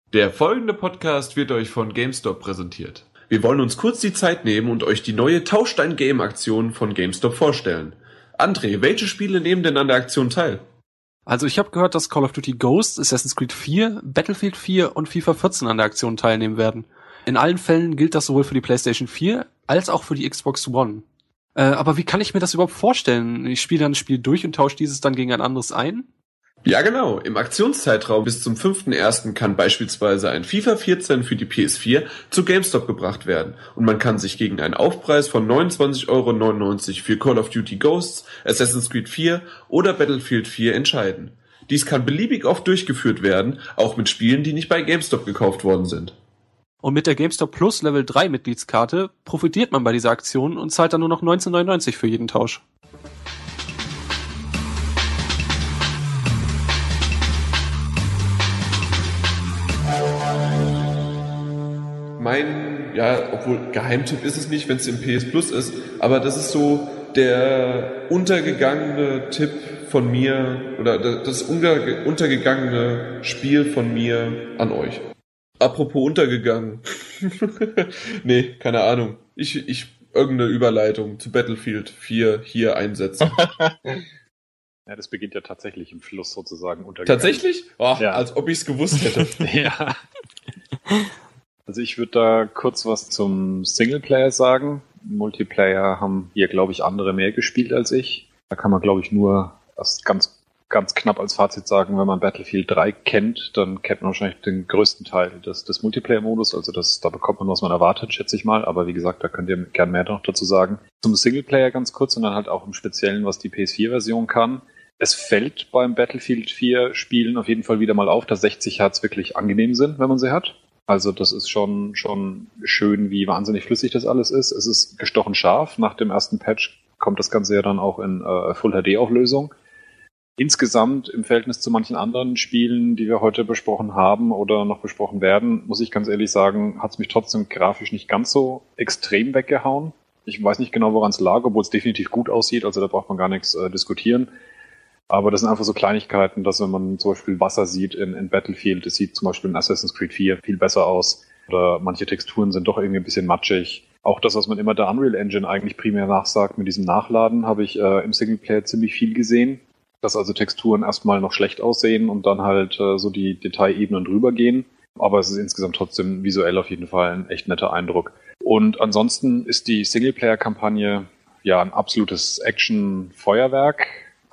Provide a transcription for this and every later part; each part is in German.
Der folgende Podcast wird euch von GameStop präsentiert. Wir wollen uns kurz die Zeit nehmen und euch die neue Tausch-Dein-Game-Aktion von GameStop vorstellen. André, welche Spiele nehmen denn an der Aktion teil? Also ich habe gehört, dass Call of Duty Ghosts, Assassin's Creed 4, Battlefield 4 und FIFA 14 an der Aktion teilnehmen werden. In allen Fällen gilt das sowohl für die PlayStation 4 als auch für die Xbox One. Aber wie kann ich mir das überhaupt vorstellen? Ich spiele dann ein Spiel durch und tausche dieses dann gegen ein anderes ein? Ja genau, im Aktionszeitraum bis zum 5.1. kann beispielsweise ein FIFA 14 für die PS4 zu GameStop gebracht werden und man kann sich gegen einen Aufpreis von 29,99 € für Call of Duty Ghosts, Assassin's Creed 4 oder Battlefield 4 entscheiden. Dies kann beliebig oft durchgeführt werden, auch mit Spielen, die nicht bei GameStop gekauft worden sind. Und mit der GameStop Plus Level 3 Mitgliedskarte profitiert man bei dieser Aktion und zahlt dann nur noch 19,99 € für jeden Tausch. Obwohl Geheimtipp ist es nicht, wenn es im PS Plus ist, aber das ist so der untergegangene Tipp von mir oder das untergegangene Spiel von mir an euch. Apropos untergegangen. Nee, keine Ahnung. Ich irgendeine Überleitung zu Battlefield 4 hier einsetzen. Ja, das beginnt ja tatsächlich im Fluss sozusagen untergegangen. Tatsächlich? Oh, ja. Als ob ich es gewusst hätte. Ja. Also ich würde da kurz was zum Singleplayer sagen. Multiplayer haben hier, glaube ich, andere mehr gespielt als ich. Da kann man, glaube ich, nur das ganz knapp als Fazit sagen, wenn man Battlefield 3 kennt, dann kennt man wahrscheinlich den größten Teil des Multiplayer-Modus. Also da bekommt man, was man erwartet, schätze ich mal. Aber wie gesagt, da könnt ihr gern mehr noch dazu sagen. Zum Singleplayer ganz kurz und dann halt auch im Speziellen, was die PS4-Version kann. Es fällt beim Battlefield 4 Spielen auf jeden Fall wieder mal auf, dass 60 Hertz wirklich angenehm sind, wenn man sie hat. Also das ist schon schön, wie wahnsinnig flüssig das alles ist. Es ist gestochen scharf. Nach dem ersten Patch kommt das Ganze ja dann auch in Full-HD-Auflösung. Insgesamt im Verhältnis zu manchen anderen Spielen, die wir heute besprochen haben oder noch besprochen werden, muss ich ganz ehrlich sagen, hat es mich trotzdem grafisch nicht ganz so extrem weggehauen. Ich weiß nicht genau, woran es lag, obwohl es definitiv gut aussieht. Also da braucht man gar nichts diskutieren. Aber das sind einfach so Kleinigkeiten, dass wenn man zum Beispiel Wasser sieht in Battlefield, es sieht zum Beispiel in Assassin's Creed 4 viel besser aus. Oder manche Texturen sind doch irgendwie ein bisschen matschig. Auch das, was man immer der Unreal Engine eigentlich primär nachsagt, mit diesem Nachladen, habe ich im Singleplayer ziemlich viel gesehen. Dass also Texturen erstmal noch schlecht aussehen und dann halt so die Detailebenen drüber gehen. Aber es ist insgesamt trotzdem visuell auf jeden Fall ein echt netter Eindruck. Und ansonsten ist die Singleplayer-Kampagne ja ein absolutes Action-Feuerwerk.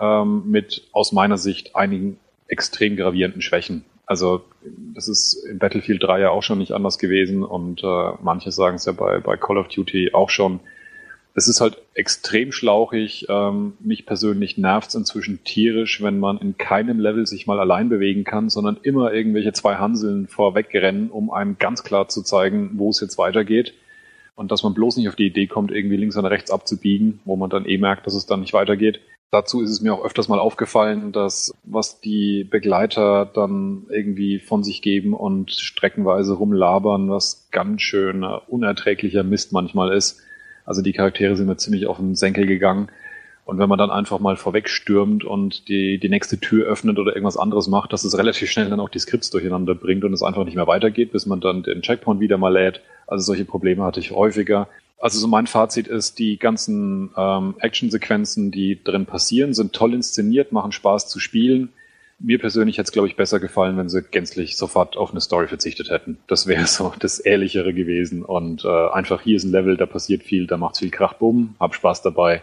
Mit aus meiner Sicht einigen extrem gravierenden Schwächen. Also das ist in Battlefield 3 ja auch schon nicht anders gewesen und manche sagen es ja bei Call of Duty auch schon. Es ist halt extrem schlauchig. Mich persönlich nervt es inzwischen tierisch, wenn man in keinem Level sich mal allein bewegen kann, sondern immer irgendwelche zwei Hanseln vorwegrennen, um einem ganz klar zu zeigen, wo es jetzt weitergeht. Und dass man bloß nicht auf die Idee kommt, irgendwie links oder rechts abzubiegen, wo man dann merkt, dass es dann nicht weitergeht. Dazu ist es mir auch öfters mal aufgefallen, dass was die Begleiter dann irgendwie von sich geben und streckenweise rumlabern, was ganz schön unerträglicher Mist manchmal ist. Also die Charaktere sind mir ziemlich auf den Senkel gegangen. Und wenn man dann einfach mal vorwegstürmt und die nächste Tür öffnet oder irgendwas anderes macht, dass es relativ schnell dann auch die Skripts durcheinander bringt und es einfach nicht mehr weitergeht, bis man dann den Checkpoint wieder mal lädt. Also solche Probleme hatte ich häufiger. Also so mein Fazit ist, die ganzen Actionsequenzen, die drin passieren, sind toll inszeniert, machen Spaß zu spielen. Mir persönlich hätte es, glaube ich, besser gefallen, wenn sie gänzlich sofort auf eine Story verzichtet hätten. Das wäre so das Ehrlichere gewesen. Und einfach hier ist ein Level, da passiert viel, da macht's viel Krach, Bumm, hab Spaß dabei.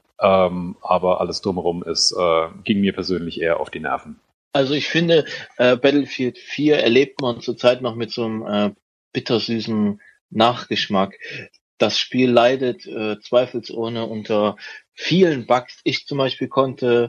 Aber alles drumherum ging mir persönlich eher auf die Nerven. Also ich finde, Battlefield 4 erlebt man zurzeit noch mit so einem bittersüßen Nachgeschmack. Das Spiel leidet zweifelsohne unter vielen Bugs. Ich zum Beispiel konnte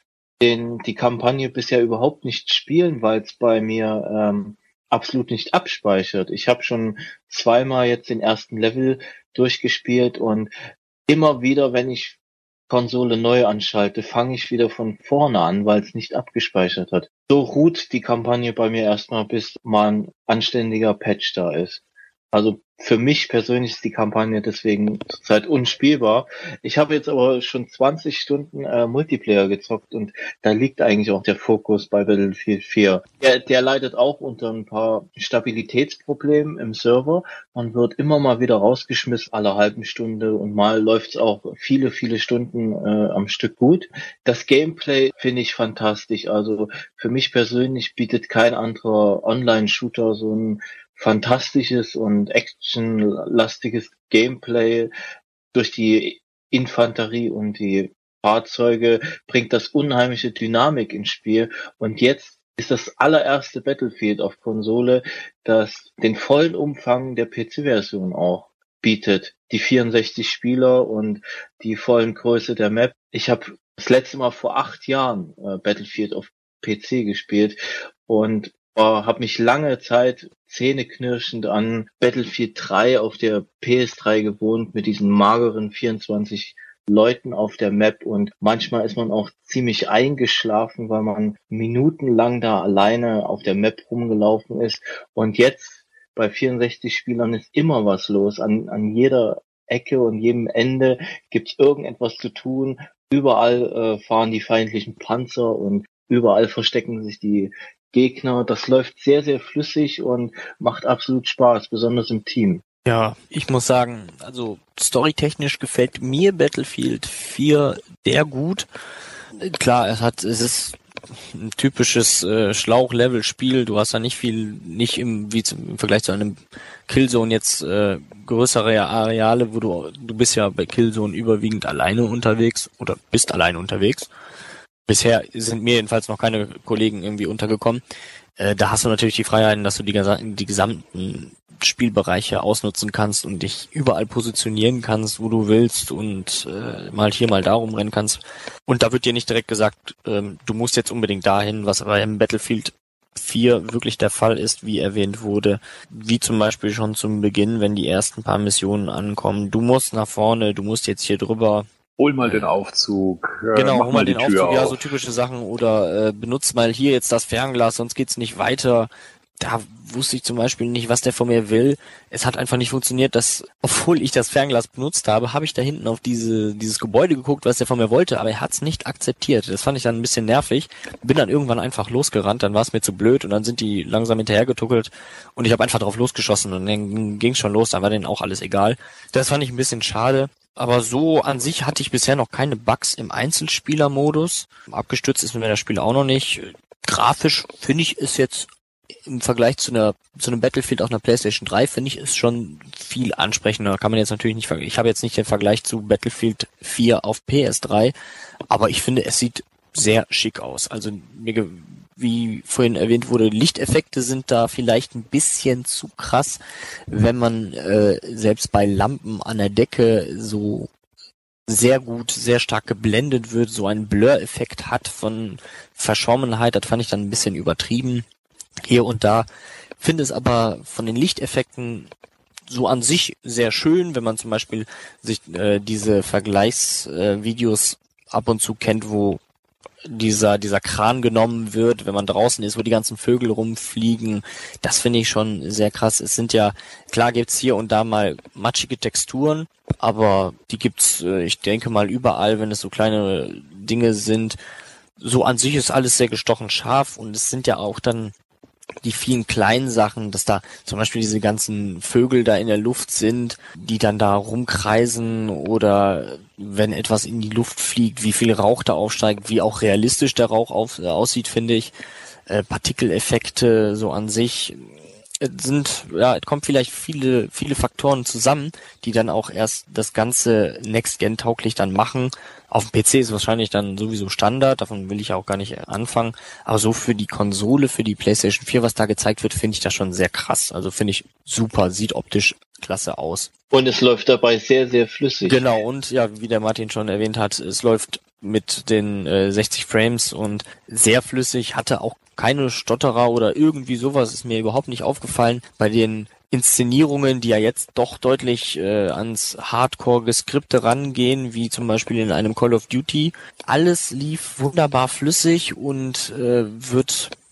die Kampagne bisher überhaupt nicht spielen, weil es bei mir absolut nicht abspeichert. Ich habe schon zweimal jetzt den ersten Level durchgespielt und immer wieder, wenn ich Konsole neu anschalte, fange ich wieder von vorne an, weil es nicht abgespeichert hat. So ruht die Kampagne bei mir erstmal, bis mal ein anständiger Patch da ist. Also für mich persönlich ist die Kampagne deswegen zurzeit unspielbar. Ich habe jetzt aber schon 20 Stunden Multiplayer gezockt und da liegt eigentlich auch der Fokus bei Battlefield 4. Der leidet auch unter ein paar Stabilitätsproblemen im Server. Man wird immer mal wieder rausgeschmissen, alle halben Stunde, und mal läuft's auch viele, viele Stunden am Stück gut. Das Gameplay finde ich fantastisch. Also für mich persönlich bietet kein anderer Online-Shooter so ein fantastisches und actionlastiges Gameplay. Durch die Infanterie und die Fahrzeuge bringt das unheimliche Dynamik ins Spiel. Und jetzt ist das allererste Battlefield auf Konsole, das den vollen Umfang der PC-Version auch bietet. Die 64 Spieler und die vollen Größe der Map. Ich habe das letzte Mal vor 8 Jahren Battlefield auf PC gespielt und habe mich lange Zeit zähneknirschend an Battlefield 3 auf der PS3 gewohnt, mit diesen mageren 24 Leuten auf der Map, und manchmal ist man auch ziemlich eingeschlafen, weil man minutenlang da alleine auf der Map rumgelaufen ist. Und jetzt bei 64 Spielern ist immer was los. An jeder Ecke und jedem Ende gibt's irgendetwas zu tun. Überall fahren die feindlichen Panzer und überall verstecken sich die Gegner. Das läuft sehr, sehr flüssig und macht absolut Spaß, besonders im Team. Ja, ich muss sagen, also storytechnisch gefällt mir Battlefield 4 sehr gut. Klar, es ist ein typisches Schlauch-Level-Spiel. Du hast da nicht viel, im Vergleich zu einem Killzone jetzt größere Areale, wo du bist ja bei Killzone überwiegend alleine unterwegs oder bist alleine unterwegs. Bisher sind mir jedenfalls noch keine Kollegen irgendwie untergekommen. Da hast du natürlich die Freiheiten, dass du die gesamten Spielbereiche ausnutzen kannst und dich überall positionieren kannst, wo du willst, und mal hier, mal da rumrennen kannst. Und da wird dir nicht direkt gesagt, du musst jetzt unbedingt dahin, was aber im Battlefield 4 wirklich der Fall ist, wie erwähnt wurde. Wie zum Beispiel schon zum Beginn, wenn die ersten paar Missionen ankommen. Du musst nach vorne, du musst jetzt hier drüber. Hol mal den Aufzug. Genau, mach hol mal den die Tür Aufzug, ja, auf. so typische Sachen. Oder benutzt mal hier jetzt das Fernglas, sonst geht's nicht weiter. Da wusste ich zum Beispiel nicht, was der von mir will. Es hat einfach nicht funktioniert, dass, obwohl ich das Fernglas benutzt habe ich da hinten auf dieses Gebäude geguckt, was der von mir wollte, aber er hat's nicht akzeptiert. Das fand ich dann ein bisschen nervig. Bin dann irgendwann einfach losgerannt, dann war es mir zu blöd und dann sind die langsam hinterhergetuckelt und ich habe einfach drauf losgeschossen und dann ging's schon los, dann war denen auch alles egal. Das fand ich ein bisschen schade. Aber so an sich hatte ich bisher noch keine Bugs im Einzelspielermodus. Abgestürzt ist mir das Spiel auch noch nicht. Grafisch finde ich es jetzt im Vergleich zu einem Battlefield auf einer PlayStation 3 finde ich es schon viel ansprechender. Kann man jetzt natürlich nicht vergleichen. Ich habe jetzt nicht den Vergleich zu Battlefield 4 auf PS3, aber ich finde, es sieht sehr schick aus. Also wie vorhin erwähnt wurde, Lichteffekte sind da vielleicht ein bisschen zu krass, wenn man selbst bei Lampen an der Decke so sehr gut, sehr stark geblendet wird, so einen Blur-Effekt hat von Verschwommenheit. Das fand ich dann ein bisschen übertrieben hier und da. Finde es aber von den Lichteffekten so an sich sehr schön, wenn man zum Beispiel sich diese Vergleichsvideos ab und zu kennt, wo dieser Kran genommen wird, wenn man draußen ist, wo die ganzen Vögel rumfliegen. Das finde ich schon sehr krass. Es sind ja, klar gibt's hier und da mal matschige Texturen, aber die gibt's, ich denke mal, überall, wenn es so kleine Dinge sind. So an sich ist alles sehr gestochen scharf, und es sind ja auch dann die vielen kleinen Sachen, dass da zum Beispiel diese ganzen Vögel da in der Luft sind, die dann da rumkreisen, oder wenn etwas in die Luft fliegt, wie viel Rauch da aufsteigt, wie auch realistisch der Rauch aussieht, finde ich. Partikeleffekte so an sich sind, ja, es kommen vielleicht viele Faktoren zusammen, die dann auch erst das Ganze Next-Gen-tauglich dann machen. Auf dem PC ist wahrscheinlich dann sowieso Standard, davon will ich auch gar nicht anfangen. Aber so für die Konsole, für die PlayStation 4, was da gezeigt wird, finde ich das schon sehr krass. Also finde ich super, sieht optisch klasse aus. Und es läuft dabei sehr, sehr flüssig. Genau, und ja, wie der Martin schon erwähnt hat, es läuft mit den 60 Frames und sehr flüssig, hatte auch keine Stotterer oder irgendwie sowas, ist mir überhaupt nicht aufgefallen. Bei den Inszenierungen, die ja jetzt doch deutlich ans Hardcore-Geskripte rangehen, wie zum Beispiel in einem Call of Duty. Alles lief wunderbar flüssig und wird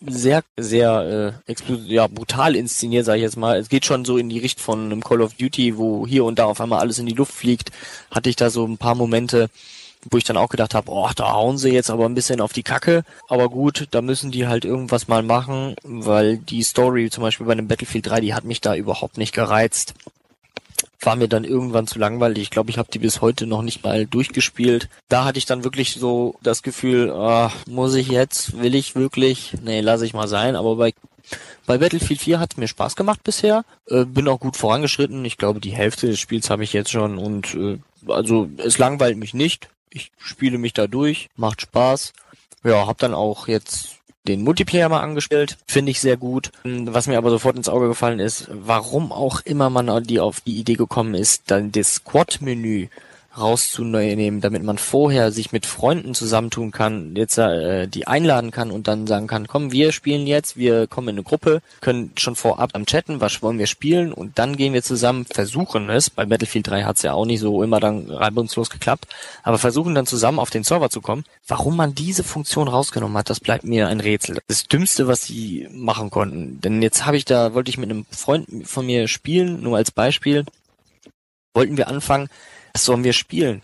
sehr, sehr brutal inszeniert, sage ich jetzt mal. Es geht schon so in die Richtung von einem Call of Duty, wo hier und da auf einmal alles in die Luft fliegt. Hatte ich da so ein paar Momente, wo ich dann auch gedacht habe, da hauen sie jetzt aber ein bisschen auf die Kacke. Aber gut, da müssen die halt irgendwas mal machen, weil die Story zum Beispiel bei einem Battlefield 3, die hat mich da überhaupt nicht gereizt. War mir dann irgendwann zu langweilig. Ich glaube, ich habe die bis heute noch nicht mal durchgespielt. Da hatte ich dann wirklich so das Gefühl, muss ich jetzt, will ich wirklich? Nee, lasse ich mal sein. Aber bei Battlefield 4 hat es mir Spaß gemacht bisher. Bin auch gut vorangeschritten. Ich glaube, die Hälfte des Spiels habe ich jetzt schon und also es langweilt mich nicht. Ich spiele mich da durch, macht Spaß. Ja, hab dann auch jetzt den Multiplayer mal angestellt, finde ich sehr gut. Was mir aber sofort ins Auge gefallen ist, warum auch immer man auf die Idee gekommen ist, dann das Squad-Menü rauszunehmen, damit man vorher sich mit Freunden zusammentun kann, jetzt die einladen kann und dann sagen kann, komm, wir spielen jetzt, wir kommen in eine Gruppe, können schon vorab am Chatten, was wollen wir spielen und dann gehen wir zusammen, versuchen es, bei Battlefield 3 hat es ja auch nicht so immer dann reibungslos geklappt, aber versuchen dann zusammen auf den Server zu kommen. Warum man diese Funktion rausgenommen hat, das bleibt mir ein Rätsel. Das Dümmste, was sie machen konnten, denn jetzt wollte ich mit einem Freund von mir spielen, nur als Beispiel, wollten wir anfangen, was sollen wir spielen?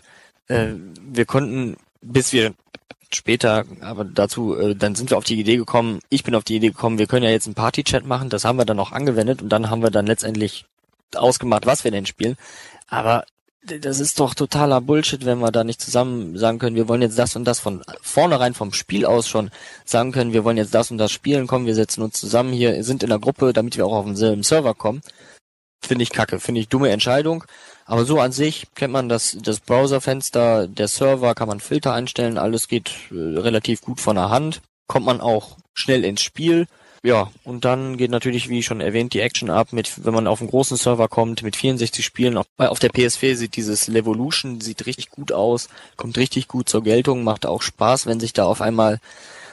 Wir konnten, bis wir später, aber dazu, dann sind wir auf die Idee gekommen, ich bin auf die Idee gekommen, wir können ja jetzt einen Party-Chat machen, das haben wir dann auch angewendet und dann haben wir dann letztendlich ausgemacht, was wir denn spielen. Aber das ist doch totaler Bullshit, wenn wir da nicht zusammen sagen können, wir wollen jetzt das und das von vornherein vom Spiel aus schon sagen können, wir wollen jetzt das und das spielen, komm, wir setzen uns zusammen hier, sind in der Gruppe, damit wir auch auf denselben Server kommen. Finde ich kacke, finde ich dumme Entscheidung. Aber so an sich kennt man das Browserfenster, der Server, kann man Filter einstellen, alles geht relativ gut von der Hand. Kommt man auch schnell ins Spiel. Ja, und dann geht natürlich, wie schon erwähnt, die Action ab, wenn man auf einen großen Server kommt, mit 64 Spielen. Auf der PS4 sieht dieses Levolution, sieht richtig gut aus, kommt richtig gut zur Geltung, macht auch Spaß, wenn sich da auf einmal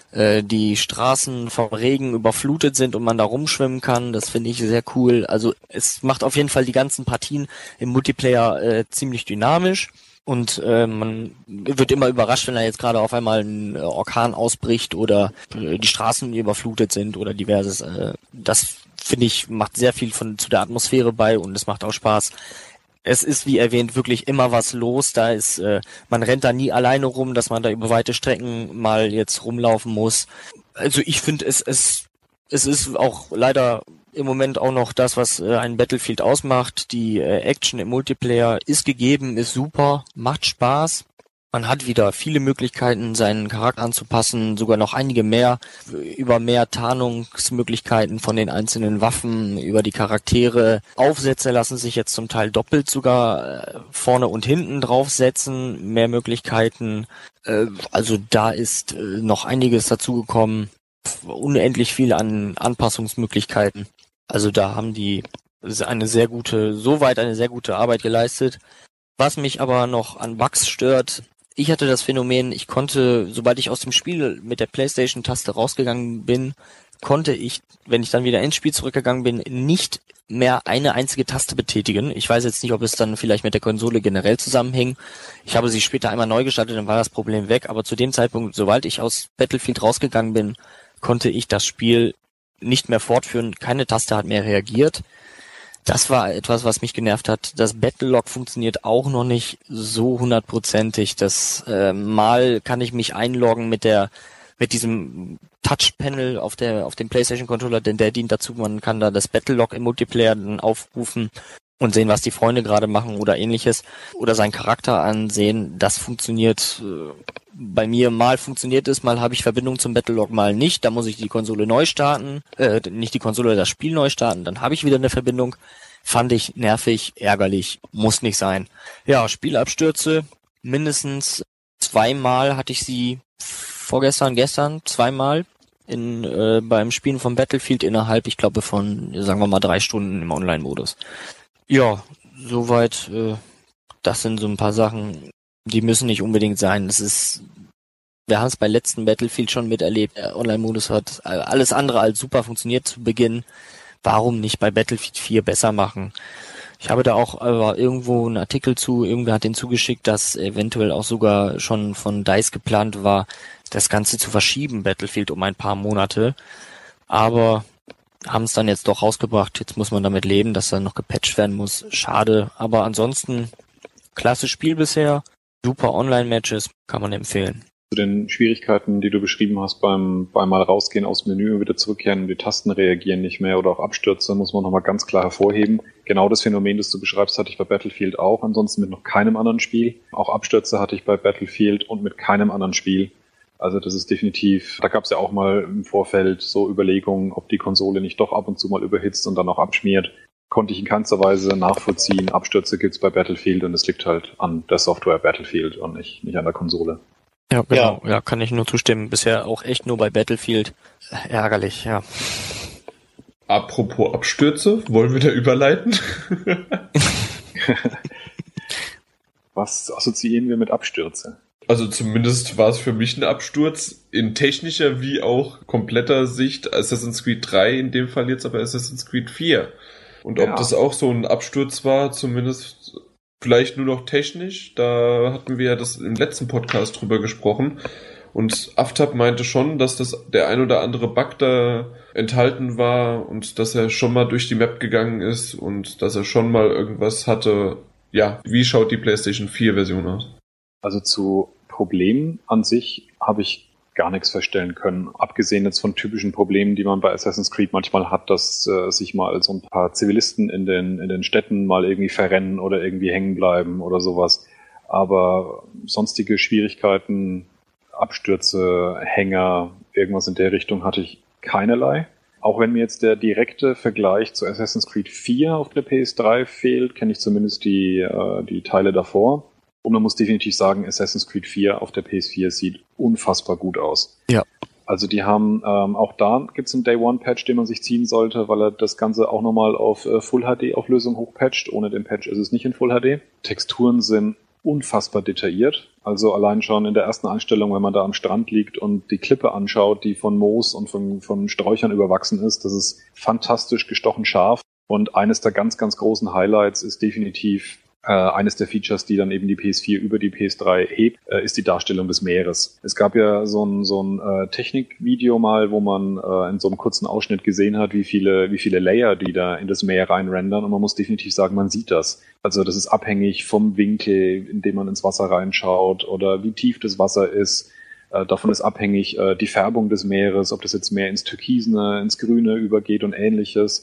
die Straßen vom Regen überflutet sind und man da rumschwimmen kann. Das finde ich sehr cool. Also es macht auf jeden Fall die ganzen Partien im Multiplayer ziemlich dynamisch und man wird immer überrascht, wenn da jetzt gerade auf einmal ein Orkan ausbricht oder die Straßen überflutet sind oder diverses. Das finde ich macht sehr viel zu der Atmosphäre bei und es macht auch Spaß. Es ist, wie erwähnt, wirklich immer was los. Da ist, man rennt da nie alleine rum, dass man da über weite Strecken mal jetzt rumlaufen muss. Also ich finde, es ist auch leider im Moment auch noch das, was ein Battlefield ausmacht. Die Action im Multiplayer ist gegeben, ist super, macht Spaß. Man hat wieder viele Möglichkeiten, seinen Charakter anzupassen, sogar noch einige mehr, über mehr Tarnungsmöglichkeiten von den einzelnen Waffen, über die Charaktere. Aufsätze lassen sich jetzt zum Teil doppelt sogar vorne und hinten draufsetzen, mehr Möglichkeiten. Also da ist noch einiges dazugekommen, unendlich viel an Anpassungsmöglichkeiten. Also da haben die eine sehr gute Arbeit geleistet. Was mich aber noch an Bugs stört, ich hatte das Phänomen, ich konnte, sobald ich aus dem Spiel mit der PlayStation-Taste rausgegangen bin, konnte ich, wenn ich dann wieder ins Spiel zurückgegangen bin, nicht mehr eine einzige Taste betätigen. Ich weiß jetzt nicht, ob es dann vielleicht mit der Konsole generell zusammenhing. Ich habe sie später einmal neu gestartet, dann war das Problem weg. Aber zu dem Zeitpunkt, sobald ich aus Battlefield rausgegangen bin, konnte ich das Spiel nicht mehr fortführen. Keine Taste hat mehr reagiert. Das war etwas, was mich genervt hat. Das Battlelog funktioniert auch noch nicht so 100%. Das mal kann ich mich einloggen mit diesem Touchpanel auf dem PlayStation Controller, denn der dient dazu, man kann da das Battlelog im Multiplayer dann aufrufen und sehen, was die Freunde gerade machen oder ähnliches oder seinen Charakter ansehen. Das funktioniert bei mir, mal funktioniert es, mal habe ich Verbindung zum Battlelog, mal nicht. Da muss ich die Konsole neu starten, nicht die Konsole, das Spiel neu starten, dann habe ich wieder eine Verbindung. Fand ich nervig, ärgerlich, muss nicht sein. Ja, Spielabstürze, mindestens zweimal hatte ich sie gestern zweimal beim Spielen von Battlefield innerhalb, ich glaube, von, sagen wir mal, 3 Stunden im Online-Modus. Ja, soweit, das sind so ein paar Sachen, die müssen nicht unbedingt sein. Wir haben es bei letzten Battlefield schon miterlebt. Der Online-Modus hat alles andere als super funktioniert zu Beginn. Warum nicht bei Battlefield 4 besser machen? Ich habe da auch irgendwo einen Artikel irgendwer hat den zugeschickt, dass eventuell auch sogar schon von DICE geplant war, das Ganze zu verschieben, Battlefield um ein paar Monate. aber haben es dann jetzt doch rausgebracht. Jetzt muss man damit leben, dass dann noch gepatcht werden muss. Schade, aber ansonsten klasse Spiel bisher, super Online-Matches, kann man empfehlen. Zu den Schwierigkeiten, die du beschrieben hast, beim mal rausgehen aus dem Menü und wieder zurückkehren und die Tasten reagieren nicht mehr oder auch Abstürze, muss man nochmal ganz klar hervorheben. Genau das Phänomen, das du beschreibst, hatte ich bei Battlefield auch, ansonsten mit noch keinem anderen Spiel. Auch Abstürze hatte ich bei Battlefield und mit keinem anderen Spiel. Also das ist definitiv, da gab es ja auch mal im Vorfeld so Überlegungen, ob die Konsole nicht doch ab und zu mal überhitzt und dann auch abschmiert. Konnte ich in keinster Weise nachvollziehen. Abstürze gibt's bei Battlefield und es liegt halt an der Software Battlefield und nicht an der Konsole. Ja, genau. Ja, kann ich nur zustimmen. Bisher auch echt nur bei Battlefield. Ärgerlich, ja. Apropos Abstürze, wollen wir da überleiten? Was assoziieren wir mit Abstürze? Also zumindest war es für mich ein Absturz in technischer wie auch kompletter Sicht. Assassin's Creed 3 in dem Fall jetzt, aber Assassin's Creed 4. Und ob das auch so ein Absturz war, zumindest vielleicht nur noch technisch, da hatten wir ja das im letzten Podcast drüber gesprochen. Und Aftab meinte schon, dass der ein oder andere Bug da enthalten war und dass er schon mal durch die Map gegangen ist und dass er schon mal irgendwas hatte. Ja, wie schaut die PlayStation 4 Version aus? Also zu Problemen an sich habe ich gar nichts feststellen können. Abgesehen jetzt von typischen Problemen, die man bei Assassin's Creed manchmal hat, dass sich mal so ein paar Zivilisten in den Städten mal irgendwie verrennen oder irgendwie hängen bleiben oder sowas. Aber sonstige Schwierigkeiten, Abstürze, Hänger, irgendwas in der Richtung hatte ich keinerlei. Auch wenn mir jetzt der direkte Vergleich zu Assassin's Creed 4 auf der PS3 fehlt, kenne ich zumindest die Teile davor. Und man muss definitiv sagen, Assassin's Creed 4 auf der PS4 sieht unfassbar gut aus. Ja. Also die haben, auch da gibt's einen Day-One-Patch, den man sich ziehen sollte, weil er das Ganze auch nochmal auf Full-HD-Auflösung hochpatcht. Ohne den Patch ist es nicht in Full-HD. Texturen sind unfassbar detailliert. Also allein schon in der ersten Einstellung, wenn man da am Strand liegt und die Klippe anschaut, die von Moos und von Sträuchern überwachsen ist, das ist fantastisch gestochen scharf. Und eines der ganz, ganz großen Highlights ist definitiv eines der Features, die dann eben die PS4 über die PS3 hebt, ist die Darstellung des Meeres. Es gab ja so ein Technikvideo mal, wo man in so einem kurzen Ausschnitt gesehen hat, wie viele Layer die da in das Meer reinrendern, und man muss definitiv sagen, man sieht das. Also das ist abhängig vom Winkel, in dem man ins Wasser reinschaut oder wie tief das Wasser ist. Davon ist abhängig die Färbung des Meeres, ob das jetzt mehr ins Türkisene, ins Grüne übergeht und ähnliches.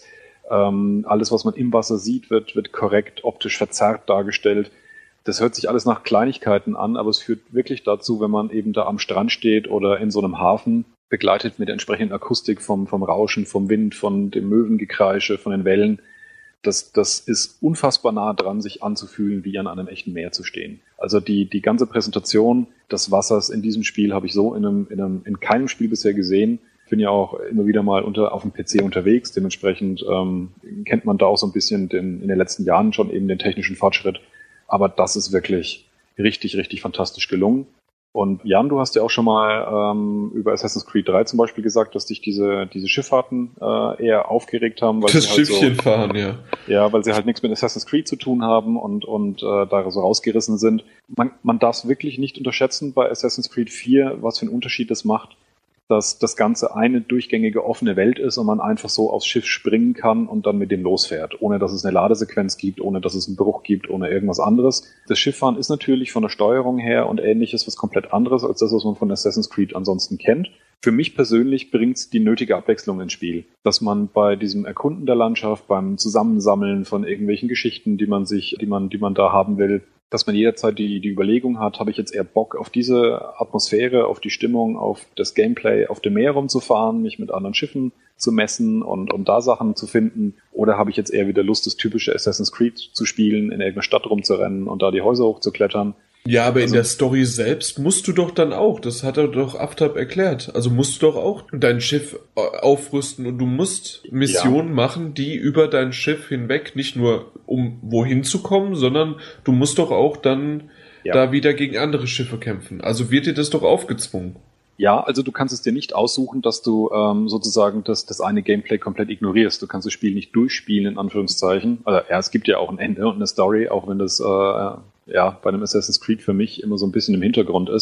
Alles, was man im Wasser sieht, wird korrekt optisch verzerrt dargestellt. Das hört sich alles nach Kleinigkeiten an, aber es führt wirklich dazu, wenn man eben da am Strand steht oder in so einem Hafen, begleitet mit der entsprechenden Akustik vom Rauschen, vom Wind, von dem Möwengekreische, von den Wellen. Das ist unfassbar nah dran, sich anzufühlen, wie an einem echten Meer zu stehen. Also die ganze Präsentation des Wassers in diesem Spiel habe ich so in keinem Spiel bisher gesehen. Ich bin ja auch immer wieder mal auf dem PC unterwegs, dementsprechend kennt man da auch so ein bisschen in den letzten Jahren schon eben den technischen Fortschritt. Aber das ist wirklich richtig, richtig fantastisch gelungen. Und Jan, du hast ja auch schon mal über Assassin's Creed 3 zum Beispiel gesagt, dass dich diese Schifffahrten eher aufgeregt haben. Weil das sie halt Schiffchen fahren, ja. Ja, weil sie halt nichts mit Assassin's Creed zu tun haben und da so rausgerissen sind. Man darf es wirklich nicht unterschätzen bei Assassin's Creed 4, was für einen Unterschied das macht, dass das Ganze eine durchgängige offene Welt ist und man einfach so aufs Schiff springen kann und dann mit dem losfährt, ohne dass es eine Ladesequenz gibt, ohne dass es einen Bruch gibt, ohne irgendwas anderes. Das Schifffahren ist natürlich von der Steuerung her und ähnliches was komplett anderes als das, was man von Assassin's Creed ansonsten kennt. Für mich persönlich bringt es die nötige Abwechslung ins Spiel, dass man bei diesem Erkunden der Landschaft, beim Zusammensammeln von irgendwelchen Geschichten, die man da haben will, dass man jederzeit die Überlegung hat, habe ich jetzt eher Bock auf diese Atmosphäre, auf die Stimmung, auf das Gameplay, auf dem Meer rumzufahren, mich mit anderen Schiffen zu messen und da Sachen zu finden, oder habe ich jetzt eher wieder Lust, das typische Assassin's Creed zu spielen, in irgendeiner Stadt rumzurennen und da die Häuser hochzuklettern. Ja, aber in der Story selbst musst du doch dann auch, das hat er doch Aftab erklärt, also musst du doch auch dein Schiff aufrüsten und du musst Missionen machen, die über dein Schiff hinweg, nicht nur um wohin zu kommen, sondern du musst doch auch dann da wieder gegen andere Schiffe kämpfen. Also wird dir das doch aufgezwungen. Ja, also du kannst es dir nicht aussuchen, dass du sozusagen das eine Gameplay komplett ignorierst. Du kannst das Spiel nicht durchspielen, in Anführungszeichen. Also ja, es gibt ja auch ein Ende und eine Story, auch wenn das bei einem Assassin's Creed für mich immer so ein bisschen im Hintergrund ist.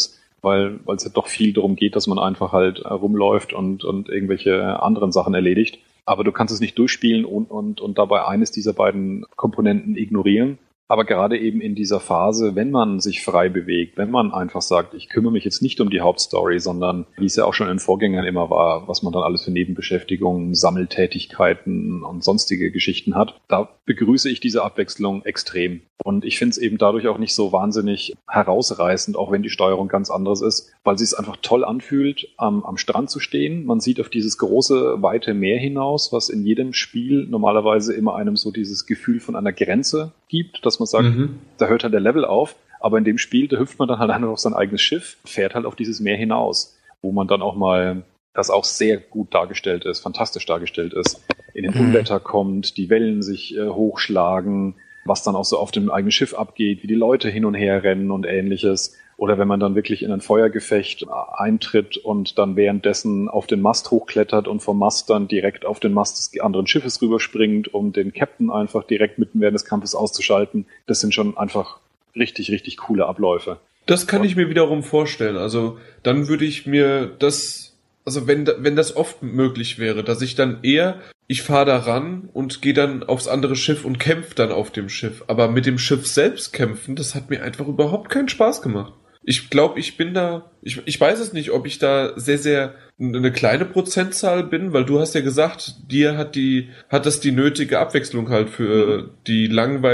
weil es ja doch viel darum geht, dass man einfach halt rumläuft und irgendwelche anderen Sachen erledigt. Aber du kannst es nicht durchspielen und dabei eines dieser beiden Komponenten ignorieren. Aber gerade eben in dieser Phase, wenn man sich frei bewegt, wenn man einfach sagt, ich kümmere mich jetzt nicht um die Hauptstory, sondern wie es ja auch schon in den Vorgängern immer war, was man dann alles für Nebenbeschäftigungen, Sammeltätigkeiten und sonstige Geschichten hat, da begrüße ich diese Abwechslung extrem. Und ich finde es eben dadurch auch nicht so wahnsinnig herausreißend, auch wenn die Steuerung ganz anderes ist, weil sie es einfach toll anfühlt, am Strand zu stehen. Man sieht auf dieses große, weite Meer hinaus, was in jedem Spiel normalerweise immer einem so dieses Gefühl von einer Grenze gibt, dass man sagt, da hört halt der Level auf. Aber in dem Spiel, da hüpft man dann halt einfach auf sein eigenes Schiff, fährt halt auf dieses Meer hinaus, wo man dann auch mal, das auch sehr gut dargestellt ist, fantastisch dargestellt ist, in den Unwetter kommt, die Wellen sich hochschlagen, was dann auch so auf dem eigenen Schiff abgeht, wie die Leute hin und her rennen und ähnliches. Oder wenn man dann wirklich in ein Feuergefecht eintritt und dann währenddessen auf den Mast hochklettert und vom Mast dann direkt auf den Mast des anderen Schiffes rüberspringt, um den Captain einfach direkt mitten während des Kampfes auszuschalten. Das sind schon einfach richtig, richtig coole Abläufe. Das kann ich mir wiederum vorstellen. Also dann würde ich mir das, also wenn das oft möglich wäre, dass ich dann eher, ich fahre da ran und gehe dann aufs andere Schiff und kämpfe dann auf dem Schiff. Aber mit dem Schiff selbst kämpfen, das hat mir einfach überhaupt keinen Spaß gemacht. Ich glaube, ich bin da, ich weiß es nicht, ob ich da sehr, sehr eine kleine Prozentzahl bin, weil du hast ja gesagt, dir hat das die nötige Abwechslung halt für die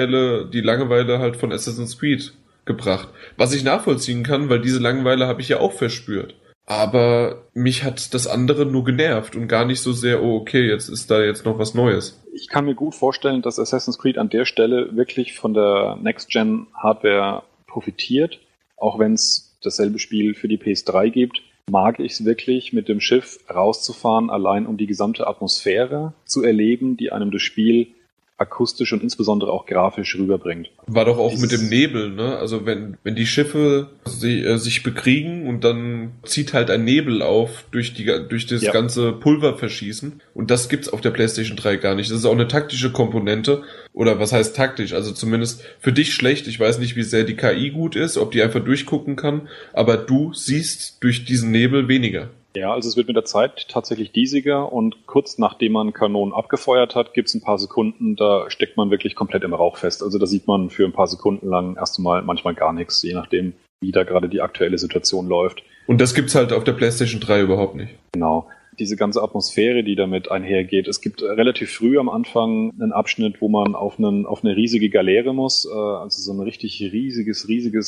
Langeweile halt von Assassin's Creed gebracht. Was ich nachvollziehen kann, weil diese Langeweile habe ich ja auch verspürt. Aber mich hat das andere nur genervt und gar nicht so sehr, oh okay, jetzt ist da jetzt noch was Neues. Ich kann mir gut vorstellen, dass Assassin's Creed an der Stelle wirklich von der Next-Gen-Hardware profitiert. Auch wenn es dasselbe Spiel für die PS3 gibt, mag ich es wirklich, mit dem Schiff rauszufahren, allein um die gesamte Atmosphäre zu erleben, die einem das Spiel akustisch und insbesondere auch grafisch rüberbringt. War doch auch mit dem Nebel, ne? Also wenn die Schiffe sich bekriegen und dann zieht halt ein Nebel auf durch das ganze Pulververschießen und das gibt's auf der PlayStation 3 gar nicht. Das ist auch eine taktische Komponente oder was heißt taktisch? Also zumindest für dich schlecht. Ich weiß nicht, wie sehr die KI gut ist, ob die einfach durchgucken kann, aber du siehst durch diesen Nebel weniger. Ja, also es wird mit der Zeit tatsächlich diesiger und kurz nachdem man Kanonen abgefeuert hat, gibt's ein paar Sekunden, da steckt man wirklich komplett im Rauch fest. Also da sieht man für ein paar Sekunden lang erst einmal manchmal gar nichts, je nachdem, wie da gerade die aktuelle Situation läuft. Und das gibt's halt auf der PlayStation 3 überhaupt nicht. Genau. Diese ganze Atmosphäre, die damit einhergeht. Es gibt relativ früh am Anfang einen Abschnitt, wo man auf eine riesige Galeere muss, also so ein richtig riesiges,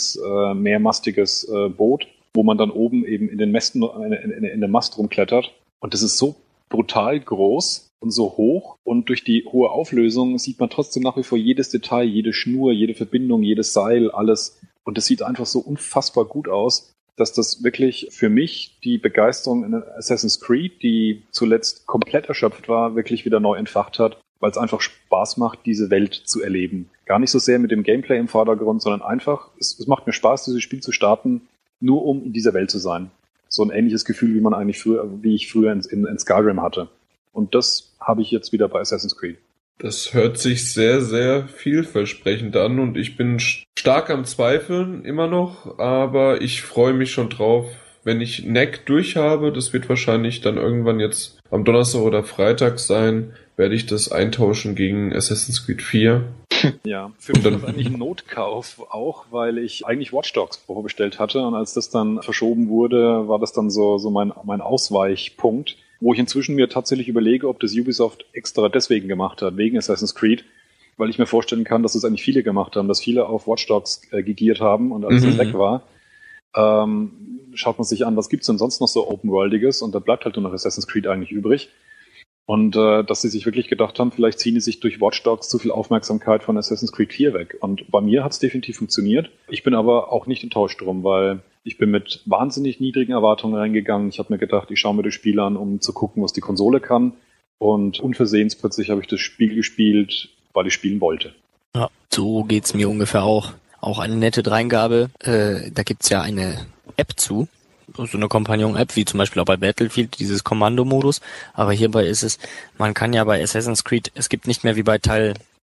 mehrmastiges Boot, wo man dann oben eben in den Mast rumklettert. Und das ist so brutal groß und so hoch. Und durch die hohe Auflösung sieht man trotzdem nach wie vor jedes Detail, jede Schnur, jede Verbindung, jedes Seil, alles. Und das sieht einfach so unfassbar gut aus, dass das wirklich für mich die Begeisterung in Assassin's Creed, die zuletzt komplett erschöpft war, wirklich wieder neu entfacht hat, weil es einfach Spaß macht, diese Welt zu erleben. Gar nicht so sehr mit dem Gameplay im Vordergrund, sondern einfach, es macht mir Spaß, dieses Spiel zu starten, nur um in dieser Welt zu sein. So ein ähnliches Gefühl, wie ich früher in Skyrim hatte. Und das habe ich jetzt wieder bei Assassin's Creed. Das hört sich sehr, sehr vielversprechend an und ich bin stark am Zweifeln immer noch, aber ich freue mich schon drauf, wenn ich Neck durch habe. Das wird wahrscheinlich dann irgendwann jetzt am Donnerstag oder Freitag sein, werde ich das eintauschen gegen Assassin's Creed 4. Ja, für mich war das eigentlich ein Notkauf auch, weil ich eigentlich Watch Dogs vorbestellt hatte und als das dann verschoben wurde, war das dann so mein Ausweichpunkt, wo ich inzwischen mir tatsächlich überlege, ob das Ubisoft extra deswegen gemacht hat, wegen Assassin's Creed, weil ich mir vorstellen kann, dass es eigentlich viele gemacht haben, dass viele auf Watch Dogs gegiert haben und als das weg war, schaut man sich an, was gibt's denn sonst noch so Open-Worldiges und da bleibt halt nur noch Assassin's Creed eigentlich übrig. Und dass sie sich wirklich gedacht haben, vielleicht ziehen sie sich durch Watch Dogs zu viel Aufmerksamkeit von Assassin's Creed 4 weg. Und bei mir hat es definitiv funktioniert. Ich bin aber auch nicht enttäuscht drum, weil ich bin mit wahnsinnig niedrigen Erwartungen reingegangen. Ich habe mir gedacht, ich schaue mir das Spiel an, um zu gucken, was die Konsole kann. Und unversehens plötzlich habe ich das Spiel gespielt, weil ich spielen wollte. Ja, so geht's mir ungefähr auch. Auch eine nette Dreingabe. Da gibt's ja eine App zu. So eine Companion-App, wie zum Beispiel auch bei Battlefield, dieses Kommandomodus. Aber hierbei ist es, man kann ja bei Assassin's Creed, es gibt nicht mehr wie bei Teil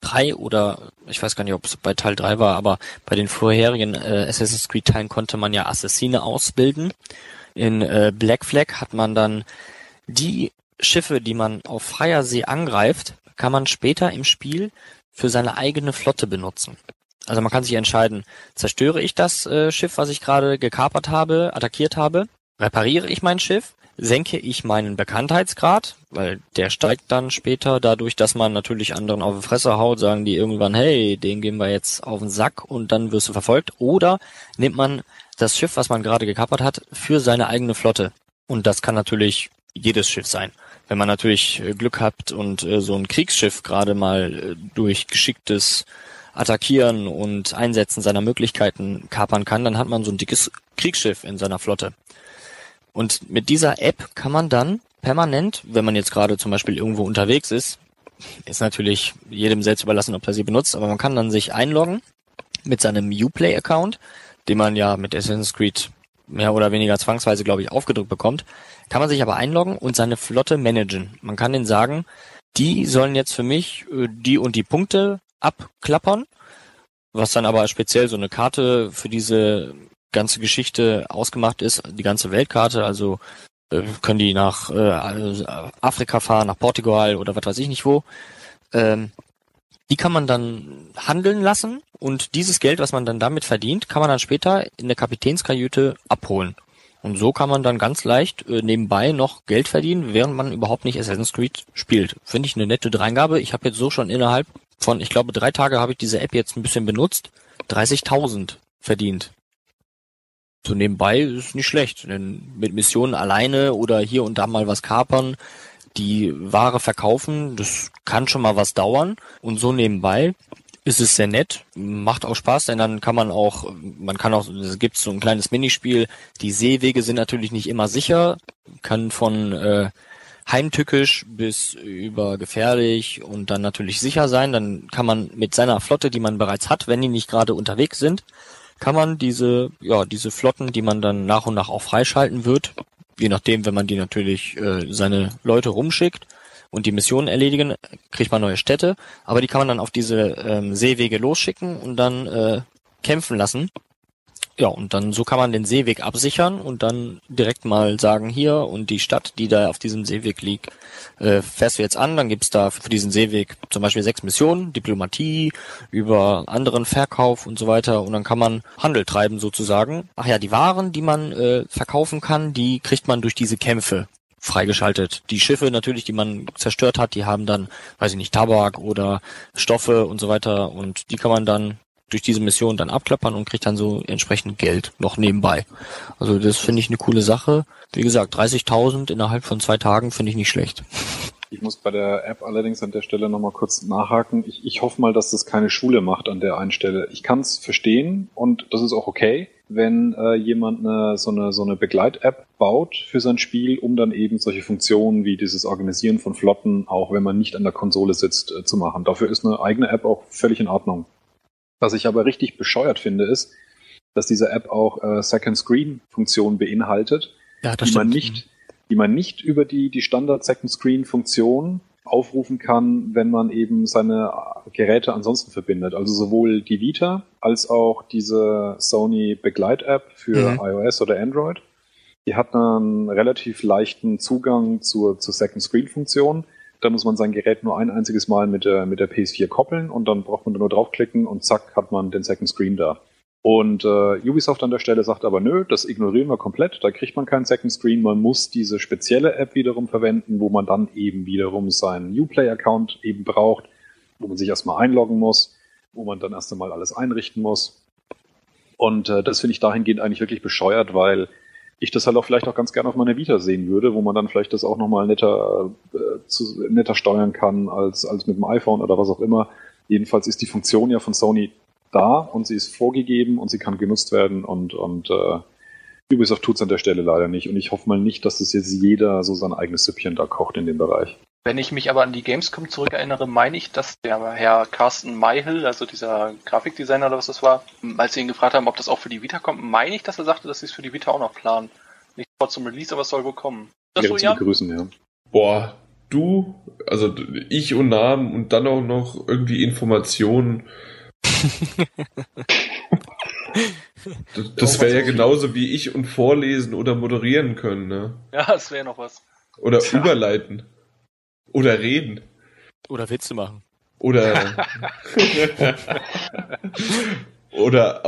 3 oder ich weiß gar nicht, ob es bei Teil 3 war, aber bei den vorherigen Assassin's Creed Teilen konnte man ja Assassine ausbilden. In Black Flag hat man dann die Schiffe, die man auf freier See angreift, kann man später im Spiel für seine eigene Flotte benutzen. Also man kann sich entscheiden, zerstöre ich das Schiff, was ich gerade gekapert habe, attackiert habe, repariere ich mein Schiff, senke ich meinen Bekanntheitsgrad, weil der steigt dann später dadurch, dass man natürlich anderen auf die Fresse haut, sagen die irgendwann, hey, den gehen wir jetzt auf den Sack und dann wirst du verfolgt. Oder nimmt man das Schiff, was man gerade gekapert hat, für seine eigene Flotte. Und das kann natürlich jedes Schiff sein. Wenn man natürlich Glück hat und so ein Kriegsschiff gerade mal durch geschicktes Attackieren und Einsetzen seiner Möglichkeiten kapern kann, dann hat man so ein dickes Kriegsschiff in seiner Flotte. Und mit dieser App kann man dann permanent, wenn man jetzt gerade zum Beispiel irgendwo unterwegs ist natürlich jedem selbst überlassen, ob er sie benutzt, aber man kann dann sich einloggen mit seinem Uplay-Account, den man ja mit Assassin's Creed mehr oder weniger zwangsweise, glaube ich, aufgedrückt bekommt, kann man sich aber einloggen und seine Flotte managen. Man kann denen sagen, die sollen jetzt für mich die und die Punkte abklappern, was dann aber speziell so eine Karte für diese ganze Geschichte ausgemacht ist, die ganze Weltkarte, also können die nach Afrika fahren, nach Portugal oder was weiß ich nicht wo. Die kann man dann handeln lassen und dieses Geld, was man dann damit verdient, kann man dann später in der Kapitänskajüte abholen. Und so kann man dann ganz leicht nebenbei noch Geld verdienen, während man überhaupt nicht Assassin's Creed spielt. Finde ich eine nette Dreingabe. Ich habe jetzt so schon innerhalb von, ich glaube, 3 Tage habe ich diese App jetzt ein bisschen benutzt, 30.000 verdient. So nebenbei ist nicht schlecht, denn mit Missionen alleine oder hier und da mal was kapern, die Ware verkaufen, das kann schon mal was dauern und so nebenbei ist es sehr nett, macht auch Spaß, denn dann kann man kann es gibt so ein kleines Minispiel, die Seewege sind natürlich nicht immer sicher, kann von heimtückisch bis über gefährlich und dann natürlich sicher sein, dann kann man mit seiner Flotte, die man bereits hat, wenn die nicht gerade unterwegs sind, kann man diese Flotten, die man dann nach und nach auch freischalten wird, je nachdem, wenn man die natürlich seine Leute rumschickt und die Missionen erledigen, kriegt man neue Städte, aber die kann man dann auf diese Seewege losschicken und dann kämpfen lassen. Ja, und dann so kann man den Seeweg absichern und dann direkt mal sagen, hier und die Stadt, die da auf diesem Seeweg liegt, fährst du jetzt an, dann gibt's da für diesen Seeweg zum Beispiel 6 Missionen, Diplomatie, über anderen Verkauf und so weiter und dann kann man Handel treiben sozusagen. Ach ja, die Waren, die man verkaufen kann, die kriegt man durch diese Kämpfe freigeschaltet. Die Schiffe natürlich, die man zerstört hat, die haben dann, weiß ich nicht, Tabak oder Stoffe und so weiter und die kann man dann durch diese Mission dann abklappern und kriegt dann so entsprechend Geld noch nebenbei. Also das finde ich eine coole Sache. Wie gesagt, 30.000 innerhalb von 2 Tagen finde ich nicht schlecht. Ich muss bei der App allerdings an der Stelle nochmal kurz nachhaken. Ich hoffe mal, dass das keine Schule macht an der einen Stelle. Ich kann es verstehen und das ist auch okay, wenn jemand so eine Begleit-App baut für sein Spiel, um dann eben solche Funktionen wie dieses Organisieren von Flotten, auch wenn man nicht an der Konsole sitzt, zu machen. Dafür ist eine eigene App auch völlig in Ordnung. Was ich aber richtig bescheuert finde, ist, dass diese App auch Second-Screen-Funktionen beinhaltet, Ja, das die man stimmt. nicht über die Standard-Second-Screen-Funktion aufrufen kann, wenn man eben seine Geräte ansonsten verbindet. Also sowohl die Vita als auch diese Sony Begleit-App für iOS oder Android. Die hat einen relativ leichten Zugang zur Second-Screen-Funktion. Da muss man sein Gerät nur ein einziges Mal mit der PS4 koppeln und dann braucht man nur draufklicken und zack, hat man den Second Screen da. Und Ubisoft an der Stelle sagt aber, nö, das ignorieren wir komplett, da kriegt man keinen Second Screen, man muss diese spezielle App wiederum verwenden, wo man dann eben wiederum seinen Uplay-Account eben braucht, wo man sich erstmal einloggen muss, wo man dann erst einmal alles einrichten muss. Und das finde ich dahingehend eigentlich wirklich bescheuert, weil ich das halt auch vielleicht auch ganz gerne auf meiner Vita sehen würde, wo man dann vielleicht das auch nochmal netter steuern kann als mit dem iPhone oder was auch immer. Jedenfalls ist die Funktion ja von Sony da und sie ist vorgegeben und sie kann genutzt werden und Ubisoft tut's an der Stelle leider nicht und ich hoffe mal nicht, dass das jetzt jeder so sein eigenes Süppchen da kocht in dem Bereich. Wenn ich mich aber an die Gamescom zurückerinnere, meine ich, dass der Herr Carsten Mayhill, also dieser Grafikdesigner oder was das war, als sie ihn gefragt haben, ob das auch für die Vita kommt, meine ich, dass er sagte, dass sie es für die Vita auch noch planen. Nicht sofort zum Release, aber es soll wohl kommen. Das so, ja? Begrüßen, ja. Boah, du, also ich und Namen und dann auch noch irgendwie Informationen. Das wäre ja genauso wie ich und vorlesen oder moderieren können, ne? Ja, das wäre noch was. Oder überleiten. Oder reden. Oder Witze machen. Oder oder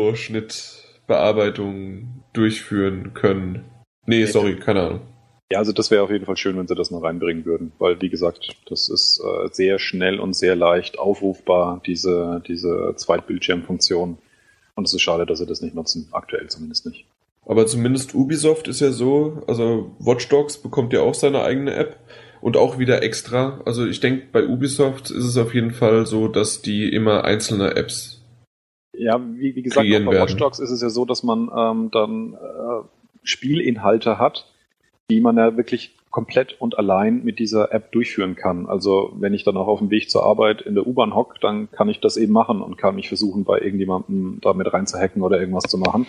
Audioschnittbearbeitung durchführen können. Nee, sorry, keine Ahnung. Ja, also das wäre auf jeden Fall schön, wenn sie das noch reinbringen würden, weil wie gesagt, das ist sehr schnell und sehr leicht aufrufbar, diese Zweitbildschirmfunktion. Und es ist schade, dass sie das nicht nutzen, aktuell zumindest nicht. Aber zumindest Ubisoft ist ja so, also Watch Dogs bekommt ja auch seine eigene App und auch wieder extra. Also ich denke, bei Ubisoft ist es auf jeden Fall so, dass die immer einzelne Apps Ja, wie gesagt, auch bei Watch Dogs ist es ja so, dass man dann Spielinhalte hat, die man ja wirklich komplett und allein mit dieser App durchführen kann. Also wenn ich dann auch auf dem Weg zur Arbeit in der U-Bahn hocke, dann kann ich das eben machen und kann mich versuchen, bei irgendjemandem damit reinzuhacken oder irgendwas zu machen.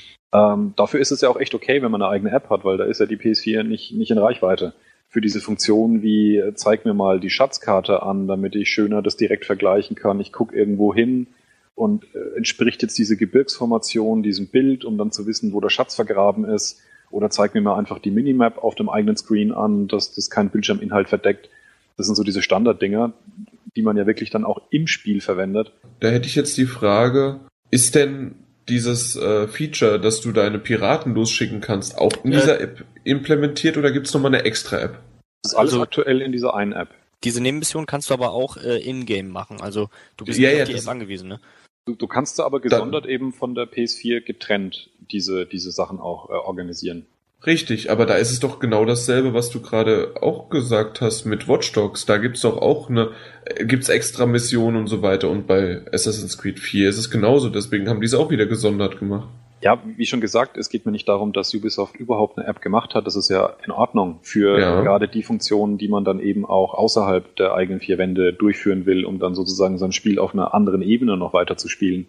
Dafür ist es ja auch echt okay, wenn man eine eigene App hat, weil da ist ja die PS4 nicht in Reichweite. Für diese Funktion wie zeig mir mal die Schatzkarte an, damit ich schöner das direkt vergleichen kann. Ich gucke irgendwo hin und entspricht jetzt diese Gebirgsformation diesem Bild, um dann zu wissen, wo der Schatz vergraben ist. Oder zeig mir mal einfach die Minimap auf dem eigenen Screen an, dass das keinen Bildschirminhalt verdeckt. Das sind so diese Standarddinger, die man ja wirklich dann auch im Spiel verwendet. Da hätte ich jetzt die Frage, ist denn dieses Feature, dass du deine Piraten losschicken kannst, auch in dieser App implementiert oder gibt es nochmal eine extra App? Das ist alles aktuell in dieser einen App. Diese Nebenmission kannst du aber auch in-game machen. Also du bist Ja, nicht ja, auf die das- App angewiesen, ne? Du kannst aber gesondert eben von der PS4 getrennt diese Sachen auch organisieren. Richtig, aber da ist es doch genau dasselbe, was du gerade auch gesagt hast mit Watch Dogs. Da gibt's doch auch gibt's extra Missionen und so weiter und bei Assassin's Creed 4 ist es genauso, deswegen haben die es auch wieder gesondert gemacht. Ja, wie schon gesagt, es geht mir nicht darum, dass Ubisoft überhaupt eine App gemacht hat. Das ist ja in Ordnung für gerade die Funktionen, die man dann eben auch außerhalb der eigenen vier Wände durchführen will, um dann sozusagen sein Spiel auf einer anderen Ebene noch weiter zu spielen.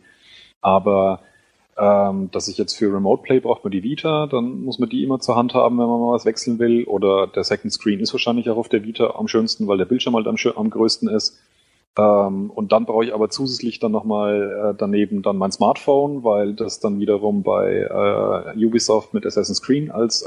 Aber dass ich jetzt für Remote Play braucht man die Vita, dann muss man die immer zur Hand haben, wenn man mal was wechseln will. Oder der Second Screen ist wahrscheinlich auch auf der Vita am schönsten, weil der Bildschirm halt am größten ist. Und dann brauche ich aber zusätzlich dann nochmal daneben dann mein Smartphone, weil das dann wiederum bei Ubisoft mit Assassin's Creed als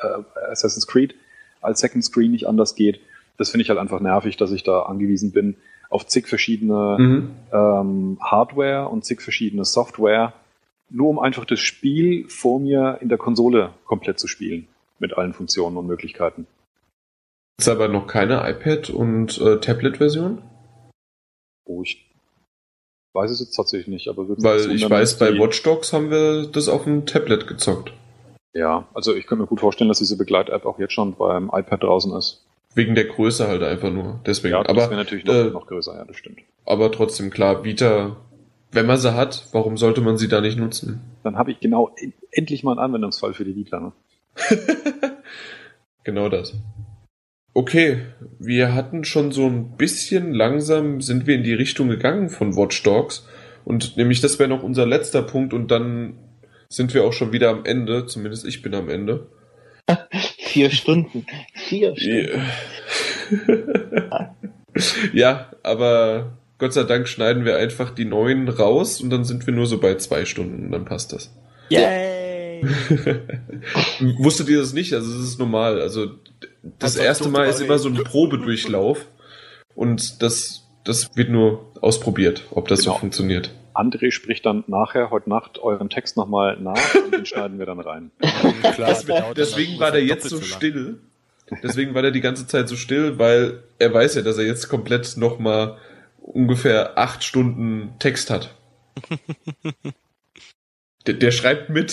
Second Screen nicht anders geht. Das finde ich halt einfach nervig, dass ich da angewiesen bin auf zig verschiedene Hardware und zig verschiedene Software, nur um einfach das Spiel vor mir in der Konsole komplett zu spielen. Mit allen Funktionen und Möglichkeiten. Ist aber noch keine iPad- und Tablet-Version? Oh, ich weiß es jetzt tatsächlich nicht, aber würde Weil ich weiß, bei Watch Dogs haben wir das auf dem Tablet gezockt. Ja, also ich könnte mir gut vorstellen, dass diese Begleit-App auch jetzt schon beim iPad draußen ist. Wegen der Größe halt einfach nur. Deswegen. Ja, das aber wäre natürlich noch größer, ja, das stimmt. Aber trotzdem, klar, Vita, wenn man sie hat, warum sollte man sie da nicht nutzen? Dann habe ich endlich mal einen Anwendungsfall für die Vita, ne? Genau das. Okay, wir hatten schon so ein bisschen langsam, sind wir in die Richtung gegangen von Watch Dogs. Und nämlich, das wäre noch unser letzter Punkt und dann sind wir auch schon wieder am Ende. Zumindest ich bin am Ende. 4 Stunden. 4 Stunden. Ja, aber Gott sei Dank schneiden wir einfach die 9 raus und dann sind wir nur so bei 2 Stunden und dann passt das. Yay! Wusstet ihr das nicht? Also es ist normal. Also das erste Mal ist immer so ein Probedurchlauf und das wird nur ausprobiert, ob das so funktioniert. André spricht dann nachher, heute Nacht, euren Text nochmal nach und den schneiden wir dann rein. Klar, Deswegen war der jetzt so still. Deswegen war der die ganze Zeit so still, weil er weiß ja, dass er jetzt komplett nochmal ungefähr 8 Stunden Text hat. Der schreibt mit.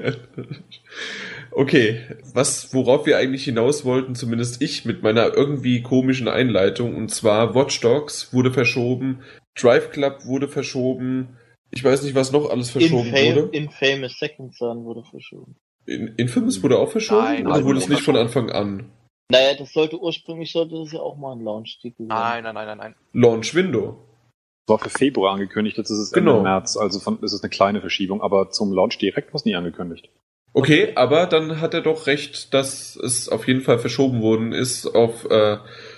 Okay, worauf wir eigentlich hinaus wollten, zumindest ich mit meiner irgendwie komischen Einleitung, und zwar Watch Dogs wurde verschoben, Drive Club wurde verschoben, ich weiß nicht, was noch alles verschoben wurde. Infamous Second Son wurde verschoben. Infamous wurde auch verschoben? Nein, oder wurde nein, es nicht von Anfang an? Naja, das ursprünglich sollte das ja auch mal ein Launch-Titel sein. Nein. Launch Window. Das war für Februar angekündigt, jetzt ist es Genau. Ende März, also ist es eine kleine Verschiebung, aber zum Launch direkt war es nie angekündigt. Okay, aber dann hat er doch recht, dass es auf jeden Fall verschoben worden ist auf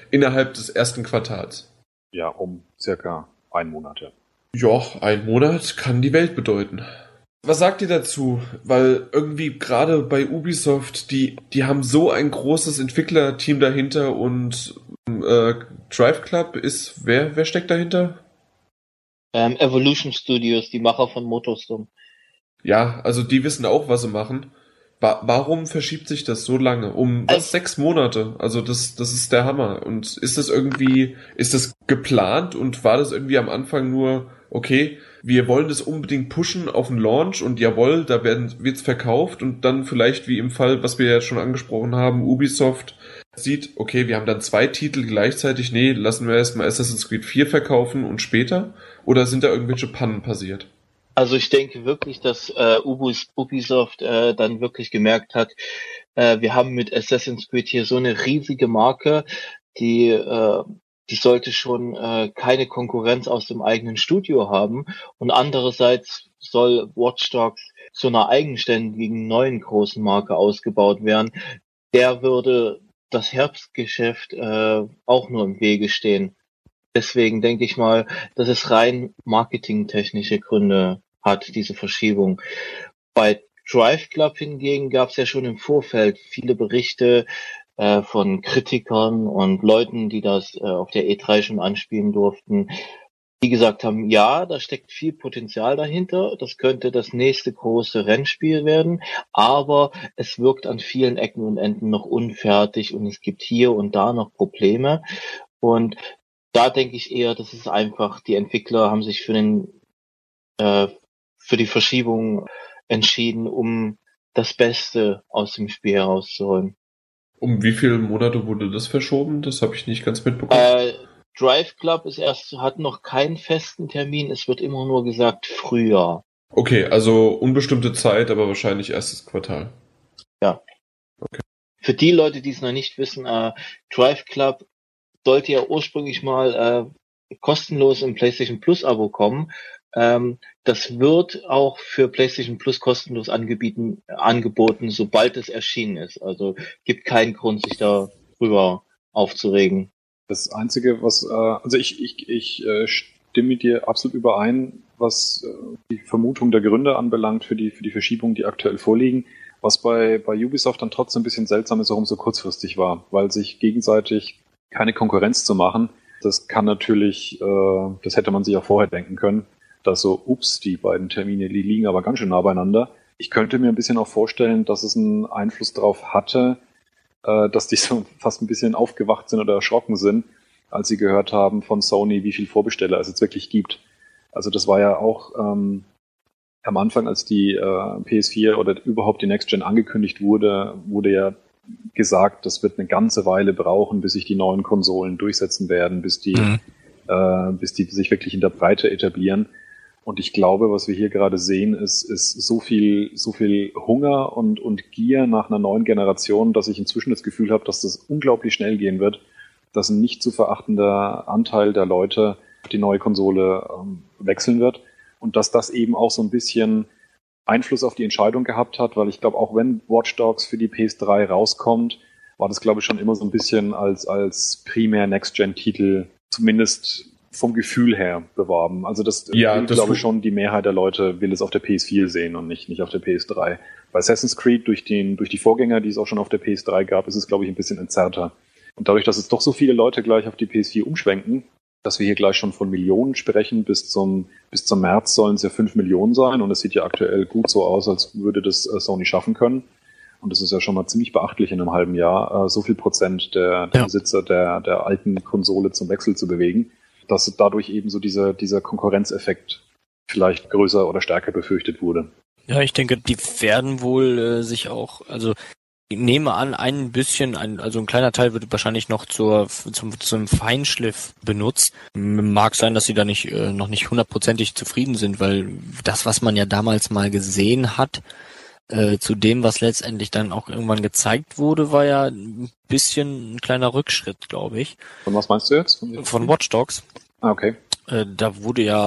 innerhalb des ersten Quartals. Ja, um circa 1 Monat, ja. Ja, 1 Monat kann die Welt bedeuten. Was sagt ihr dazu? Weil irgendwie gerade bei Ubisoft, die haben so ein großes Entwicklerteam dahinter und Drive Club ist, wer steckt dahinter? Evolution Studios, die Macher von MotorStorm. Ja, also die wissen auch, was sie machen. Warum verschiebt sich das so lange? Um was? 6 Monate? Also das ist der Hammer. Und ist das geplant und war das irgendwie am Anfang nur, okay, wir wollen das unbedingt pushen auf den Launch und jawohl, da wird's verkauft und dann vielleicht wie im Fall, was wir ja schon angesprochen haben, Ubisoft sieht, okay, wir haben dann 2 Titel gleichzeitig, nee, lassen wir erstmal Assassin's Creed 4 verkaufen und später? Oder sind da irgendwelche Pannen passiert? Also ich denke wirklich, dass Ubisoft dann wirklich gemerkt hat, wir haben mit Assassin's Creed hier so eine riesige Marke, die sollte schon keine Konkurrenz aus dem eigenen Studio haben. Und andererseits soll Watch Dogs zu einer eigenständigen neuen großen Marke ausgebaut werden. Der würde das Herbstgeschäft auch nur im Wege stehen. Deswegen denke ich mal, dass es rein marketingtechnische Gründe hat, diese Verschiebung. Bei Drive Club hingegen gab es ja schon im Vorfeld viele Berichte von Kritikern und Leuten, die das auf der E3 schon anspielen durften, die gesagt haben, ja, da steckt viel Potenzial dahinter, das könnte das nächste große Rennspiel werden, aber es wirkt an vielen Ecken und Enden noch unfertig und es gibt hier und da noch Probleme. Und da denke ich eher, dass es einfach, die Entwickler haben sich für die Verschiebung entschieden, um das Beste aus dem Spiel herauszuholen. Um wie viele Monate wurde das verschoben? Das habe ich nicht ganz mitbekommen. Drive Club hat noch keinen festen Termin, es wird immer nur gesagt Frühjahr. Okay, also unbestimmte Zeit, aber wahrscheinlich erstes Quartal. Ja. Okay. Für die Leute, die es noch nicht wissen, Drive Club sollte ja ursprünglich mal kostenlos im PlayStation Plus Abo kommen. Das wird auch für PlayStation Plus kostenlos angeboten, sobald es erschienen ist. Also gibt keinen Grund, sich darüber aufzuregen. Das Einzige, was, also ich stimme mit dir absolut überein, was die Vermutung der Gründe anbelangt für die Verschiebungen, die aktuell vorliegen. Was bei Ubisoft dann trotzdem ein bisschen seltsam ist, warum es so kurzfristig war, weil sich gegenseitig keine Konkurrenz zu machen, das kann natürlich, das hätte man sich auch vorher denken können, dass so, die beiden Termine, die liegen aber ganz schön nah beieinander. Ich könnte mir ein bisschen auch vorstellen, dass es einen Einfluss darauf hatte, dass die so fast ein bisschen aufgewacht sind oder erschrocken sind, als sie gehört haben von Sony, wie viel Vorbesteller es jetzt wirklich gibt. Also das war ja auch am Anfang, als die PS4 oder überhaupt die Next Gen angekündigt wurde ja gesagt, das wird eine ganze Weile brauchen, bis sich die neuen Konsolen durchsetzen werden, bis die sich wirklich in der Breite etablieren. Und ich glaube, was wir hier gerade sehen, ist so viel Hunger und Gier nach einer neuen Generation, dass ich inzwischen das Gefühl habe, dass das unglaublich schnell gehen wird, dass ein nicht zu verachtender Anteil der Leute auf die neue Konsole wechseln wird und dass das eben auch so ein bisschen Einfluss auf die Entscheidung gehabt hat, weil ich glaube, auch wenn Watch Dogs für die PS3 rauskommt, war das, glaube ich, schon immer so ein bisschen als primär Next-Gen-Titel zumindest vom Gefühl her beworben. Also ich glaube schon, die Mehrheit der Leute will es auf der PS4 sehen und nicht auf der PS3. Bei Assassin's Creed durch die Vorgänger, die es auch schon auf der PS3 gab, ist es, glaube ich, ein bisschen entzerrter. Und dadurch, dass jetzt doch so viele Leute gleich auf die PS4 umschwenken, dass wir hier gleich schon von Millionen sprechen, bis zum März sollen es ja 5 Millionen sein und es sieht ja aktuell gut so aus, als würde das Sony schaffen können. Und das ist ja schon mal ziemlich beachtlich in einem halben Jahr, so viel Prozent der Besitzer der alten Konsole zum Wechsel zu bewegen, dass dadurch eben so dieser Konkurrenzeffekt vielleicht größer oder stärker befürchtet wurde. Ja, ich denke, die werden wohl sich auch, also ich nehme an, ein kleiner Teil wird wahrscheinlich noch zum Feinschliff benutzt. Mag sein, dass sie da noch nicht hundertprozentig zufrieden sind, weil das, was man ja damals mal gesehen hat, zu dem, was letztendlich dann auch irgendwann gezeigt wurde, war ja ein bisschen ein kleiner Rückschritt, glaube ich. Von was meinst du jetzt? Von Watch Dogs. Ah, okay. Da wurde ja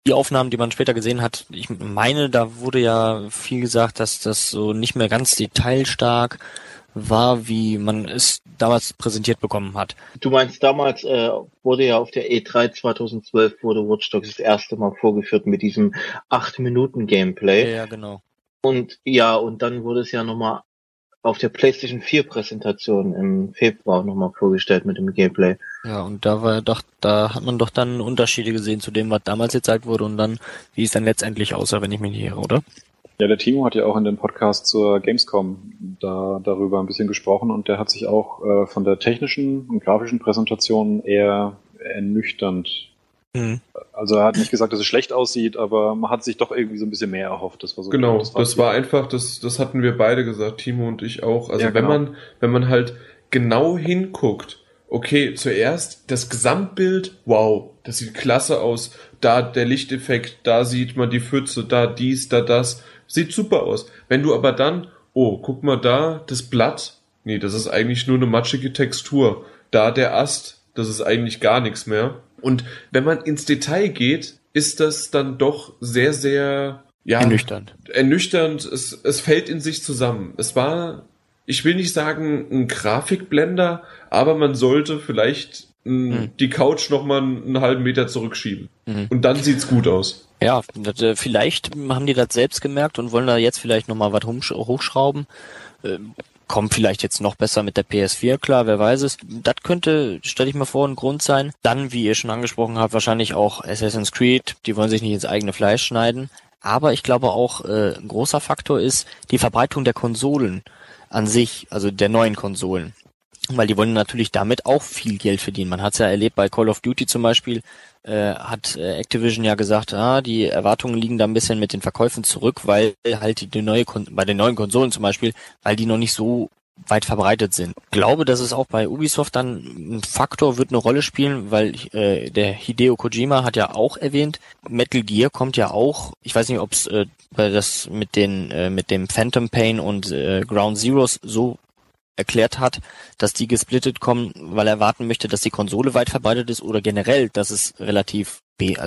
Die Aufnahmen, die man später gesehen hat, ich meine, da wurde ja viel gesagt, dass das so nicht mehr ganz detailstark war, wie man es damals präsentiert bekommen hat. Du meinst, damals wurde ja auf der E3 2012 wurde Watch Dogs das erste Mal vorgeführt mit diesem 8-Minuten-Gameplay. Ja, genau. Und dann wurde es ja nochmal auf der PlayStation 4 Präsentation im Februar nochmal vorgestellt mit dem Gameplay. Ja, und da hat man doch dann Unterschiede gesehen zu dem, was damals gezeigt wurde und dann, wie es dann letztendlich aussah, wenn ich mich nicht irre, oder? Ja, der Timo hat ja auch in dem Podcast zur Gamescom darüber ein bisschen gesprochen und der hat sich auch von der technischen und grafischen Präsentation eher ernüchternd. Also er hat nicht gesagt, dass es schlecht aussieht, aber man hat sich doch irgendwie so ein bisschen mehr erhofft. Das war so genau, das war einfach, das hatten wir beide gesagt, Timo und ich auch. Also ja, genau. wenn man halt genau hinguckt, okay, zuerst das Gesamtbild, wow, das sieht klasse aus, da der Lichteffekt, da sieht man die Pfütze, da dies, da das, sieht super aus. Wenn du aber dann, oh, guck mal da, das Blatt, nee, das ist eigentlich nur eine matschige Textur, da der Ast, das ist eigentlich gar nichts mehr. Und wenn man ins Detail geht, ist das dann doch sehr, sehr ernüchternd. Es fällt in sich zusammen. Es war, ich will nicht sagen ein Grafikblender, aber man sollte vielleicht die Couch nochmal einen halben Meter zurückschieben. Und dann sieht's gut aus. Ja, vielleicht haben die das selbst gemerkt und wollen da jetzt vielleicht nochmal was hochschrauben. Kommt vielleicht jetzt noch besser mit der PS4, klar, wer weiß es. Das könnte, stelle ich mir vor, ein Grund sein. Dann, wie ihr schon angesprochen habt, wahrscheinlich auch Assassin's Creed. Die wollen sich nicht ins eigene Fleisch schneiden. Aber ich glaube auch, ein großer Faktor ist die Verbreitung der Konsolen an sich, also der neuen Konsolen. Weil die wollen natürlich damit auch viel Geld verdienen. Man hat es ja erlebt bei Call of Duty zum Beispiel, hat Activision ja gesagt, die Erwartungen liegen da ein bisschen mit den Verkäufen zurück, weil halt bei den neuen Konsolen zum Beispiel, weil die noch nicht so weit verbreitet sind. Ich glaube, dass es auch bei Ubisoft dann ein Faktor wird eine Rolle spielen, weil der Hideo Kojima hat ja auch erwähnt, Metal Gear kommt ja auch, ich weiß nicht, ob es das mit dem Phantom Pain und Ground Zeroes so erklärt hat, dass die gesplittet kommen, weil er erwarten möchte, dass die Konsole weit verbreitet ist oder generell, dass es relativ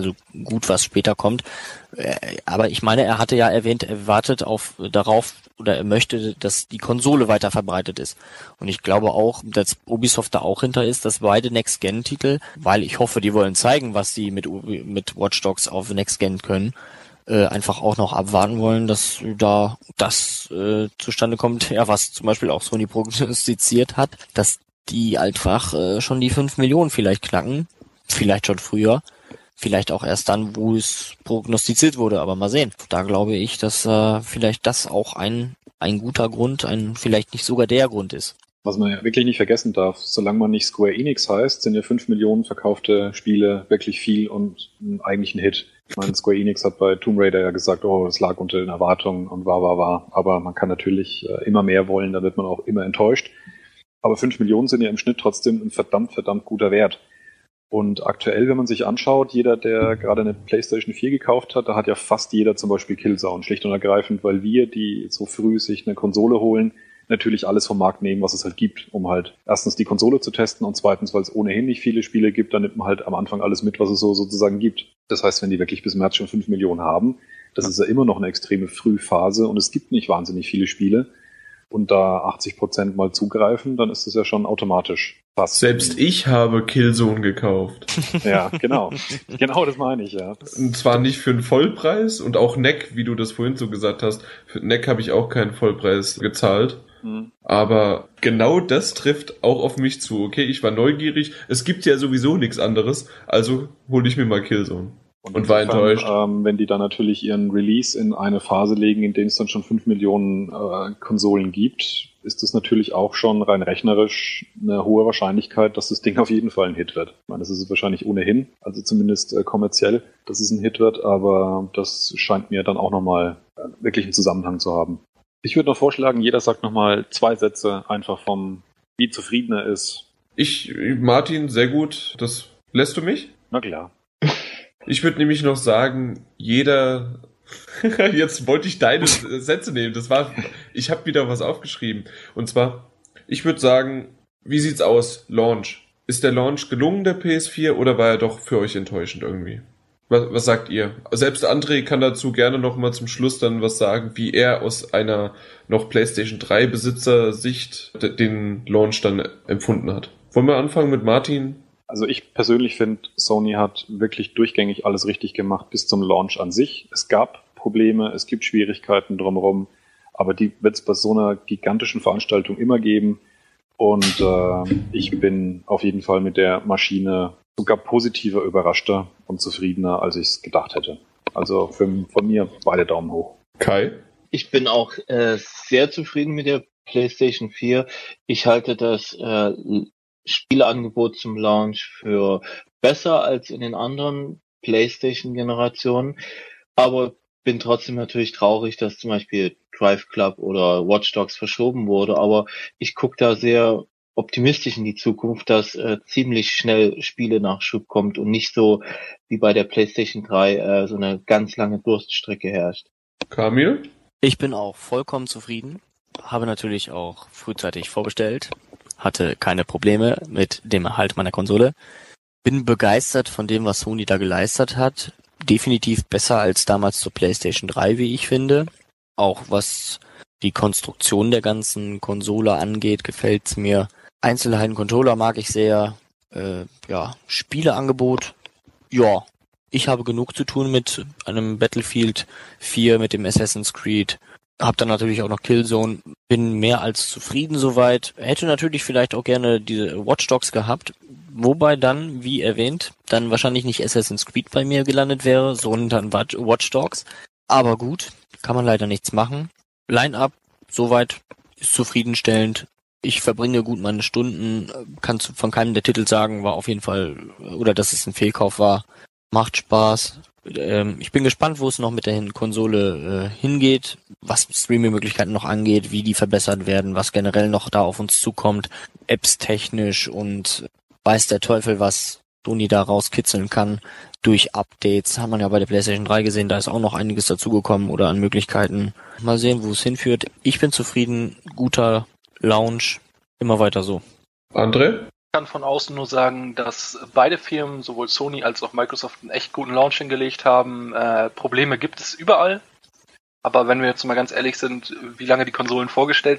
gut was später kommt. Aber ich meine, er hatte ja erwähnt, er wartet darauf oder er möchte, dass die Konsole weiter verbreitet ist. Und ich glaube auch, dass Ubisoft da auch hinter ist, dass beide Next-Gen-Titel, weil ich hoffe, die wollen zeigen, was sie mit Watch Dogs auf Next-Gen können, einfach auch noch abwarten wollen, dass da das zustande kommt, ja, was zum Beispiel auch Sony prognostiziert hat, dass die einfach schon die 5 Millionen vielleicht knacken, vielleicht schon früher, vielleicht auch erst dann, wo es prognostiziert wurde, aber mal sehen. Da glaube ich, dass vielleicht das auch ein guter Grund, vielleicht nicht sogar der Grund ist. Was man ja wirklich nicht vergessen darf, solange man nicht Square Enix heißt, sind ja 5 Millionen verkaufte Spiele wirklich viel und eigentlich ein Hit. Ich meine, Square Enix hat bei Tomb Raider ja gesagt, es lag unter den Erwartungen und war. Aber man kann natürlich immer mehr wollen, da wird man auch immer enttäuscht. Aber 5 Millionen sind ja im Schnitt trotzdem ein verdammt guter Wert. Und aktuell, wenn man sich anschaut, jeder, der gerade eine PlayStation 4 gekauft hat, da hat ja fast jeder zum Beispiel Killzone, schlicht und ergreifend, weil wir, die so früh sich eine Konsole holen, natürlich alles vom Markt nehmen, was es halt gibt, um halt erstens die Konsole zu testen und zweitens, weil es ohnehin nicht viele Spiele gibt, dann nimmt man halt am Anfang alles mit, was es so sozusagen gibt. Das heißt, wenn die wirklich bis März schon 5 Millionen haben, das ist ja immer noch eine extreme Frühphase und es gibt nicht wahnsinnig viele Spiele und da 80% mal zugreifen, dann ist das ja schon automatisch fast. Selbst ich habe Killzone gekauft. Ja, genau. Genau das meine ich, ja. Und zwar nicht für einen Vollpreis und auch NEC, wie du das vorhin so gesagt hast, für NEC habe ich auch keinen Vollpreis gezahlt. Aber genau das trifft auch auf mich zu. Okay, ich war neugierig. Es gibt ja sowieso nichts anderes, also hole ich mir mal Killzone. Und war enttäuscht. Wenn die dann natürlich ihren Release in eine Phase legen, in der es dann schon 5 Millionen Konsolen gibt, ist das natürlich auch schon rein rechnerisch eine hohe Wahrscheinlichkeit, dass das Ding auf jeden Fall ein Hit wird. Ich meine, das ist es wahrscheinlich ohnehin, also zumindest kommerziell, dass es ein Hit wird, aber das scheint mir dann auch nochmal wirklich einen Zusammenhang zu haben. Ich würde noch vorschlagen, jeder sagt nochmal 2 Sätze einfach wie zufrieden er ist. Martin, sehr gut. Das lässt du mich? Na klar. Ich würde nämlich noch sagen, jeder... Jetzt wollte ich deine Sätze nehmen. Ich habe wieder was aufgeschrieben. Und zwar, ich würde sagen, wie sieht's aus? Launch. Ist der Launch gelungen, der PS4, oder war er doch für euch enttäuschend irgendwie? Was sagt ihr? Selbst André kann dazu gerne noch mal zum Schluss dann was sagen, wie er aus einer noch PlayStation 3 Besitzer-Sicht den Launch dann empfunden hat. Wollen wir anfangen mit Martin? Also ich persönlich finde, Sony hat wirklich durchgängig alles richtig gemacht bis zum Launch an sich. Es gab Probleme, es gibt Schwierigkeiten drumherum, aber die wird es bei so einer gigantischen Veranstaltung immer geben. Und ich bin auf jeden Fall mit der Maschine sogar positiver überraschter und zufriedener, als ich es gedacht hätte. Also von mir beide Daumen hoch. Kai? Ich bin auch sehr zufrieden mit der PlayStation 4. Ich halte das Spieleangebot zum Launch für besser als in den anderen PlayStation-Generationen, aber bin trotzdem natürlich traurig, dass zum Beispiel Drive Club oder Watch Dogs verschoben wurde, aber ich gucke da sehr optimistisch in die Zukunft, dass ziemlich schnell Spiele-Nachschub kommt und nicht so wie bei der PlayStation 3 so eine ganz lange Durststrecke herrscht. Kamil? Ich bin auch vollkommen zufrieden, habe natürlich auch frühzeitig vorbestellt, hatte keine Probleme mit dem Erhalt meiner Konsole, bin begeistert von dem, was Sony da geleistet hat, definitiv besser als damals zur PlayStation 3, wie ich finde. Auch was die Konstruktion der ganzen Konsole angeht, gefällt's mir. Einzelheiten Controller mag ich sehr. Spieleangebot, ja, ich habe genug zu tun mit einem Battlefield 4, mit dem Assassin's Creed. Hab dann natürlich auch noch Killzone. Bin mehr als zufrieden soweit. Hätte natürlich vielleicht auch gerne diese Watch Dogs gehabt. Wobei dann, wie erwähnt, dann wahrscheinlich nicht Assassin's Creed bei mir gelandet wäre, sondern Watch Dogs. Aber gut, kann man leider nichts machen. Line-Up, soweit, ist zufriedenstellend. Ich verbringe gut meine Stunden, kann von keinem der Titel sagen, war auf jeden Fall, oder dass es ein Fehlkauf war. Macht Spaß. Ich bin gespannt, wo es noch mit der Konsole hingeht, was Streaming-Möglichkeiten noch angeht, wie die verbessert werden, was generell noch da auf uns zukommt, Apps technisch und weiß der Teufel, was Sony da rauskitzeln kann durch Updates. Hat man ja bei der PlayStation 3 gesehen, da ist auch noch einiges dazugekommen oder an Möglichkeiten. Mal sehen, wo es hinführt. Ich bin zufrieden, guter Launch, immer weiter so. André? Ich kann von außen nur sagen, dass beide Firmen, sowohl Sony als auch Microsoft, einen echt guten Launch hingelegt haben. Probleme gibt es überall. Aber wenn wir jetzt mal ganz ehrlich sind, wie lange die Konsolen vorgestellt,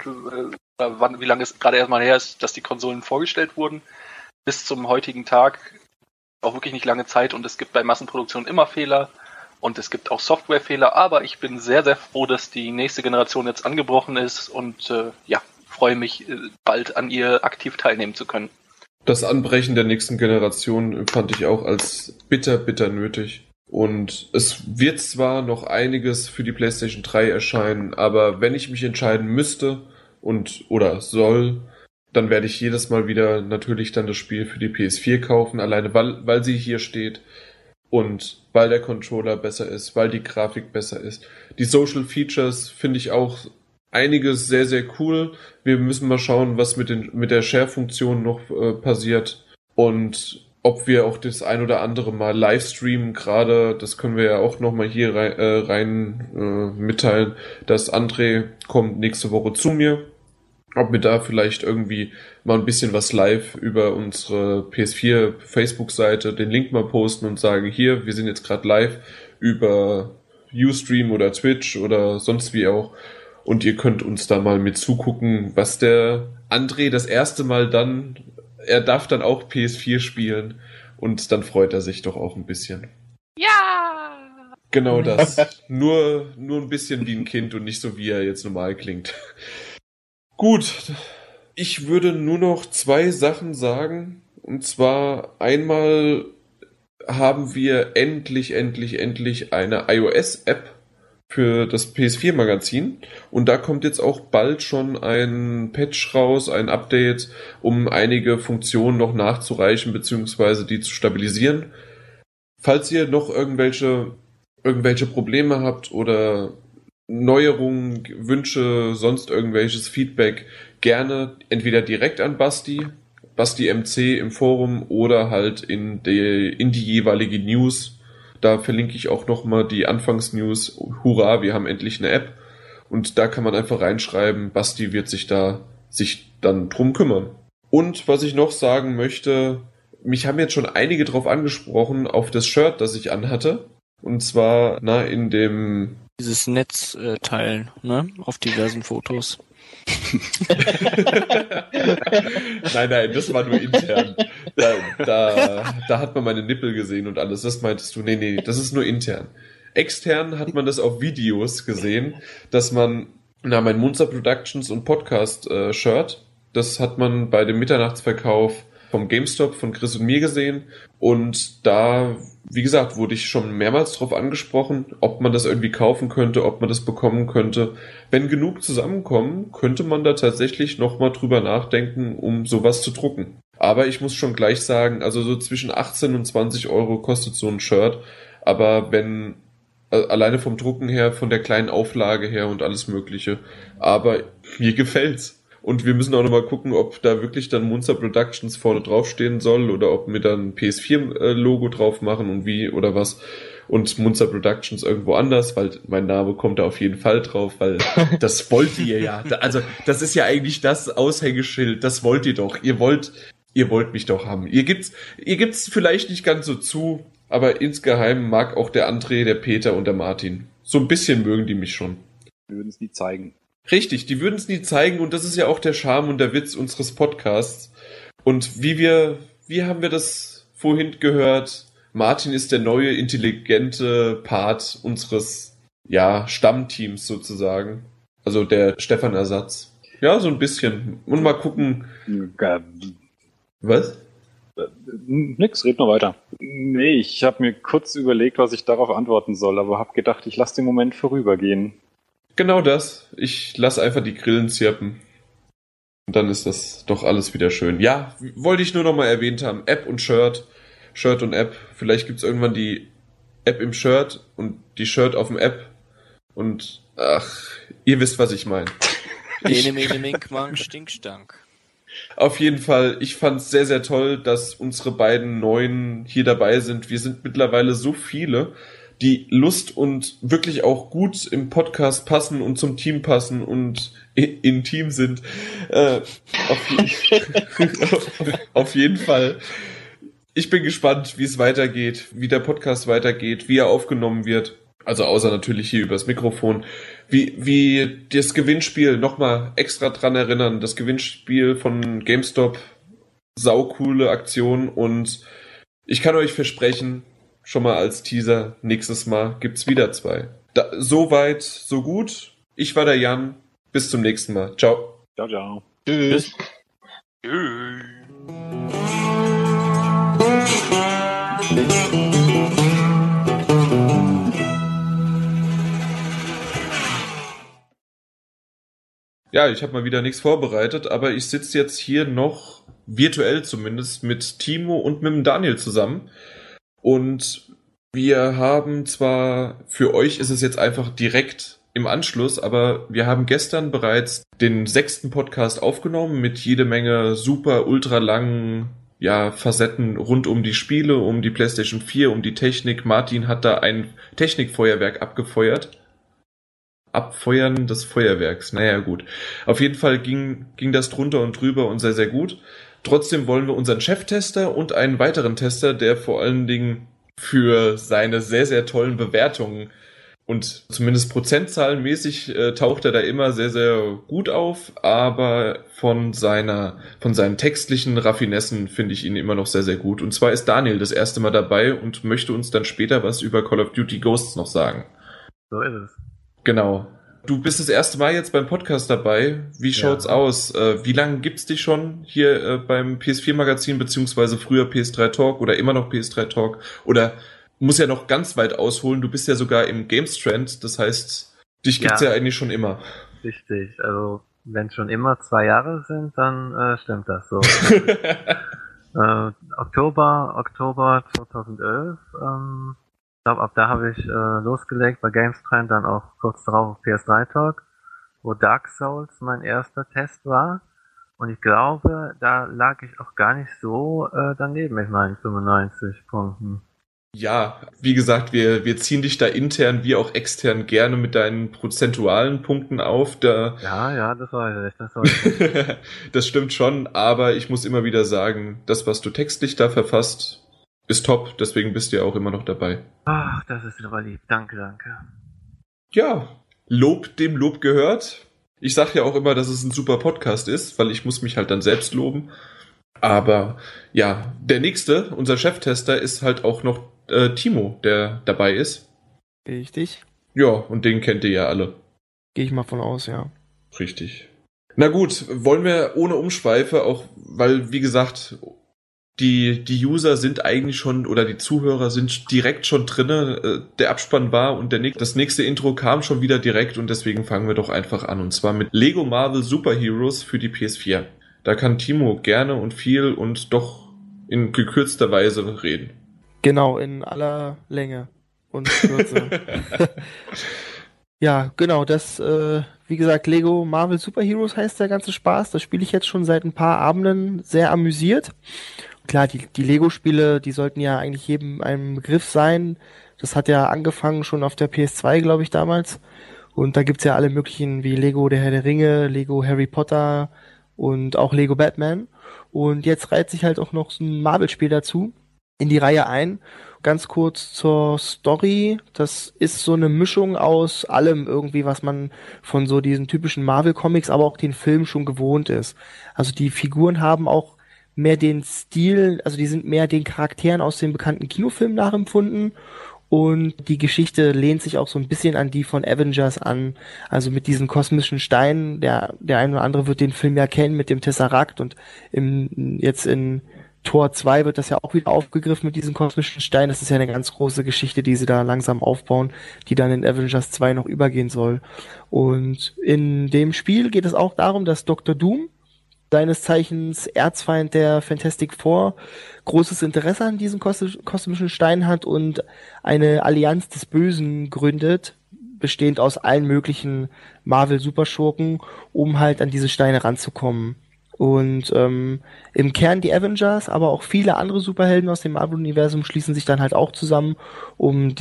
wie lange es gerade erstmal her ist, dass die Konsolen vorgestellt wurden, bis zum heutigen Tag, auch wirklich nicht lange Zeit, und es gibt bei Massenproduktion immer Fehler und es gibt auch Softwarefehler, aber ich bin sehr, sehr froh, dass die nächste Generation jetzt angebrochen ist und freue mich, bald an ihr aktiv teilnehmen zu können. Das Anbrechen der nächsten Generation empfand ich auch als bitter, bitter nötig. Und es wird zwar noch einiges für die PlayStation 3 erscheinen, aber wenn ich mich entscheiden müsste oder soll, dann werde ich jedes Mal wieder natürlich dann das Spiel für die PS4 kaufen, alleine weil sie hier steht und weil der Controller besser ist, weil die Grafik besser ist. Die Social Features finde ich auch einiges sehr, sehr cool. Wir müssen mal schauen, was mit der Share-Funktion noch passiert und ob wir auch das ein oder andere mal live streamen. Gerade, das können wir ja auch nochmal hier rein mitteilen, dass André kommt nächste Woche zu mir. Ob wir da vielleicht irgendwie mal ein bisschen was live über unsere PS4 Facebook-Seite, den Link mal posten und sagen, hier, wir sind jetzt gerade live über Ustream oder Twitch oder sonst wie auch. Und ihr könnt uns da mal mit zugucken, was der André das erste Mal er darf dann auch PS4 spielen und dann freut er sich doch auch ein bisschen. Ja! Genau das. Nur ein bisschen wie ein Kind und nicht so, wie er jetzt normal klingt. Gut, ich würde nur noch 2 Sachen sagen. Und zwar einmal haben wir endlich eine iOS-App für das PS4-Magazin. Und da kommt jetzt auch bald schon ein Patch raus, ein Update, um einige Funktionen noch nachzureichen bzw. die zu stabilisieren. Falls ihr noch irgendwelche Probleme habt oder Neuerungen, Wünsche, sonst irgendwelches Feedback, gerne entweder direkt an Basti MC im Forum oder halt in die jeweilige News. Da verlinke ich auch nochmal die Anfangsnews. Hurra, wir haben endlich eine App. Und da kann man einfach reinschreiben, Basti wird sich dann drum kümmern. Und was ich noch sagen möchte, mich haben jetzt schon einige drauf angesprochen, auf das Shirt, das ich anhatte. Und zwar, in dem... Dieses Netz teilen, ne? Auf diversen Fotos. Nein, das war nur intern. Da hat man meine Nippel gesehen und alles. Das meintest du? Nee, das ist nur intern. Extern hat man das auf Videos gesehen, dass man, mein Munster Productions und Podcast Shirt, das hat man bei dem Mitternachtsverkauf vom GameStop von Chris und mir gesehen. Und da, wie gesagt, wurde ich schon mehrmals drauf angesprochen, ob man das irgendwie kaufen könnte, ob man das bekommen könnte. Wenn genug zusammenkommen, könnte man da tatsächlich nochmal drüber nachdenken, um sowas zu drucken. Aber ich muss schon gleich sagen, also so zwischen 18 und 20 Euro kostet so ein Shirt. Aber wenn, alleine vom Drucken her, von der kleinen Auflage her und alles Mögliche. Aber mir gefällt's. Und wir müssen auch nochmal gucken, ob da wirklich dann Munster Productions vorne draufstehen soll oder ob wir dann ein PS4-Logo drauf machen und wie oder was. Und Munster Productions irgendwo anders, weil mein Name kommt da auf jeden Fall drauf, weil das wollt ihr ja. Also das ist ja eigentlich das Aushängeschild, das wollt ihr doch. Ihr wollt mich doch haben. Ihr gibt's vielleicht nicht ganz so zu, aber insgeheim mag auch der André, der Peter und der Martin. So ein bisschen mögen die mich schon. Wir würden es nie zeigen. Richtig, die würden es nie zeigen und das ist ja auch der Charme und der Witz unseres Podcasts. Und wie haben wir das vorhin gehört? Martin ist der neue, intelligente Part unseres, Stammteams sozusagen. Also der Stefan-Ersatz. Ja, so ein bisschen. Und mal gucken. Was? Nix, red nur weiter. Nee, ich habe mir kurz überlegt, was ich darauf antworten soll, aber habe gedacht, ich lasse den Moment vorübergehen. Genau das. Ich lasse einfach die Grillen zirpen. Und dann ist das doch alles wieder schön. Ja, wollte ich nur noch mal erwähnt haben. App und Shirt. Shirt und App. Vielleicht gibt's irgendwann die App im Shirt und die Shirt auf dem App. Und, ihr wisst, was ich meine. Stinkstank. Auf jeden Fall, ich fand's sehr, sehr toll, dass unsere beiden Neuen hier dabei sind. Wir sind mittlerweile so viele, die Lust und wirklich auch gut im Podcast passen und zum Team passen und intim sind. Auf jeden Fall. Ich bin gespannt, wie es weitergeht, wie der Podcast weitergeht, wie er aufgenommen wird. Also außer natürlich hier übers Mikrofon. Wie das Gewinnspiel, nochmal extra dran erinnern, das Gewinnspiel von GameStop, saucoole Aktion und ich kann euch versprechen, schon mal als Teaser, nächstes Mal gibt's wieder 2. So weit, so gut. Ich war der Jan. Bis zum nächsten Mal. Ciao. Ciao, ciao. Tschüss. Ja, ich habe mal wieder nichts vorbereitet, aber ich sitze jetzt hier noch, virtuell zumindest, mit Timo und mit dem Daniel zusammen. Und wir haben zwar, für euch ist es jetzt einfach direkt im Anschluss, aber wir haben gestern bereits den 6. Podcast aufgenommen mit jede Menge super ultra langen Facetten rund um die Spiele, um die PlayStation 4, um die Technik. Martin hat da ein Technikfeuerwerk abgefeuert. Abfeuern des Feuerwerks. Naja, gut. Auf jeden Fall ging das drunter und drüber und sehr, sehr gut. Trotzdem wollen wir unseren Cheftester und einen weiteren Tester, der vor allen Dingen für seine sehr, sehr tollen Bewertungen und zumindest prozentzahlenmäßig taucht er da immer sehr, sehr gut auf, aber von seinen textlichen Raffinessen finde ich ihn immer noch sehr, sehr gut. Und zwar ist Daniel das erste Mal dabei und möchte uns dann später was über Call of Duty Ghosts noch sagen. So ist es. Genau. Du bist das erste Mal jetzt beim Podcast dabei. Wie schaut's aus? Wie lange gibt's dich schon hier beim PS4-Magazin, beziehungsweise früher PS3 Talk oder immer noch PS3 Talk? Oder muss ja noch ganz weit ausholen, du bist ja sogar im Games Trend, das heißt, dich gibt's ja eigentlich schon immer. Richtig, also wenn schon immer 2 Jahre sind, dann stimmt das so. Oktober 2011, ich glaube, ab da habe ich losgelegt bei Games Trend, dann auch kurz darauf auf PS3 Talk, wo Dark Souls mein erster Test war. Und ich glaube, da lag ich auch gar nicht so daneben mit meinen 95 Punkten. Ja, wie gesagt, wir ziehen dich da intern wie auch extern gerne mit deinen prozentualen Punkten auf. Ja, das weiß ich. Das stimmt schon, aber ich muss immer wieder sagen, das, was du textlich da verfasst, ist top, deswegen bist du ja auch immer noch dabei. Ach, das ist aber lieb. Danke. Ja, Lob dem Lob gehört. Ich sag ja auch immer, dass es ein super Podcast ist, weil ich muss mich halt dann selbst loben. Aber ja, der nächste, unser Cheftester, ist halt auch noch Timo, der dabei ist. Richtig. Ja, und den kennt ihr ja alle. Gehe ich mal von aus, ja. Richtig. Na gut, wollen wir ohne Umschweife, auch weil, wie gesagt, die User sind eigentlich schon, oder die Zuhörer sind direkt schon drinne. Der Abspann war und das nächste Intro kam schon wieder direkt und deswegen fangen wir doch einfach an. Und zwar mit Lego Marvel Super Heroes für die PS4. Da kann Timo gerne und viel und doch in gekürzter Weise reden. Genau, in aller Länge und Kürze. Ja, genau, wie gesagt, Lego Marvel Super Heroes heißt der ganze Spaß. Das spiele ich jetzt schon seit ein paar Abenden sehr amüsiert. Klar, die Lego-Spiele, die sollten ja eigentlich jedem ein Begriff sein. Das hat ja angefangen schon auf der PS2, glaube ich, damals. Und da gibt's ja alle möglichen, wie Lego der Herr der Ringe, Lego Harry Potter und auch Lego Batman. Und jetzt reiht sich halt auch noch so ein Marvel-Spiel dazu in die Reihe ein. Ganz kurz zur Story. Das ist so eine Mischung aus allem irgendwie, was man von so diesen typischen Marvel-Comics, aber auch den Filmen schon gewohnt ist. Also die Figuren haben auch mehr den Stil, also die sind mehr den Charakteren aus den bekannten Kinofilmen nachempfunden. Und die Geschichte lehnt sich auch so ein bisschen an die von Avengers an. Also mit diesen kosmischen Steinen. Der eine oder andere wird den Film ja kennen mit dem Tesseract. Und jetzt in Tor 2 wird das ja auch wieder aufgegriffen mit diesen kosmischen Steinen. Das ist ja eine ganz große Geschichte, die sie da langsam aufbauen, die dann in Avengers 2 noch übergehen soll. Und in dem Spiel geht es auch darum, dass Dr. Doom, seines Zeichens Erzfeind der Fantastic Four, großes Interesse an diesen kosmischen Steinen hat und eine Allianz des Bösen gründet, bestehend aus allen möglichen Marvel-Superschurken, um halt an diese Steine ranzukommen. Und im Kern die Avengers, aber auch viele andere Superhelden aus dem Marvel-Universum schließen sich dann halt auch zusammen, um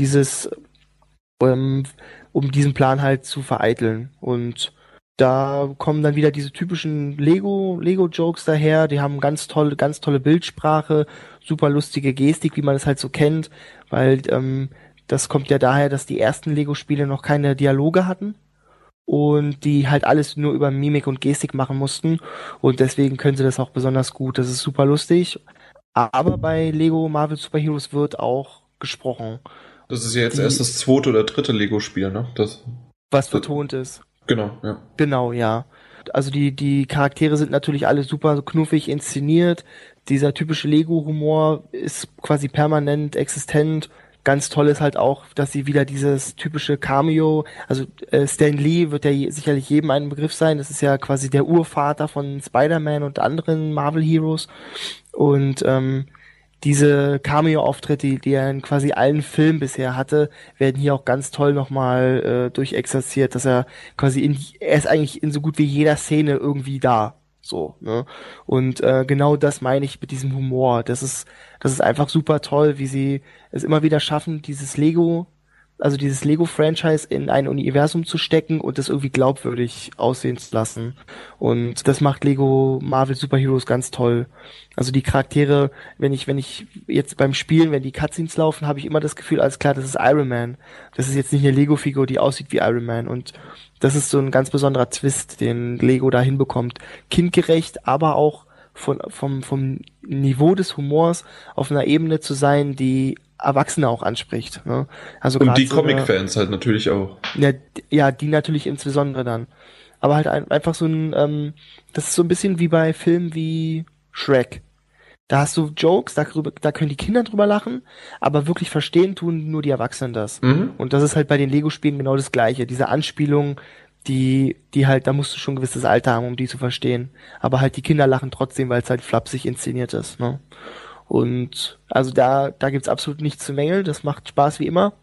diesen Plan halt zu vereiteln. Und da kommen dann wieder diese typischen Lego-Jokes daher, die haben ganz tolle Bildsprache, super lustige Gestik, wie man es halt so kennt, weil das kommt ja daher, dass die ersten Lego-Spiele noch keine Dialoge hatten und die halt alles nur über Mimik und Gestik machen mussten und deswegen können sie das auch besonders gut, das ist super lustig, aber bei Lego Marvel Super Heroes wird auch gesprochen. Das ist ja jetzt erst das zweite oder dritte Lego-Spiel, ne? Was vertont ist. Genau, ja. Genau, ja. Also die Charaktere sind natürlich alle super knuffig inszeniert. Dieser typische Lego-Humor ist quasi permanent existent. Ganz toll ist halt auch, dass sie wieder dieses typische Cameo, also Stan Lee wird ja sicherlich jedem ein Begriff sein. Das ist ja quasi der Urvater von Spider-Man und anderen Marvel-Heroes. Und diese Cameo-Auftritte, die er in quasi allen Filmen bisher hatte, werden hier auch ganz toll nochmal durchexerziert, dass er quasi er ist eigentlich in so gut wie jeder Szene irgendwie da. So, ne? Und genau das meine ich mit diesem Humor. Das ist einfach super toll, wie sie es immer wieder schaffen, dieses Lego-Franchise in ein Universum zu stecken und das irgendwie glaubwürdig aussehen zu lassen. Und das macht Lego Marvel Super Heroes ganz toll. Also die Charaktere, wenn ich jetzt beim Spielen, wenn die Cutscenes laufen, habe ich immer das Gefühl, alles klar, das ist Iron Man. Das ist jetzt nicht eine Lego-Figur, die aussieht wie Iron Man. Und das ist so ein ganz besonderer Twist, den Lego da hinbekommt. Kindgerecht, aber auch vom Niveau des Humors auf einer Ebene zu sein, die Erwachsene auch anspricht. Ne? Also und die Comic-Fans halt natürlich auch. Ja, die natürlich insbesondere dann. Aber halt einfach so das ist so ein bisschen wie bei Filmen wie Shrek. Da hast du Jokes, da können die Kinder drüber lachen, aber wirklich verstehen tun nur die Erwachsenen das. Mhm. Und das ist halt bei den Lego-Spielen genau das Gleiche. Diese Anspielungen, die halt, da musst du schon ein gewisses Alter haben, um die zu verstehen. Aber halt die Kinder lachen trotzdem, weil es halt flapsig inszeniert ist. Ne? Und also da gibt's absolut nichts zu mängeln. Das macht Spaß wie immer.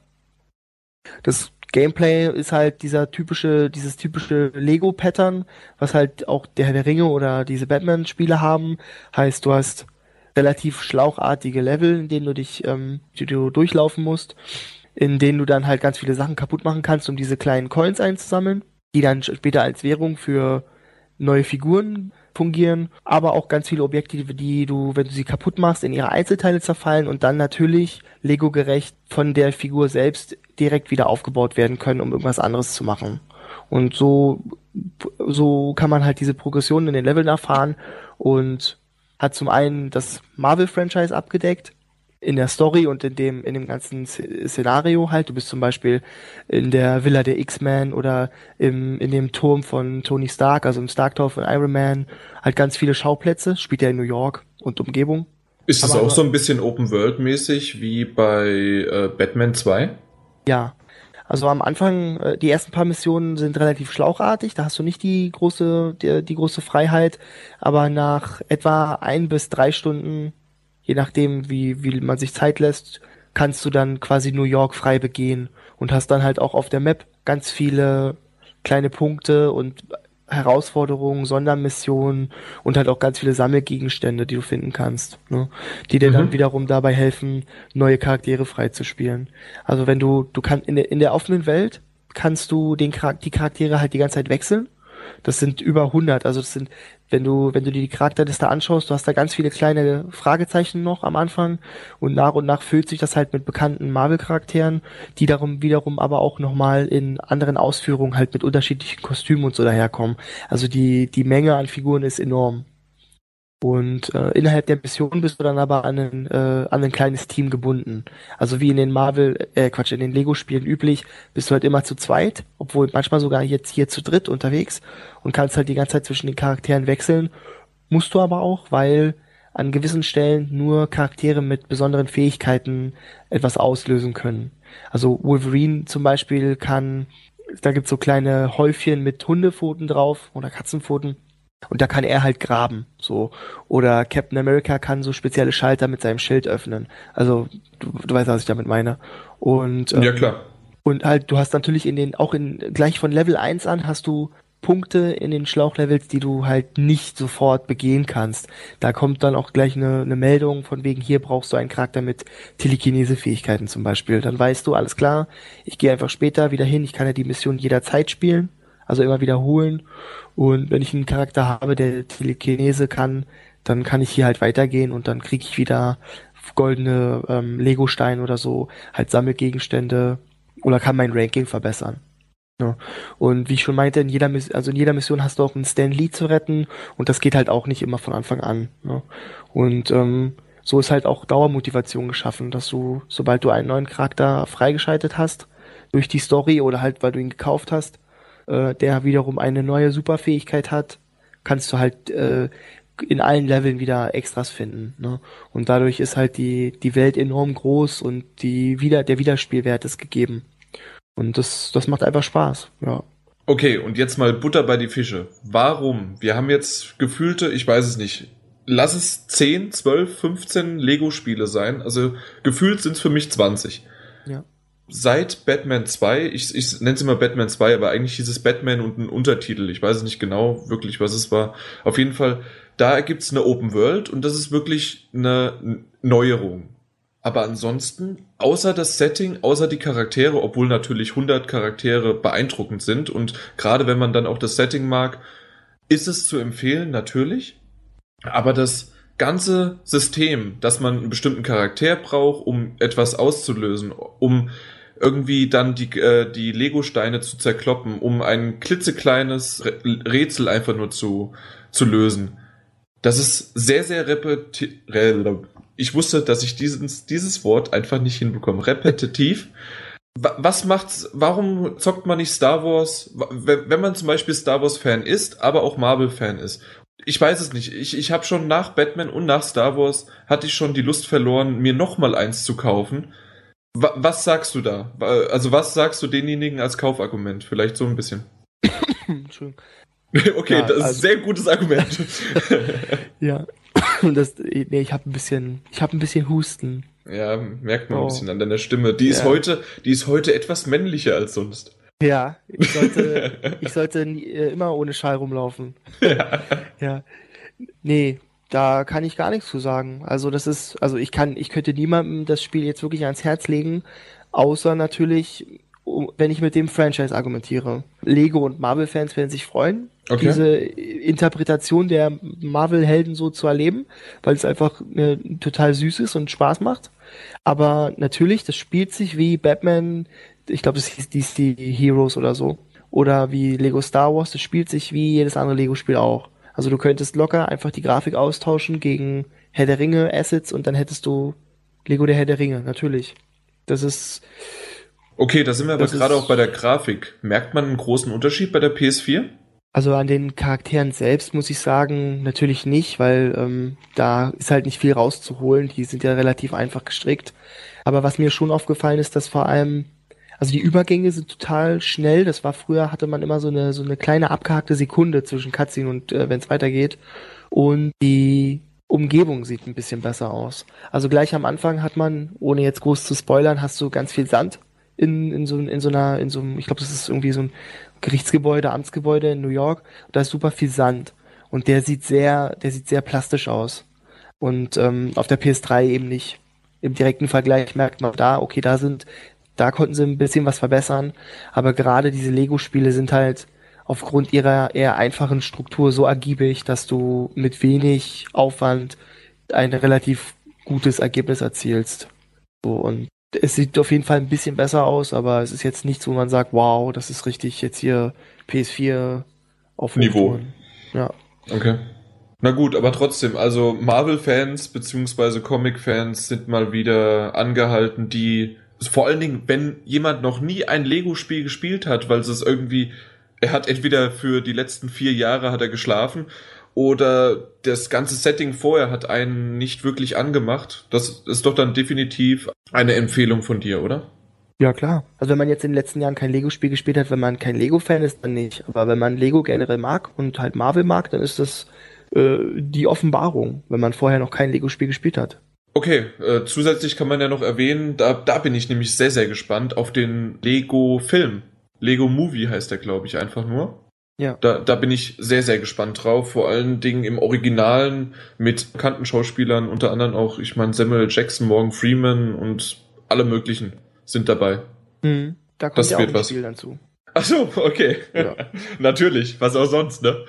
Das Gameplay ist halt dieses typische Lego-Pattern, was halt auch der Herr der Ringe oder diese Batman-Spiele haben. Heißt, du hast relativ schlauchartige Level, in denen du dich die du durchlaufen musst, in denen du dann halt ganz viele Sachen kaputt machen kannst, um diese kleinen Coins einzusammeln, die dann später als Währung für neue Figuren fungieren, aber auch ganz viele Objekte, die du, wenn du sie kaputt machst, in ihre Einzelteile zerfallen und dann natürlich Lego-gerecht von der Figur selbst direkt wieder aufgebaut werden können, um irgendwas anderes zu machen. Und so kann man halt diese Progression in den Leveln erfahren und hat zum einen das Marvel-Franchise abgedeckt, in der Story und in dem ganzen Szenario halt. Du bist zum Beispiel in der Villa der X-Men oder in dem Turm von Tony Stark, also im Stark Tower von Iron Man. Halt ganz viele Schauplätze, spielt ja in New York und Umgebung. Ist das auch so ein bisschen Open-World-mäßig wie bei Batman 2? Ja. Also am Anfang, die ersten paar Missionen sind relativ schlauchartig, da hast du nicht die große Freiheit, aber nach etwa 1 bis 3 Stunden, je nachdem wie man sich Zeit lässt, kannst du dann quasi New York frei begehen und hast dann halt auch auf der Map ganz viele kleine Punkte und Herausforderungen, Sondermissionen und halt auch ganz viele Sammelgegenstände, die du finden kannst, ne? Die dir dann wiederum dabei helfen, neue Charaktere freizuspielen. Also wenn du kannst in der offenen Welt kannst du die Charaktere halt die ganze Zeit wechseln. Das sind über 100, also das sind, wenn du dir die Charakterliste anschaust, du hast da ganz viele kleine Fragezeichen noch am Anfang und nach füllt sich das halt mit bekannten Marvel-Charakteren, die darum wiederum aber auch nochmal in anderen Ausführungen halt mit unterschiedlichen Kostümen und so daherkommen. Also die Menge an Figuren ist enorm. Und innerhalb der Mission bist du dann aber an ein kleines Team gebunden. Also wie in den in den Lego-Spielen üblich, bist du halt immer zu zweit, obwohl manchmal sogar jetzt hier zu dritt unterwegs und kannst halt die ganze Zeit zwischen den Charakteren wechseln. Musst du aber auch, weil an gewissen Stellen nur Charaktere mit besonderen Fähigkeiten etwas auslösen können. Also Wolverine zum Beispiel da gibt's so kleine Häufchen mit Hundepfoten drauf oder Katzenpfoten. Und da kann er halt graben, so. Oder Captain America kann so spezielle Schalter mit seinem Schild öffnen. Also, du weißt, was ich damit meine. Und, ja, klar. Und halt, du hast natürlich gleich von Level 1 an hast du Punkte in den Schlauchlevels, die du halt nicht sofort begehen kannst. Da kommt dann auch gleich eine Meldung von wegen, hier brauchst du einen Charakter mit Telekinese-Fähigkeiten zum Beispiel. Dann weißt du, alles klar, ich gehe einfach später wieder hin, ich kann ja die Mission jederzeit spielen. Also immer wiederholen. Und wenn ich einen Charakter habe, der Telekinese kann, dann kann ich hier halt weitergehen und dann kriege ich wieder goldene Lego-Steine oder so, halt Sammelgegenstände oder kann mein Ranking verbessern. Ja. Und wie ich schon meinte, in jeder Mission hast du auch einen Stan Lee zu retten und das geht halt auch nicht immer von Anfang an. Ja. Und so ist halt auch Dauermotivation geschaffen, dass du, sobald du einen neuen Charakter freigeschaltet hast, durch die Story oder halt, weil du ihn gekauft hast, der wiederum eine neue Superfähigkeit hat, kannst du halt in allen Leveln wieder Extras finden, ne? Und dadurch ist halt die Welt enorm groß und der Wiederspielwert ist gegeben. Und das macht einfach Spaß, ja. Okay, und jetzt mal Butter bei die Fische. Warum? Wir haben jetzt gefühlte, ich weiß es nicht, lass es 10, 12, 15 Lego-Spiele sein. Also gefühlt sind es für mich 20. Ja. Seit Batman 2, ich nenne es immer Batman 2, aber eigentlich hieß es Batman und ein Untertitel. Ich weiß es nicht genau wirklich, was es war. Auf jeden Fall, da gibt's eine Open World und das ist wirklich eine Neuerung. Aber ansonsten, außer das Setting, außer die Charaktere, obwohl natürlich 100 Charaktere beeindruckend sind und gerade wenn man dann auch das Setting mag, ist es zu empfehlen, natürlich. Aber das ganze System, dass man einen bestimmten Charakter braucht, um etwas auszulösen, um irgendwie dann die Lego-Steine zu zerkloppen, um ein klitzekleines Rätsel einfach nur zu lösen. Das ist sehr, sehr ich wusste, dass ich dieses Wort einfach nicht hinbekomme. Repetitiv. Warum zockt man nicht Star Wars, wenn man zum Beispiel Star Wars Fan ist, aber auch Marvel Fan ist? Ich weiß es nicht. Ich habe schon nach Batman und nach Star Wars hatte ich schon die Lust verloren, mir nochmal eins zu kaufen. Was sagst du da? Also was sagst du denjenigen als Kaufargument? Vielleicht so ein bisschen. Entschuldigung. Okay, ja, das ist ein sehr gutes Argument. Ja. Ich habe ein bisschen Husten. Ja, merkt man ein bisschen an deiner Stimme. Die ist heute etwas männlicher als sonst. Ja, ich sollte immer ohne Schall rumlaufen. Ja. Nee, Da kann ich gar nichts zu sagen. Also ich könnte niemandem das Spiel jetzt wirklich ans Herz legen, außer natürlich, wenn ich mit dem Franchise argumentiere. Lego und Marvel-Fans werden sich freuen, Okay. diese Interpretation der Marvel-Helden so zu erleben, weil es einfach total süß ist und Spaß macht. Aber natürlich, das spielt sich wie Batman, ich glaube, das hieß DC Heroes oder so. Oder wie Lego Star Wars, das spielt sich wie jedes andere Lego-Spiel auch. Also du könntest locker einfach die Grafik austauschen gegen Herr der Ringe Assets und dann hättest du Lego der Herr der Ringe, natürlich. Das ist, Okay, da sind wir aber Das gerade ist- auch bei der Grafik. Merkt man einen großen Unterschied bei der PS4? also an den Charakteren selbst muss ich sagen, natürlich nicht, weil da ist halt nicht viel rauszuholen. Die sind ja relativ einfach gestrickt. Aber was mir schon aufgefallen ist, dass vor allem, also die Übergänge sind total schnell. Das war früher, hatte man immer so eine kleine abgehackte Sekunde zwischen Cutscene und wenn es weitergeht. Und die Umgebung sieht ein bisschen besser aus. Also gleich am Anfang hat man, ohne jetzt groß zu spoilern, hast du ganz viel Sand in so einem, ich glaube, das ist irgendwie so ein Gerichtsgebäude, Amtsgebäude in New York. Da ist super viel Sand. Und der sieht sehr plastisch aus. Und auf der PS3 eben nicht. Im direkten Vergleich merkt man da, okay, da konnten sie ein bisschen was verbessern. Aber gerade diese Lego-Spiele sind halt aufgrund ihrer eher einfachen Struktur so ergiebig, dass du mit wenig Aufwand ein relativ gutes Ergebnis erzielst. So, und es sieht auf jeden Fall ein bisschen besser aus, aber es ist jetzt nichts, wo man sagt, wow, das ist richtig jetzt hier PS4 auf Niveau. Hochtouren. Ja. Okay. Na gut, aber trotzdem, also Marvel-Fans beziehungsweise Comic-Fans sind mal wieder angehalten, die vor allen Dingen, wenn jemand noch nie ein Lego-Spiel gespielt hat, weil es irgendwie, er hat entweder für die letzten 4 Jahre hat er geschlafen oder das ganze Setting vorher hat einen nicht wirklich angemacht. Das ist doch dann definitiv eine Empfehlung von dir, oder? Ja, klar. Also wenn man jetzt in den letzten Jahren kein Lego-Spiel gespielt hat, wenn man kein Lego-Fan ist, dann nicht. Aber wenn man Lego generell mag und halt Marvel mag, dann ist das die Offenbarung, wenn man vorher noch kein Lego-Spiel gespielt hat. Okay, zusätzlich kann man ja noch erwähnen, da bin ich nämlich sehr, sehr gespannt auf den Lego-Film. Lego Movie heißt der, glaube ich, einfach nur. Ja. Da bin ich sehr, sehr gespannt drauf. Vor allen Dingen im Originalen mit bekannten Schauspielern, unter anderem auch, ich meine, Samuel Jackson, Morgan Freeman und alle möglichen sind dabei. Da kommt Das ja auch wird ein was. Spiel dann zu. Ach so, okay. Ja. Natürlich, was auch sonst, ne?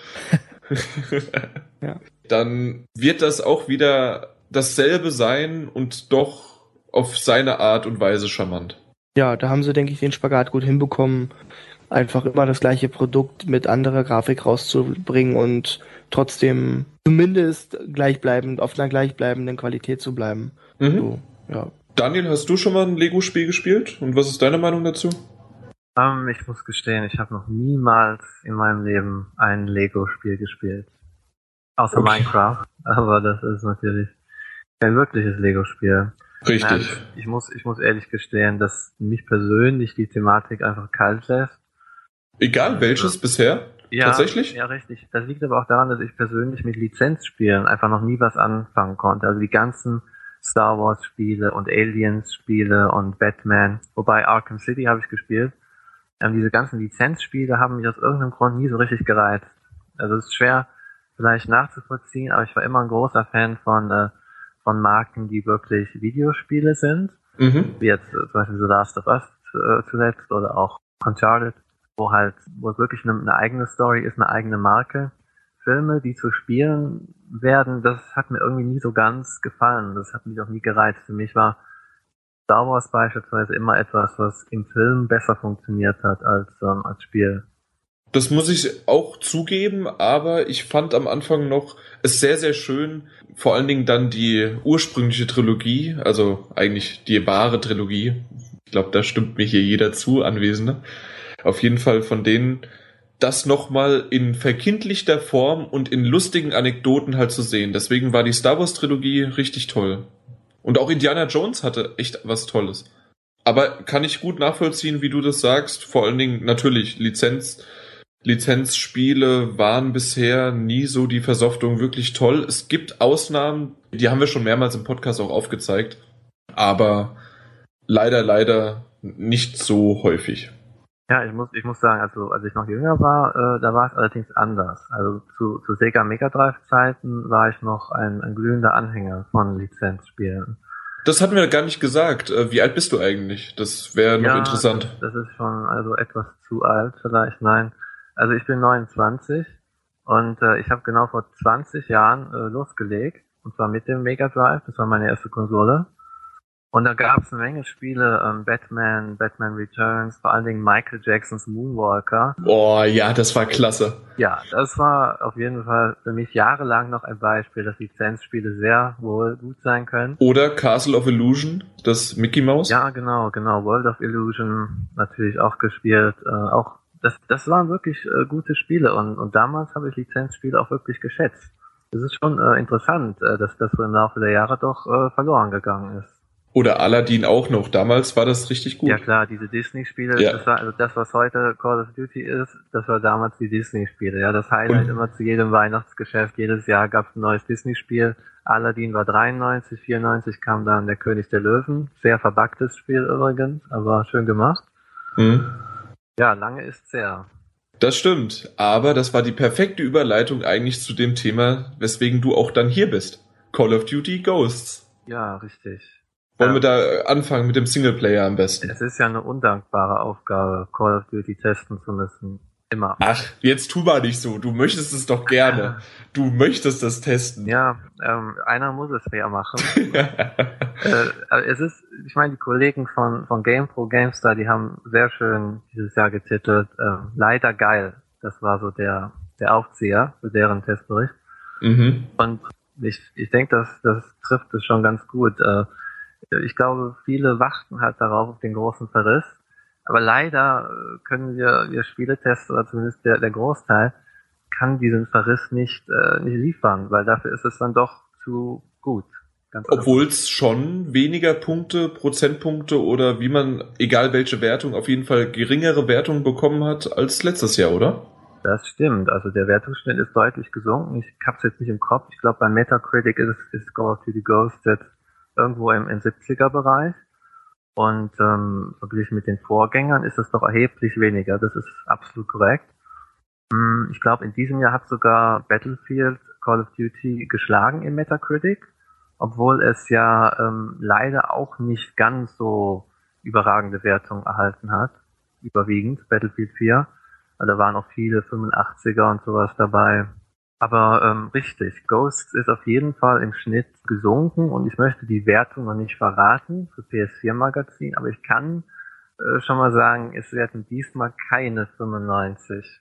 Ja. Dann wird das auch wieder dasselbe sein und doch auf seine Art und Weise charmant. Ja, da haben sie, denke ich, den Spagat gut hinbekommen, einfach immer das gleiche Produkt mit anderer Grafik rauszubringen und trotzdem zumindest auf einer gleichbleibenden Qualität zu bleiben. Mhm. So, ja. Daniel, hast du schon mal ein Lego-Spiel gespielt? Und was ist deine Meinung dazu? Ich muss gestehen, ich habe noch niemals in meinem Leben ein Lego-Spiel gespielt. Außer Okay. Minecraft. Aber das ist natürlich kein wirkliches Lego-Spiel. Richtig. Ich muss ehrlich gestehen, dass mich persönlich die Thematik einfach kalt lässt. Egal welches bisher? Ja, Tatsächlich? Ja, richtig. Das liegt aber auch daran, dass ich persönlich mit Lizenzspielen einfach noch nie was anfangen konnte. Also die ganzen Star Wars Spiele und Aliens Spiele und Batman. Wobei Arkham City habe ich gespielt. Diese ganzen Lizenzspiele haben mich aus irgendeinem Grund nie so richtig gereizt. Also es ist schwer vielleicht nachzuvollziehen, aber ich war immer ein großer Fan von Marken, die wirklich Videospiele sind. Mhm. Wie jetzt zum Beispiel The Last of Us zuletzt oder auch Uncharted, wo es wirklich eine eigene Story ist, eine eigene Marke. Filme, die zu spielen werden, das hat mir irgendwie nie so ganz gefallen. Das hat mich auch nie gereizt. Für mich war Star Wars beispielsweise immer etwas, was im Film besser funktioniert hat als Spiel. Das muss ich auch zugeben, aber ich fand am Anfang noch es sehr, sehr schön, vor allen Dingen dann die ursprüngliche Trilogie, also eigentlich die wahre Trilogie. Ich glaube, da stimmt mir hier jeder zu, Anwesende. Auf jeden Fall von denen, das nochmal in verkindlichter Form und in lustigen Anekdoten halt zu sehen. Deswegen war die Star Wars Trilogie richtig toll. Und auch Indiana Jones hatte echt was Tolles. Aber kann ich gut nachvollziehen, wie du das sagst. Vor allen Dingen natürlich Lizenzspiele waren bisher nie so die Versoftung wirklich toll. Es gibt Ausnahmen, die haben wir schon mehrmals im Podcast auch aufgezeigt. Aber leider nicht so häufig. Ja, ich muss sagen, also als ich noch jünger war, da war es allerdings anders. Also zu Sega Mega Drive Zeiten war ich noch ein glühender Anhänger von Lizenzspielen. Das hatten wir gar nicht gesagt. Wie alt bist du eigentlich? Das wäre noch interessant. Das ist schon also etwas zu alt vielleicht, nein. Also ich bin 29 und ich habe genau vor 20 Jahren losgelegt, und zwar mit dem Mega Drive, das war meine erste Konsole. Und da gab es eine Menge Spiele, Batman Returns, vor allen Dingen Michael Jacksons Moonwalker. Oh ja, das war klasse. Ja, das war auf jeden Fall für mich jahrelang noch ein Beispiel, dass Lizenzspiele sehr wohl gut sein können. Oder Castle of Illusion, das Mickey Mouse. Ja, genau. World of Illusion natürlich auch gespielt. Auch das waren wirklich gute Spiele, und damals habe ich Lizenzspiele auch wirklich geschätzt. Es ist schon interessant, dass das so im Laufe der Jahre doch verloren gegangen ist. Oder Aladdin auch noch. Damals war das richtig gut. Ja klar, diese Disney-Spiele, Ja. das war, also das, was heute Call of Duty ist, das war damals die Disney-Spiele. Ja, das Highlight immer zu jedem Weihnachtsgeschäft. Jedes Jahr gab es ein neues Disney-Spiel. Aladdin war 93, 94 kam dann der König der Löwen. Sehr verbacktes Spiel übrigens, aber schön gemacht. Mhm. Ja, lange ist's her. Das stimmt. Aber das war die perfekte Überleitung eigentlich zu dem Thema, weswegen du auch dann hier bist. Call of Duty Ghosts. Ja, richtig. Wollen wir da anfangen mit dem Singleplayer am besten? Es ist ja eine undankbare Aufgabe, Call of Duty testen zu müssen. Immer. Ach, jetzt tu mal nicht so. Du möchtest es doch gerne. Du möchtest das testen. Ja, einer muss es ja machen. Es ist, ich meine, die Kollegen von GamePro, GameStar, die haben sehr schön dieses Jahr getitelt, leider geil. Das war so der Aufzieher für deren Testbericht. Mhm. Und ich denke, das trifft es schon ganz gut. Ich glaube, viele warten halt darauf, auf den großen Verriss. Aber leider können wir Spieletester, oder zumindest der Großteil, kann diesen Verriss nicht liefern, weil dafür ist es dann doch zu gut. Obwohl es schon weniger Punkte, Prozentpunkte oder wie man, egal welche Wertung, auf jeden Fall geringere Wertungen bekommen hat als letztes Jahr, oder? Das stimmt. Also der Wertungsschnitt ist deutlich gesunken. Ich hab's jetzt nicht im Kopf. Ich glaube, bei Metacritic ist Call of Duty Ghosts jetzt irgendwo im 70er-Bereich. Und verglichen mit den Vorgängern ist es doch erheblich weniger. Das ist absolut korrekt. Ich glaube, in diesem Jahr hat sogar Battlefield Call of Duty geschlagen im Metacritic, obwohl es ja leider auch nicht ganz so überragende Wertungen erhalten hat. Überwiegend Battlefield 4. Da waren auch viele 85er und sowas dabei. Aber richtig, Ghosts ist auf jeden Fall im Schnitt gesunken, und ich möchte die Wertung noch nicht verraten für PS4 Magazin, aber ich kann schon mal sagen, es werden diesmal keine 95.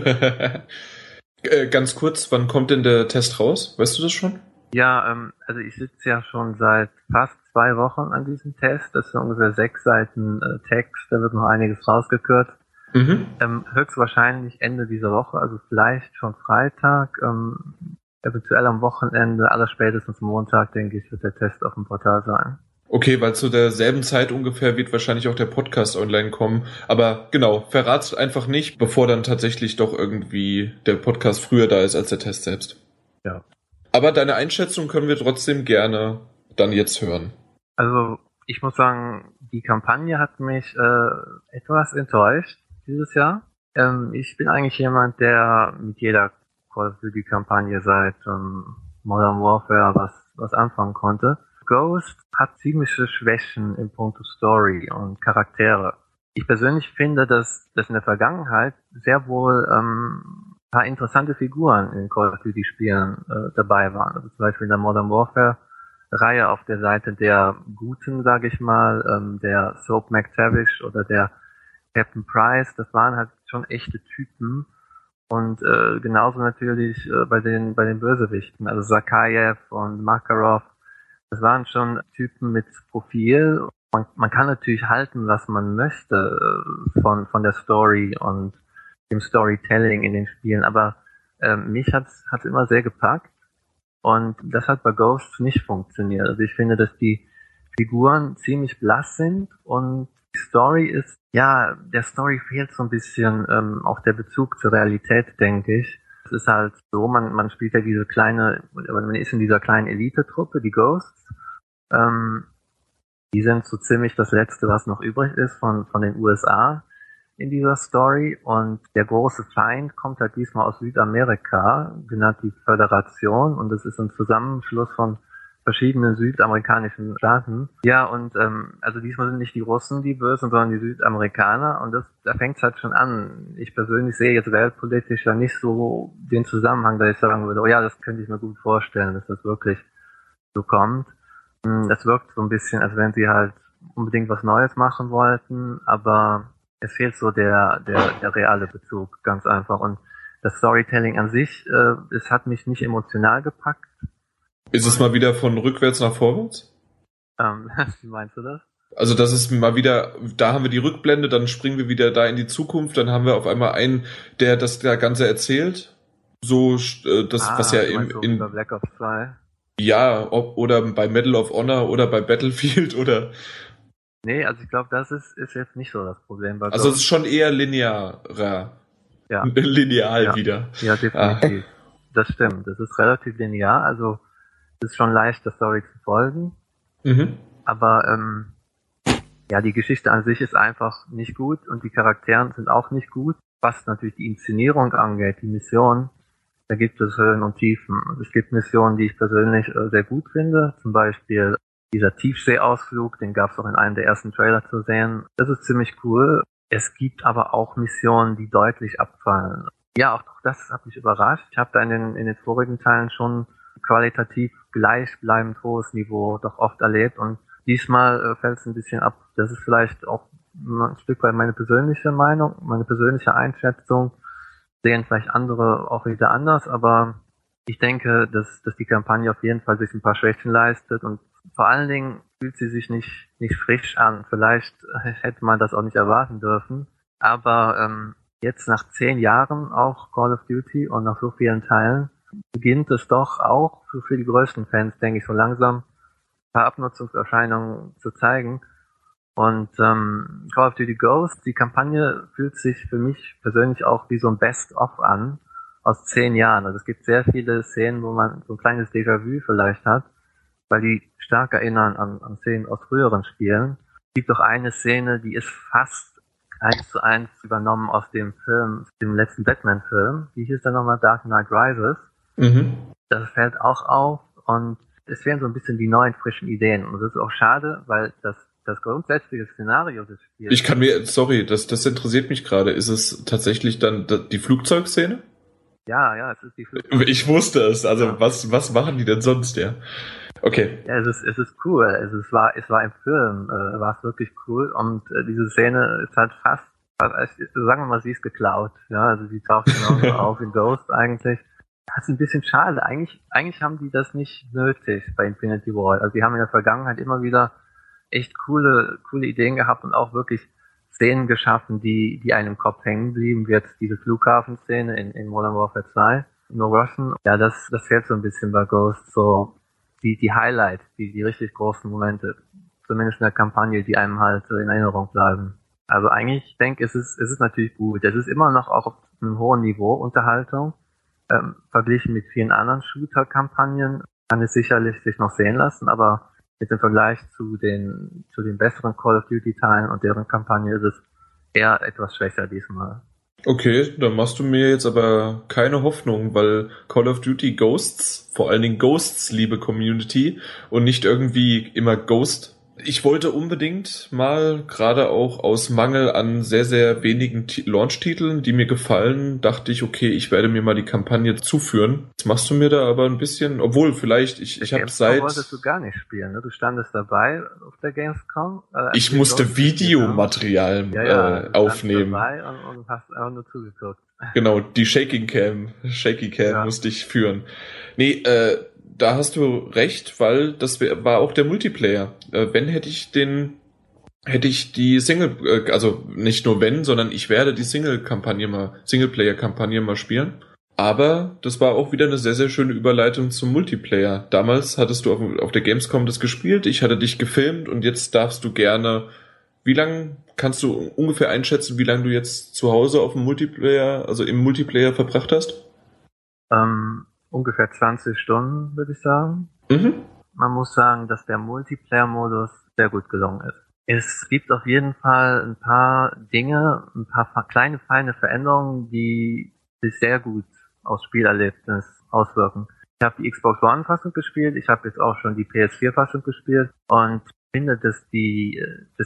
Ganz kurz, wann kommt denn der Test raus? Weißt du das schon? Ja, also ich sitze ja schon seit fast 2 Wochen an diesem Test. Das sind ungefähr 6 Seiten Text, da wird noch einiges rausgekürzt. Mhm. Höchstwahrscheinlich Ende dieser Woche, also vielleicht schon Freitag, eventuell am Wochenende, allerspätestens Montag, denke ich, wird der Test auf dem Portal sein. Okay, weil zu derselben Zeit ungefähr wird wahrscheinlich auch der Podcast online kommen. Aber genau, verrat's einfach nicht, bevor dann tatsächlich doch irgendwie der Podcast früher da ist als der Test selbst. Ja. Aber deine Einschätzung können wir trotzdem gerne dann jetzt hören. Also ich muss sagen, die Kampagne hat mich etwas enttäuscht dieses Jahr. Ich bin eigentlich jemand, der mit jeder Call of Duty Kampagne seit Modern Warfare was anfangen konnte. Ghost hat ziemliche Schwächen in puncto Story und Charaktere. Ich persönlich finde, dass in der Vergangenheit sehr wohl ein paar interessante Figuren in Call of Duty Spielen dabei waren. Also zum Beispiel in der Modern Warfare Reihe auf der Seite der Guten, sage ich mal, der Soap McTavish oder der Captain Price, das waren halt schon echte Typen. Und genauso natürlich bei den Bösewichten, also Sakayev und Makarov, das waren schon Typen mit Profil. Man kann natürlich halten, was man möchte von der Story und dem Storytelling in den Spielen, aber mich hat's immer sehr gepackt, und das hat bei Ghosts nicht funktioniert. Also ich finde, dass die Figuren ziemlich blass sind, und die Story ist, ja, der Story fehlt so ein bisschen auch der Bezug zur Realität, denke ich. Es ist halt so, man spielt ja man ist in dieser kleinen Elite-Truppe, die Ghosts. Die sind so ziemlich das Letzte, was noch übrig ist von den USA. in dieser Story und der große Feind kommt halt diesmal aus Südamerika, genannt die Föderation, und das ist ein Zusammenschluss von verschiedenen südamerikanischen Staaten. Ja, und also diesmal sind nicht die Russen die Bösen, sondern die Südamerikaner, und da fängt es halt schon an. Ich persönlich sehe jetzt weltpolitisch ja nicht so den Zusammenhang, dass ich sagen würde, oh ja, das könnte ich mir gut vorstellen, dass das wirklich so kommt. Das wirkt so ein bisschen, als wenn sie halt unbedingt was Neues machen wollten, aber es fehlt so der reale Bezug, ganz einfach. Und das Storytelling an sich, es hat mich nicht emotional gepackt. Ist es mal wieder von rückwärts nach vorwärts? Wie meinst du das? Also das ist mal wieder, da haben wir die Rückblende, dann springen wir wieder da in die Zukunft, dann haben wir auf einmal einen, der das Ganze erzählt. So, was ja in bei Black Ops 2. Ja, oder bei Medal of Honor oder bei Battlefield oder... Nee, also ich glaube, das ist jetzt nicht so das Problem. Also es ist schon eher linearer. Ja. Lineal ja. wieder. Ja, definitiv. Das stimmt. Das ist relativ linear, also es ist schon leicht, der Story zu folgen. Mhm. Aber ja, die Geschichte an sich ist einfach nicht gut und die Charaktere sind auch nicht gut. Was natürlich die Inszenierung angeht, die Mission, da gibt es Höhen und Tiefen. Also es gibt Missionen, die ich persönlich sehr gut finde. Zum Beispiel dieser Tiefseeausflug, den gab es auch in einem der ersten Trailer zu sehen. Das ist ziemlich cool. Es gibt aber auch Missionen, die deutlich abfallen. Ja, auch das hat mich überrascht. Ich habe da in den vorigen Teilen schon qualitativ gleichbleibend hohes Niveau doch oft erlebt und diesmal fällt es ein bisschen ab. Das ist vielleicht auch ein Stück weit meine persönliche Meinung, meine persönliche Einschätzung. Sehen vielleicht andere auch wieder anders, aber ich denke, dass die Kampagne auf jeden Fall sich ein paar Schwächen leistet und vor allen Dingen fühlt sie sich nicht frisch an. Vielleicht hätte man das auch nicht erwarten dürfen, aber jetzt nach 10 Jahren auch Call of Duty und nach so vielen Teilen beginnt es doch auch für die größten Fans, denke ich, so langsam ein paar Abnutzungserscheinungen zu zeigen. Und Call of Duty Ghosts, die Kampagne fühlt sich für mich persönlich auch wie so ein Best-of an aus 10 Jahren. Also es gibt sehr viele Szenen, wo man so ein kleines Déjà-vu vielleicht hat, weil die stark erinnern an Szenen aus früheren Spielen. Es gibt auch eine Szene, die ist fast 1:1 übernommen aus dem Film, dem letzten Batman-Film. Wie hieß der nochmal? Dark Knight Rises. Mhm. Das fällt auch auf und es fehlen so ein bisschen die neuen, frischen Ideen. Und das ist auch schade, weil das grundsätzliche Szenario des Spiels... das interessiert mich gerade. Ist es tatsächlich dann die Flugzeugszene? Ja, es ist die Flugzeugszene. Ich wusste es. Also ja. Was machen die denn sonst, ja? Okay. Ja, es ist cool. Also es war im Film, war es wirklich cool. Und diese Szene ist halt fast, sagen wir mal, sie ist geklaut. Ja, also sie taucht genau auf in Ghost eigentlich. Das ist ein bisschen schade. Eigentlich haben die das nicht nötig bei Infinity Ward. Also die haben in der Vergangenheit immer wieder echt coole Ideen gehabt und auch wirklich Szenen geschaffen, die einem im Kopf hängen blieben, wie jetzt diese Flughafenszene in Modern Warfare 2, No Russian. Ja, das fehlt so ein bisschen bei Ghost, so die Highlights, die richtig großen Momente, zumindest in der Kampagne, die einem halt in Erinnerung bleiben. Also eigentlich, ich denke, es ist natürlich gut. Es ist immer noch auch auf einem hohen Niveau Unterhaltung, verglichen mit vielen anderen Shooter-Kampagnen kann es sicherlich sich noch sehen lassen, aber jetzt im Vergleich zu den besseren Call of Duty-Teilen und deren Kampagne ist es eher etwas schwächer diesmal. Okay, dann machst du mir jetzt aber keine Hoffnung, weil Call of Duty Ghosts, vor allen Dingen Ghosts, liebe Community, und nicht irgendwie immer Ghost. Ich wollte unbedingt mal, gerade auch aus Mangel an sehr, sehr wenigen Launch-Titeln, die mir gefallen, dachte ich, okay, ich werde mir mal die Kampagne zuführen. Jetzt machst du mir da aber ein bisschen, obwohl vielleicht, ich habe seit... wolltest du gar nicht spielen, ne? Du standest dabei auf der Gamescom. Ich musste Videomaterial aufnehmen. Dabei und hast einfach nur zugeguckt. Genau, die Shaky Cam musste ich führen. Nee, da hast du recht, weil das war auch der Multiplayer. Wenn hätte ich die Single, also nicht nur wenn, sondern ich werde die Singleplayer-Kampagne mal spielen. Aber das war auch wieder eine sehr, sehr schöne Überleitung zum Multiplayer. Damals hattest du auf der Gamescom das gespielt, ich hatte dich gefilmt und jetzt darfst du gerne, wie lang kannst du ungefähr einschätzen, wie lange du jetzt zu Hause auf dem Multiplayer, also im Multiplayer verbracht hast? Ungefähr 20 Stunden, würde ich sagen. Mhm. Man muss sagen, dass der Multiplayer-Modus sehr gut gelungen ist. Es gibt auf jeden Fall ein paar Dinge, ein paar kleine, feine Veränderungen, die sich sehr gut aufs Spielerlebnis auswirken. Ich habe die Xbox One-Fassung gespielt, ich habe jetzt auch schon die PS4-Fassung gespielt und finde, dass die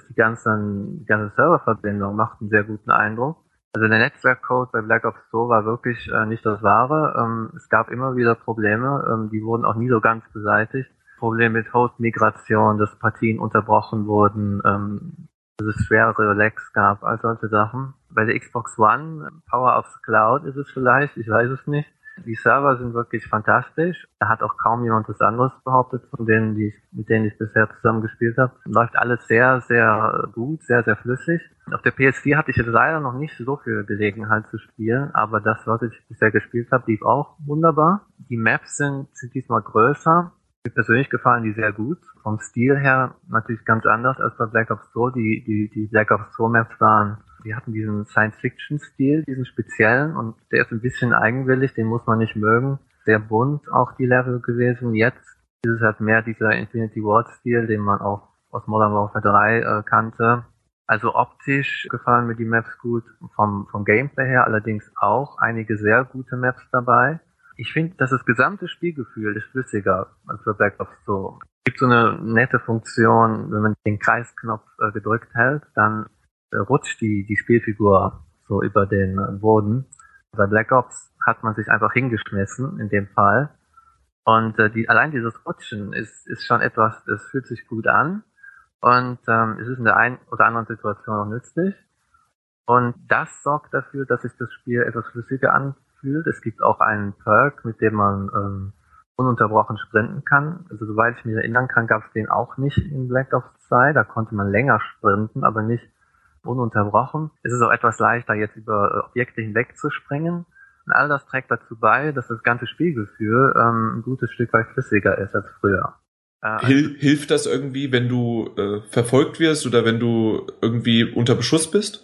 ganze Serververbindung macht einen sehr guten Eindruck. Also der Netzwerkcode bei Black Ops 2 war wirklich nicht das Wahre. Es gab immer wieder Probleme, die wurden auch nie so ganz beseitigt. Probleme mit Host-Migration, dass Partien unterbrochen wurden, dass es schwere Lags gab, all solche Sachen. Bei der Xbox One, Power of the Cloud ist es vielleicht, ich weiß es nicht. Die Server sind wirklich fantastisch. Da hat auch kaum jemand was anderes behauptet, mit denen ich bisher zusammen gespielt habe. Läuft alles sehr, sehr gut, sehr, sehr flüssig. Auf der PS4 hatte ich jetzt leider noch nicht so viel Gelegenheit zu spielen, aber das, was ich bisher gespielt habe, lief auch wunderbar. Die Maps sind diesmal größer. Mir persönlich gefallen die sehr gut. Vom Stil her natürlich ganz anders als bei Black Ops 2. Die Black Ops 2 Maps die hatten diesen Science-Fiction-Stil, diesen speziellen, und der ist ein bisschen eigenwillig, den muss man nicht mögen. Sehr bunt auch die Level gewesen. Jetzt ist es halt mehr dieser Infinity Ward-Stil, den man auch aus Modern Warfare 3 kannte. Also optisch gefallen mir die Maps gut, vom Gameplay her allerdings auch einige sehr gute Maps dabei. Ich finde, dass das gesamte Spielgefühl ist flüssiger als für Black Ops 2. Es gibt so eine nette Funktion, wenn man den Kreisknopf gedrückt hält, dann rutscht die Spielfigur so über den Boden. Bei Black Ops hat man sich einfach hingeschmissen, in dem Fall. Und allein dieses Rutschen ist schon etwas, das fühlt sich gut an. Und es ist in der einen oder anderen Situation auch nützlich. Und das sorgt dafür, dass sich das Spiel etwas flüssiger anfühlt. Es gibt auch einen Perk, mit dem man ununterbrochen sprinten kann. Also soweit ich mich erinnern kann, gab es den auch nicht in Black Ops 2. Da konnte man länger sprinten, aber nicht ununterbrochen. Es ist auch etwas leichter, jetzt über Objekte hinweg zu springen. Und all das trägt dazu bei, dass das ganze Spielgefühl ein gutes Stück weit flüssiger ist als früher. Hilft das irgendwie, wenn du verfolgt wirst oder wenn du irgendwie unter Beschuss bist?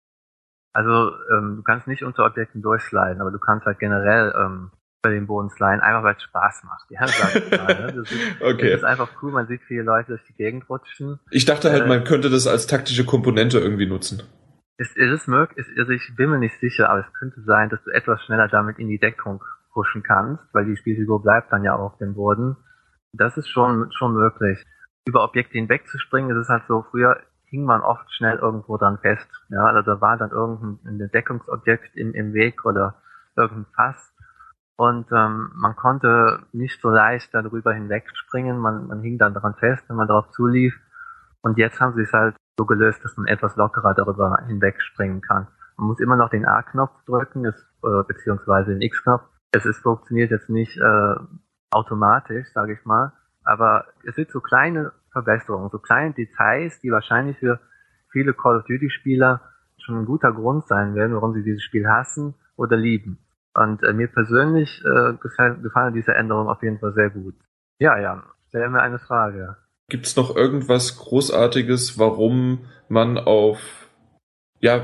Also du kannst nicht unter Objekten durchsliden, aber du kannst halt generell über den Boden sliden, einfach weil es Spaß macht. Ja, sag ich mal, ne? Das ist einfach cool, man sieht viele Leute durch die Gegend rutschen. Ich dachte halt, man könnte das als taktische Komponente irgendwie nutzen. Es ist möglich, also ich bin mir nicht sicher, aber es könnte sein, dass du etwas schneller damit in die Deckung pushen kannst, weil die Spielfigur bleibt dann ja auch auf dem Boden. Das ist schon möglich. Über Objekte hinwegzuspringen, das ist halt so, früher hing man oft schnell irgendwo dran fest. Ja, also da war dann irgendein Deckungsobjekt im Weg oder irgendein Fass. Und man konnte nicht so leicht darüber hinwegspringen, man hing dann dran fest, wenn man darauf zulief. Und jetzt haben sie es halt so gelöst, dass man etwas lockerer darüber hinwegspringen kann. Man muss immer noch den A-Knopf drücken, beziehungsweise den X-Knopf. Funktioniert jetzt nicht automatisch, sage ich mal, aber es sind so kleine Verbesserungen, so kleine Details, die wahrscheinlich für viele Call of Duty-Spieler schon ein guter Grund sein werden, warum sie dieses Spiel hassen oder lieben. Und mir persönlich gefallen diese Änderungen auf jeden Fall sehr gut. Ja, Jan, stell mir eine Frage. Gibt's noch irgendwas Großartiges, warum man auf... Ja,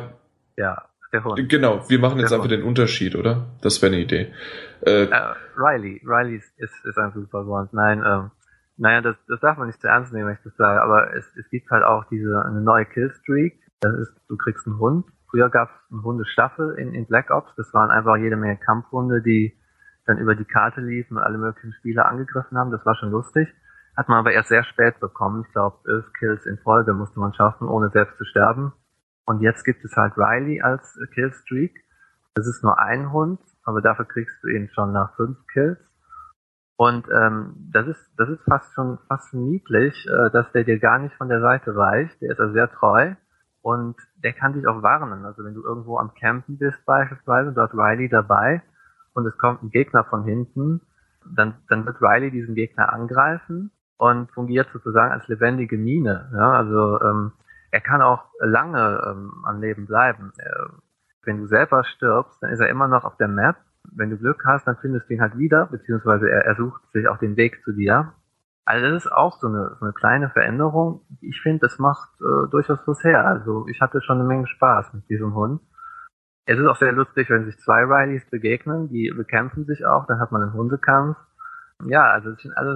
der Hund. Genau, wir machen jetzt einfach den Unterschied, oder? Das wäre eine Idee. Riley ist ein super Hund. Nein, das darf man nicht zu ernst nehmen, wenn ich das sage, aber es gibt halt auch eine neue Killstreak. Das ist, du kriegst einen Hund. Früher gab es eine Hundestaffel in Black Ops. Das waren einfach jede Menge Kampfhunde, die dann über die Karte liefen und alle möglichen Spieler angegriffen haben. Das war schon lustig. Hat man aber erst sehr spät bekommen. Ich glaube, 11 Kills in Folge musste man schaffen, ohne selbst zu sterben. Und jetzt gibt es halt Riley als Killstreak. Das ist nur ein Hund, aber dafür kriegst du ihn schon nach 5 Kills. Und das ist fast schon niedlich, dass der dir gar nicht von der Seite weicht. Der ist also sehr treu und der kann dich auch warnen. Also wenn du irgendwo am Campen bist beispielsweise, dort Riley dabei und es kommt ein Gegner von hinten, dann wird Riley diesen Gegner angreifen und fungiert sozusagen als lebendige Mine. Ja, also er kann auch lange am Leben bleiben. Wenn du selber stirbst, dann ist er immer noch auf der Map. Wenn du Glück hast, dann findest du ihn halt wieder, beziehungsweise er sucht sich auch den Weg zu dir. Also das ist auch so eine kleine Veränderung. Ich finde, das macht durchaus was her. Also ich hatte schon eine Menge Spaß mit diesem Hund. Es ist auch sehr lustig, wenn sich 2 Rileys begegnen, die bekämpfen sich auch, dann hat man einen Hundekampf. Ja, also das sind alles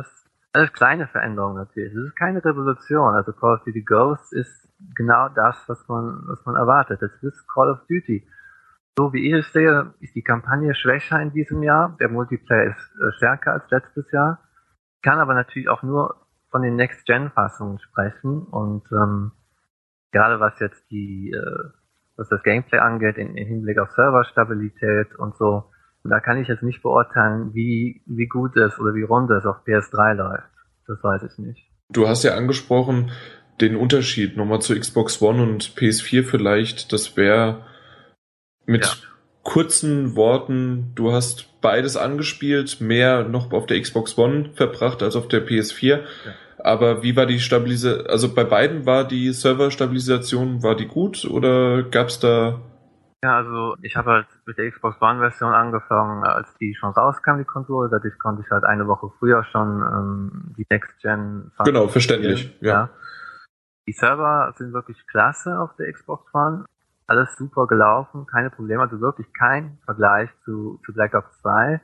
Alles kleine Veränderungen natürlich. Es ist keine Revolution. Also Call of Duty Ghosts ist genau das, was man erwartet. Es ist Call of Duty. So wie ich es sehe, ist die Kampagne schwächer in diesem Jahr. Der Multiplayer ist stärker als letztes Jahr. Kann aber natürlich auch nur von den Next-Gen-Fassungen sprechen. Und gerade was jetzt was das Gameplay angeht, in Hinblick auf Serverstabilität und so, da kann ich jetzt nicht beurteilen, wie gut es oder wie rund es auf PS3 läuft. Das weiß ich nicht. Du hast ja angesprochen, den Unterschied nochmal zu Xbox One und PS4 vielleicht, das wäre mit kurzen Worten, du hast beides angespielt, mehr noch auf der Xbox One verbracht als auf der PS4. Ja. Aber wie war die Stabilisation, also bei beiden war die Serverstabilisation, war die gut oder gab's da... Ja, also ich habe halt mit der Xbox One-Version angefangen, als die schon rauskam, die Konsole. Dadurch konnte ich halt eine Woche früher schon die Next-Gen... Genau, verständlich, ja. Die Server sind wirklich klasse auf der Xbox One. Alles super gelaufen, keine Probleme, also wirklich kein Vergleich zu Black Ops 2.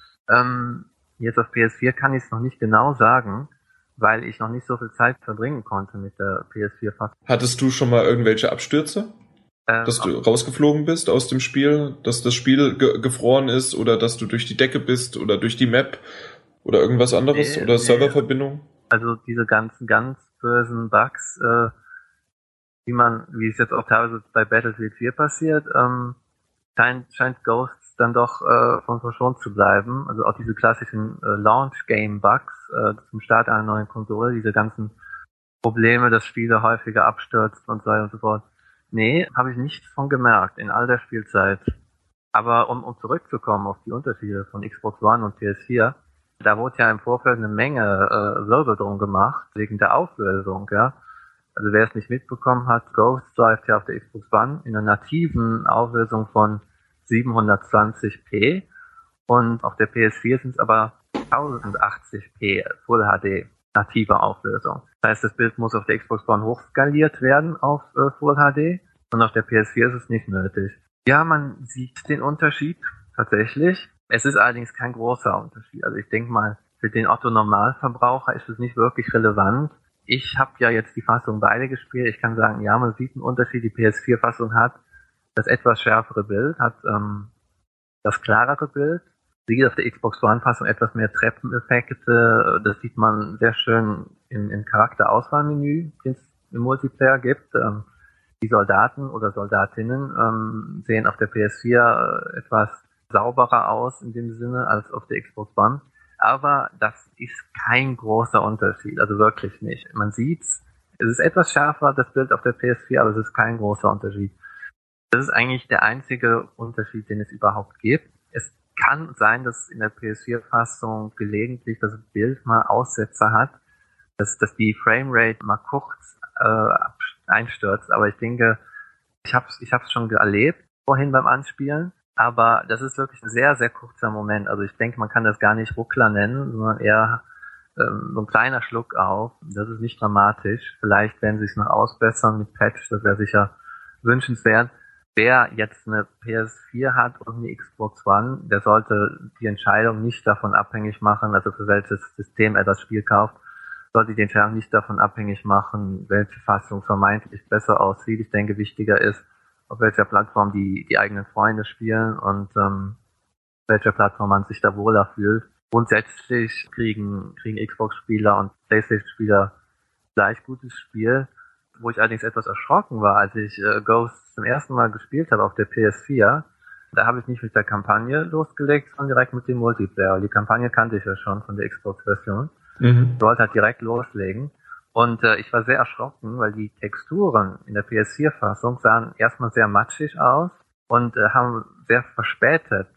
Jetzt auf PS4 kann ich es noch nicht genau sagen, weil ich noch nicht so viel Zeit verbringen konnte mit der PS4-Fassung. Hattest du schon mal irgendwelche Abstürze? Dass du rausgeflogen bist aus dem Spiel, dass das Spiel gefroren ist oder dass du durch die Decke bist oder durch die Map oder irgendwas anderes oder Serververbindung? Also diese ganzen ganz bösen Bugs, wie es jetzt auch teilweise bei Battlefield 4 passiert, scheint Ghosts dann doch von verschont zu bleiben. Also auch diese klassischen Launch-Game-Bugs zum Start einer neuen Konsole, diese ganzen Probleme, dass Spiele häufiger abstürzen und so weiter und so fort. Nee, habe ich nichts von gemerkt in all der Spielzeit. Aber um zurückzukommen auf die Unterschiede von Xbox One und PS4, da wurde ja im Vorfeld eine Menge Wirbel drum gemacht, wegen der Auflösung, ja. Also wer es nicht mitbekommen hat, Ghosts läuft ja auf der Xbox One in einer nativen Auflösung von 720p und auf der PS4 sind es aber 1080p Full HD native Auflösung. Das heißt, das Bild muss auf der Xbox One hochskaliert werden auf Full HD und auf der PS4 ist es nicht nötig. Ja, man sieht den Unterschied tatsächlich. Es ist allerdings kein großer Unterschied. Also ich denke mal, für den Otto-Normalverbraucher ist es nicht wirklich relevant. Ich habe ja jetzt die Fassung beide gespielt. Ich kann sagen, ja, man sieht einen Unterschied. Die PS4-Fassung hat das etwas schärfere Bild, hat das klarere Bild. Sie geht auf der Xbox One-Fassung etwas mehr Treppeneffekte. Das sieht man sehr schön im Charakterauswahlmenü, den es im Multiplayer gibt. Die Soldaten oder Soldatinnen sehen auf der PS4 etwas sauberer aus in dem Sinne als auf der Xbox One. Aber das ist kein großer Unterschied, also wirklich nicht. Man sieht's, es ist etwas schärfer, das Bild auf der PS4, aber es ist kein großer Unterschied. Das ist eigentlich der einzige Unterschied, den es überhaupt gibt. Es kann sein, dass in der PS4-Fassung gelegentlich das Bild mal Aussetzer hat, dass die Framerate mal kurz einstürzt, aber ich denke, ich hab's schon erlebt vorhin beim Anspielen. Aber das ist wirklich ein sehr, sehr kurzer Moment. Also ich denke, man kann das gar nicht Ruckler nennen, sondern eher so ein kleiner Schluck auf. Das ist nicht dramatisch. Vielleicht werden sie es noch ausbessern mit Patch, das wäre sicher wünschenswert. Wer jetzt eine PS4 hat und eine Xbox One, der sollte die Entscheidung nicht davon abhängig machen, also für welches System er das Spiel kauft, sollte die Entscheidung nicht davon abhängig machen, welche Fassung vermeintlich besser aussieht. Ich denke, wichtiger ist, auf welcher Plattform die eigenen Freunde spielen und welcher Plattform man sich da wohler fühlt. Grundsätzlich kriegen Xbox-Spieler und PlayStation-Spieler gleich gutes Spiel. Wo ich allerdings etwas erschrocken war, als ich Ghost zum ersten Mal gespielt habe auf der PS4, da habe ich nicht mit der Kampagne losgelegt, sondern direkt mit dem Multiplayer. Die Kampagne kannte ich ja schon von der Xbox-Version. Ich wollte halt direkt loslegen. Und ich war sehr erschrocken, weil die Texturen in der PS4-Fassung sahen erstmal sehr matschig aus und wurden sehr verspätet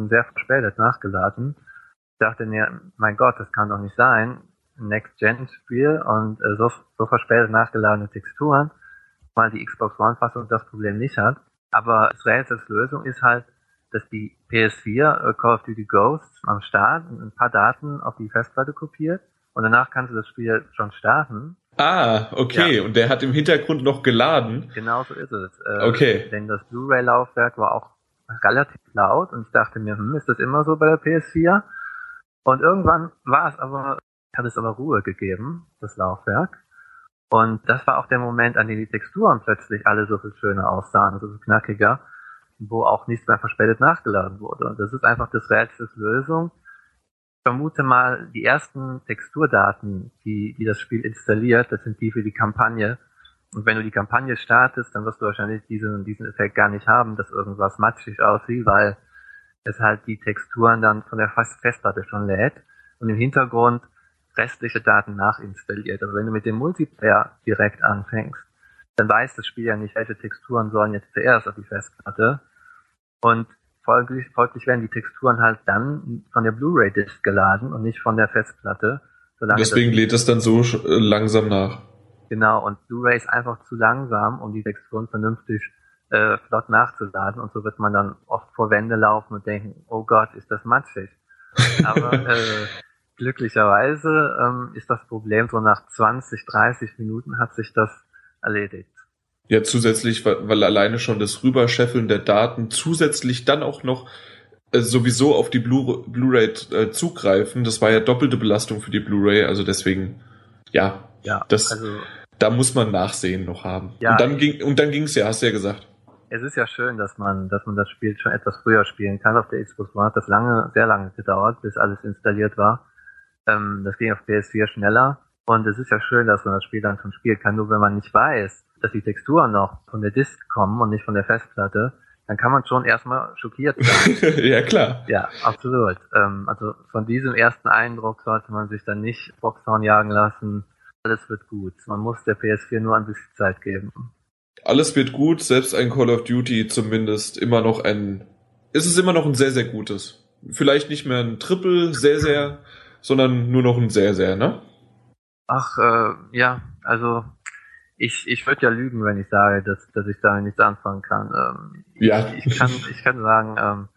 nachgeladen. Ich dachte mir, mein Gott, das kann doch nicht sein. Ein Next-Gen-Spiel und so verspätet nachgeladene Texturen, weil die Xbox One-Fassung das Problem nicht hat. Aber das Rätsels Lösung ist halt, dass die PS4 Call of Duty Ghosts am Start ein paar Daten auf die Festplatte kopiert. Und danach kannst du das Spiel schon starten. Ah, okay. Ja. Und der hat im Hintergrund noch geladen. Genau so ist es. Okay. Denn das Blu-ray-Laufwerk war auch relativ laut. Und ich dachte mir, ist das immer so bei der PS4? Und irgendwann war es aber hat es aber Ruhe gegeben, das Laufwerk. Und das war auch der Moment, an dem die Texturen plötzlich alle so viel schöner aussahen, so viel knackiger, wo auch nichts mehr verspätet nachgeladen wurde. Und das ist einfach des Rätsels Lösung. Ich vermute mal, die ersten Texturdaten, die das Spiel installiert, das sind die für die Kampagne. Und wenn du die Kampagne startest, dann wirst du wahrscheinlich diesen Effekt gar nicht haben, dass irgendwas matschig aussieht, weil es halt die Texturen dann von der Festplatte schon lädt und im Hintergrund restliche Daten nachinstalliert. Aber wenn du mit dem Multiplayer direkt anfängst, dann weiß das Spiel ja nicht, welche Texturen sollen jetzt zuerst auf die Festplatte. Und folglich werden die Texturen halt dann von der Blu-ray-Disc geladen und nicht von der Festplatte. Deswegen lädt es dann so langsam nach. Genau, und Blu-ray ist einfach zu langsam, um die Texturen vernünftig flott nachzuladen. Und so wird man dann oft vor Wände laufen und denken, oh Gott, ist das matschig. Aber glücklicherweise ist das Problem so nach 20, 30 Minuten hat sich das erledigt. Ja, zusätzlich, weil alleine schon das Rüberscheffeln der Daten zusätzlich dann auch noch sowieso auf die Blu-ray zugreifen. Das war ja doppelte Belastung für die Blu-ray, also deswegen, ja, da muss man Nachsehen noch haben. Ja, und dann ging's ja, hast du ja gesagt. Es ist ja schön, dass man das Spiel schon etwas früher spielen kann. Auf der Xbox One hat das sehr lange gedauert, bis alles installiert war. Das ging auf PS4 schneller. Und es ist ja schön, dass man das Spiel dann schon spielen kann. Nur wenn man nicht weiß, dass die Texturen noch von der Disk kommen und nicht von der Festplatte, dann kann man schon erstmal schockiert sein. Ja, klar. Ja, absolut. Also von diesem ersten Eindruck sollte man sich dann nicht Boxhorn jagen lassen. Alles wird gut. Man muss der PS4 nur ein bisschen Zeit geben. Alles wird gut, selbst ein Call of Duty zumindest immer noch ein sehr, sehr gutes. Vielleicht nicht mehr ein Triple, sehr, sehr, sondern nur noch ein sehr, sehr, ne? Ach, ja, also ich würde ja lügen, wenn ich sage, dass ich da nichts anfangen kann. Ja. Ich kann sagen,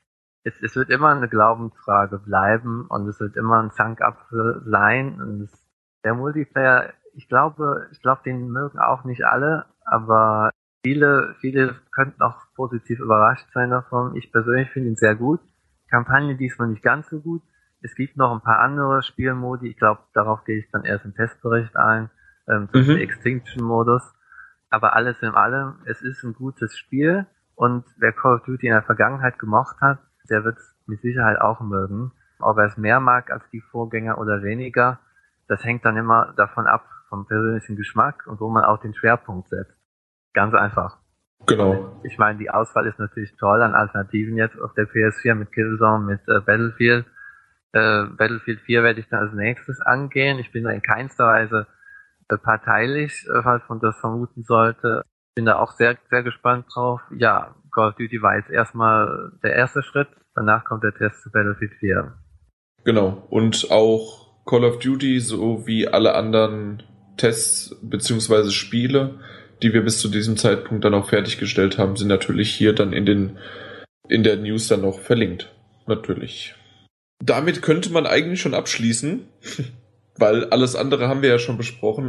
es wird immer eine Glaubensfrage bleiben und es wird immer ein Zankapfel sein. Und der Multiplayer, ich glaube, den mögen auch nicht alle, aber viele könnten auch positiv überrascht sein davon. Ich persönlich finde ihn sehr gut. Kampagne diesmal nicht ganz so gut. Es gibt noch ein paar andere Spielmodi. Ich glaube, darauf gehe ich dann erst im Testbericht ein. Zum Beispiel Extinction-Modus. Aber alles in allem, es ist ein gutes Spiel. Und wer Call of Duty in der Vergangenheit gemocht hat, der wird es mit Sicherheit auch mögen. Ob er es mehr mag als die Vorgänger oder weniger, das hängt dann immer davon ab, vom persönlichen Geschmack und wo man auch den Schwerpunkt setzt. Ganz einfach. Genau. Ich meine, die Auswahl ist natürlich toll an Alternativen jetzt auf der PS4 mit Killzone, mit Battlefield. Battlefield 4 werde ich dann als nächstes angehen. Ich bin da in keinster Weise parteilich, falls man das vermuten sollte. Bin da auch sehr, sehr gespannt drauf. Ja, Call of Duty war jetzt erstmal der erste Schritt. Danach kommt der Test zu Battlefield 4. Genau. Und auch Call of Duty, so wie alle anderen Tests bzw. Spiele, die wir bis zu diesem Zeitpunkt dann auch fertiggestellt haben, sind natürlich hier dann in der News dann noch verlinkt. Natürlich. Damit könnte man eigentlich schon abschließen, weil alles andere haben wir ja schon besprochen,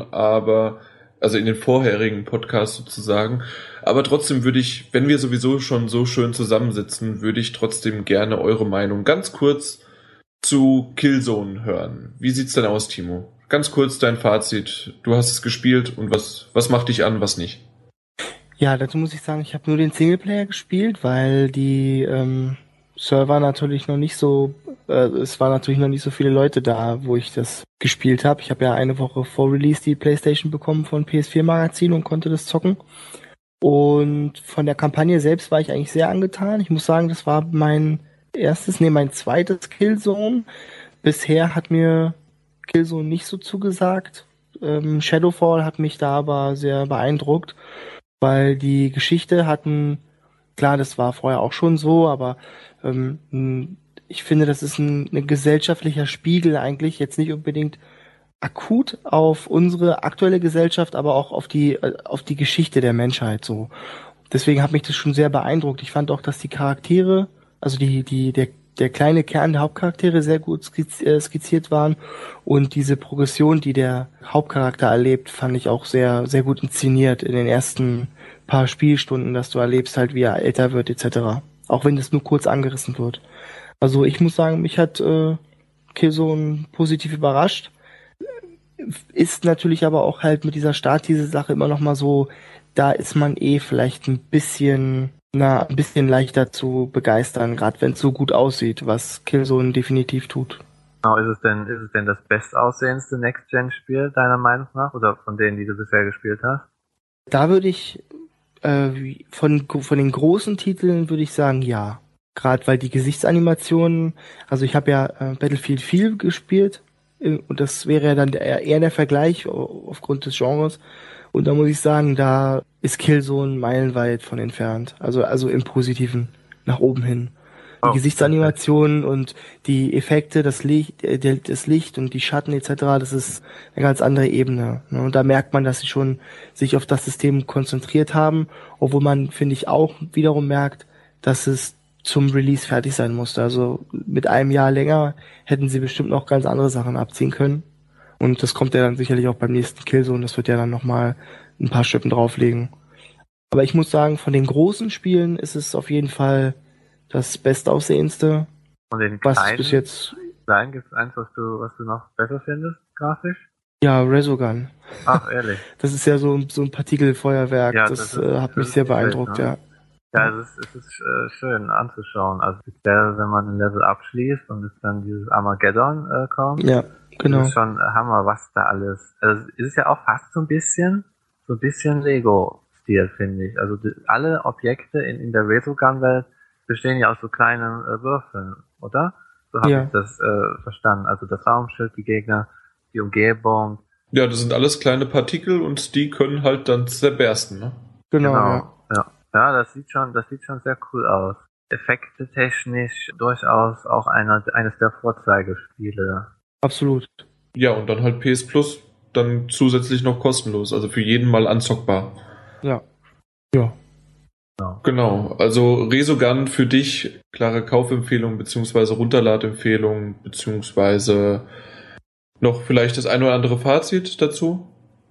also in den vorherigen Podcasts sozusagen. Aber trotzdem würde ich, wenn wir sowieso schon so schön zusammensitzen, würde ich trotzdem gerne eure Meinung ganz kurz zu Killzone hören. Wie sieht's denn aus, Timo? Ganz kurz dein Fazit. Du hast es gespielt und was macht dich an, was nicht? Ja, dazu muss ich sagen, ich habe nur den Singleplayer gespielt, weil die Server natürlich noch nicht so, es waren natürlich noch nicht so viele Leute da, wo ich das gespielt habe. Ich habe ja eine Woche vor Release die PlayStation bekommen von PS4 Magazin und konnte das zocken. Und von der Kampagne selbst war ich eigentlich sehr angetan. Ich muss sagen, das war mein zweites Killzone. Bisher hat mir Killzone nicht so zugesagt. Shadowfall hat mich da aber sehr beeindruckt, weil die Geschichte klar, das war vorher auch schon so, aber ich finde, das ist ein gesellschaftlicher Spiegel eigentlich, jetzt nicht unbedingt akut auf unsere aktuelle Gesellschaft, aber auch auf die Geschichte der Menschheit so. Deswegen hat mich das schon sehr beeindruckt. Ich fand auch, dass die Charaktere, also der kleine Kern der Hauptcharaktere sehr gut skizziert waren und diese Progression, die der Hauptcharakter erlebt, fand ich auch sehr, sehr gut inszeniert in den ersten paar Spielstunden, dass du erlebst halt, wie er älter wird etc. Auch wenn das nur kurz angerissen wird. Also ich muss sagen, mich hat Killzone positiv überrascht. ist natürlich aber auch halt mit dieser Start-Sache immer noch mal so, da ist man vielleicht ein bisschen leichter zu begeistern, gerade wenn es so gut aussieht, was Killzone definitiv tut. Genau, ist es denn das bestaussehendste Next-Gen-Spiel, deiner Meinung nach? Oder von denen, die du bisher gespielt hast? Da würde ich, von den großen Titeln würde ich sagen, ja. Gerade weil die Gesichtsanimationen, also ich habe ja Battlefield 4 gespielt, und das wäre ja dann eher der Vergleich aufgrund des Genres. Und da muss ich sagen, da ist Killzone meilenweit von entfernt. Also im Positiven, nach oben hin. Die Gesichtsanimationen und die Effekte, das Licht und die Schatten etc., das ist eine ganz andere Ebene. Ne? Und da merkt man, dass sie schon sich auf das System konzentriert haben, obwohl man, finde ich, auch wiederum merkt, dass es zum Release fertig sein musste. Also mit einem Jahr länger hätten sie bestimmt noch ganz andere Sachen abziehen können. Und das kommt ja dann sicherlich auch beim nächsten Killzone. Das wird ja dann nochmal ein paar Schippen drauflegen. Aber ich muss sagen, von den großen Spielen ist es auf jeden Fall das bestaussehendste. Von den was kleinen, bis jetzt. Kleinen gibt es eins, was du noch besser findest, grafisch? Ja, Resogun. Ach, ehrlich. Das ist ja so ein Partikelfeuerwerk. Ja, das hat mich sehr beeindruckt, ne? ja. Ja, es ist schön anzuschauen. Also speziell, wenn man ein Level abschließt und es dann dieses Armageddon kommt. Ja, genau. Das ist schon Hammer, was da alles. Also es ist ja auch fast so ein bisschen Lego-Stil, finde ich. Also alle Objekte in der Resogun-Welt bestehen ja aus so kleinen Würfeln, oder? So habe ich das verstanden. Also das Raumschild, die Gegner, die Umgebung. Ja, das sind alles kleine Partikel und die können halt dann zerbersten, ne? Genau. Ja. Ja, das sieht schon sehr cool aus. Effekte technisch durchaus auch eines der Vorzeigespiele. Absolut. Ja, und dann halt PS Plus dann zusätzlich noch kostenlos, also für jeden mal anzockbar. Ja. Genau, also Resogun für dich, klare Kaufempfehlung beziehungsweise Runterladempfehlung beziehungsweise noch vielleicht das ein oder andere Fazit dazu?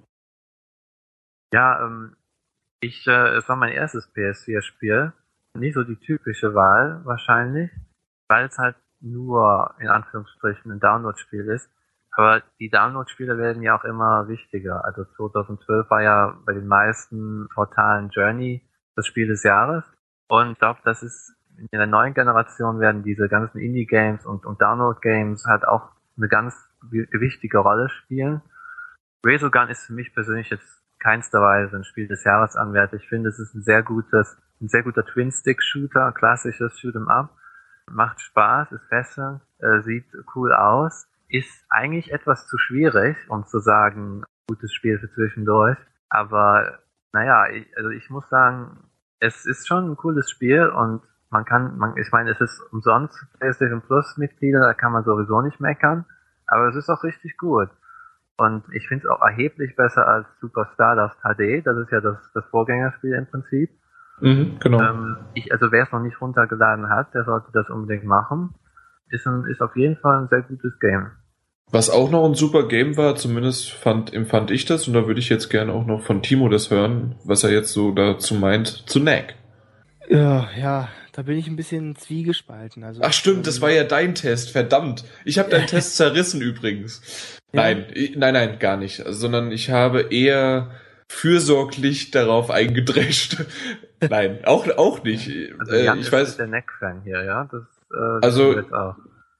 Ja, es war mein erstes PS4-Spiel. Nicht so die typische Wahl wahrscheinlich, weil es halt nur in Anführungsstrichen ein Download-Spiel ist. Aber die Download-Spiele werden ja auch immer wichtiger. Also 2012 war ja bei den meisten Portalen Journey das Spiel des Jahres. Und ich glaube, das ist in der neuen Generation werden diese ganzen Indie-Games und Download-Games halt auch eine ganz gewichtige Rolle spielen. Resogun ist für mich persönlich jetzt keinster Weise ein Spiel des Jahres anwärter. Ich finde, es ist ein sehr guter Twin-Stick-Shooter, klassisches Shoot'em-up. Macht Spaß, ist fesselnd, sieht cool aus, ist eigentlich etwas zu schwierig, um zu sagen, gutes Spiel für zwischendurch. Aber naja, ich muss sagen, es ist schon ein cooles Spiel und ich meine, es ist umsonst PlayStation Plus Mitglieder, da kann man sowieso nicht meckern, aber es ist auch richtig gut. Und ich finde es auch erheblich besser als Super Stardust HD, das ist ja das Vorgängerspiel im Prinzip. Mhm, genau. Wer es noch nicht runtergeladen hat, der sollte das unbedingt machen. Ist auf jeden Fall ein sehr gutes Game. Was auch noch ein super Game war, zumindest empfand ich das, und da würde ich jetzt gerne auch noch von Timo das hören, was er jetzt so dazu meint, zu Knack. Ja, da bin ich ein bisschen zwiegespalten. Also, ach stimmt, das war ja dein Test, verdammt. Ich habe deinen Test zerrissen übrigens. Ja? Nein, gar nicht. Sondern ich habe eher fürsorglich darauf eingedrescht. Nein, auch nicht. Also Jan ich ist weiß, der Knack-Fan hier, ja? Das also jetzt auch.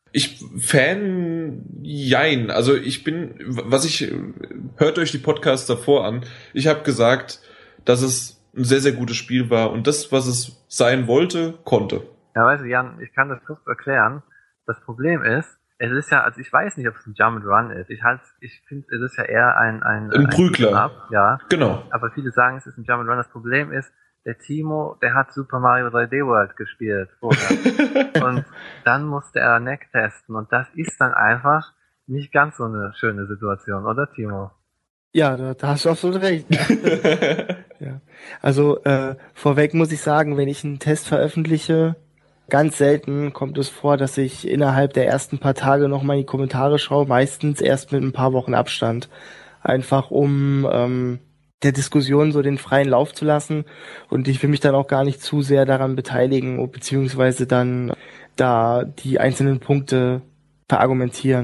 Jein. Also hört euch die Podcasts davor an. Ich habe gesagt, dass es ein sehr, sehr gutes Spiel war und das, was es sein wollte, konnte. Ja, weißt du, Jan, ich kann das kurz erklären. Das Problem ist, es ist ja, also ich weiß nicht, ob es ein Jump and Run ist. Ich finde, es ist ja eher ein Prügler. Ja. Genau. Aber viele sagen, es ist ein Jump and Run. Das Problem ist, der Timo, der hat Super Mario 3D World gespielt vorher. Und dann musste er Knack testen und das ist dann einfach nicht ganz so eine schöne Situation, oder Timo? Ja, da hast du absolut recht. Ja. Also vorweg muss ich sagen, wenn ich einen Test veröffentliche, ganz selten kommt es vor, dass ich innerhalb der ersten paar Tage noch mal in die Kommentare schaue, meistens erst mit ein paar Wochen Abstand. Einfach um der Diskussion so den freien Lauf zu lassen und ich will mich dann auch gar nicht zu sehr daran beteiligen, beziehungsweise dann da die einzelnen Punkte verargumentieren.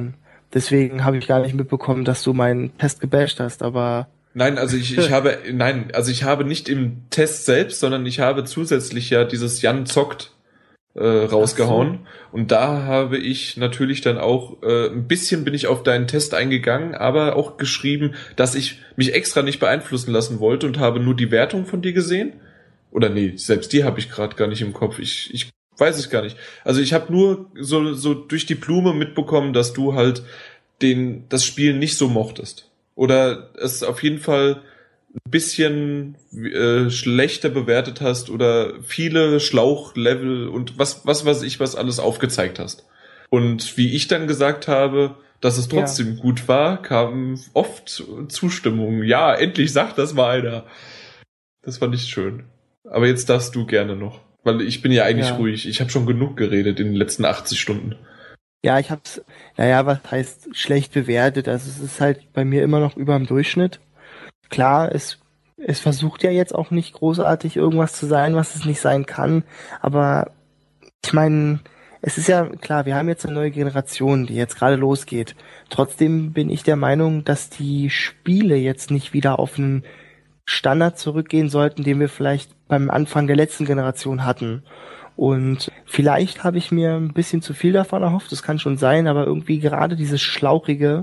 Deswegen habe ich gar nicht mitbekommen, dass du meinen Test gebasht hast, aber Nein, also ich habe nicht im Test selbst, sondern ich habe zusätzlich ja dieses Jan zockt rausgehauen. Und da habe ich natürlich dann auch ein bisschen bin ich auf deinen Test eingegangen, aber auch geschrieben, dass ich mich extra nicht beeinflussen lassen wollte und habe nur die Wertung von dir gesehen. Oder nee, selbst die habe ich gerade gar nicht im Kopf. Ich weiß es gar nicht. Also ich habe nur so durch die Blume mitbekommen, dass du halt das Spiel nicht so mochtest. Oder es auf jeden Fall ein bisschen schlechter bewertet hast oder viele Schlauchlevel und was weiß ich, was alles aufgezeigt hast. Und wie ich dann gesagt habe, dass es trotzdem gut war, kam oft Zustimmung. Ja, endlich sagt das mal einer. Das fand ich schön. Aber jetzt darfst du gerne noch. Weil ich bin ja eigentlich ruhig. Ich habe schon genug geredet in den letzten 80 Stunden. ja, ich hab's, was heißt schlecht bewertet? Also es ist halt bei mir immer noch über dem Durchschnitt. Klar, es versucht ja jetzt auch nicht großartig irgendwas zu sein, was es nicht sein kann, aber ich meine, es ist ja klar, wir haben jetzt eine neue Generation, die jetzt gerade losgeht. Trotzdem bin ich der Meinung, dass die Spiele jetzt nicht wieder auf einen Standard zurückgehen sollten, den wir vielleicht beim Anfang der letzten Generation hatten. Und vielleicht habe ich mir ein bisschen zu viel davon erhofft, das kann schon sein, aber irgendwie gerade dieses Schlauchige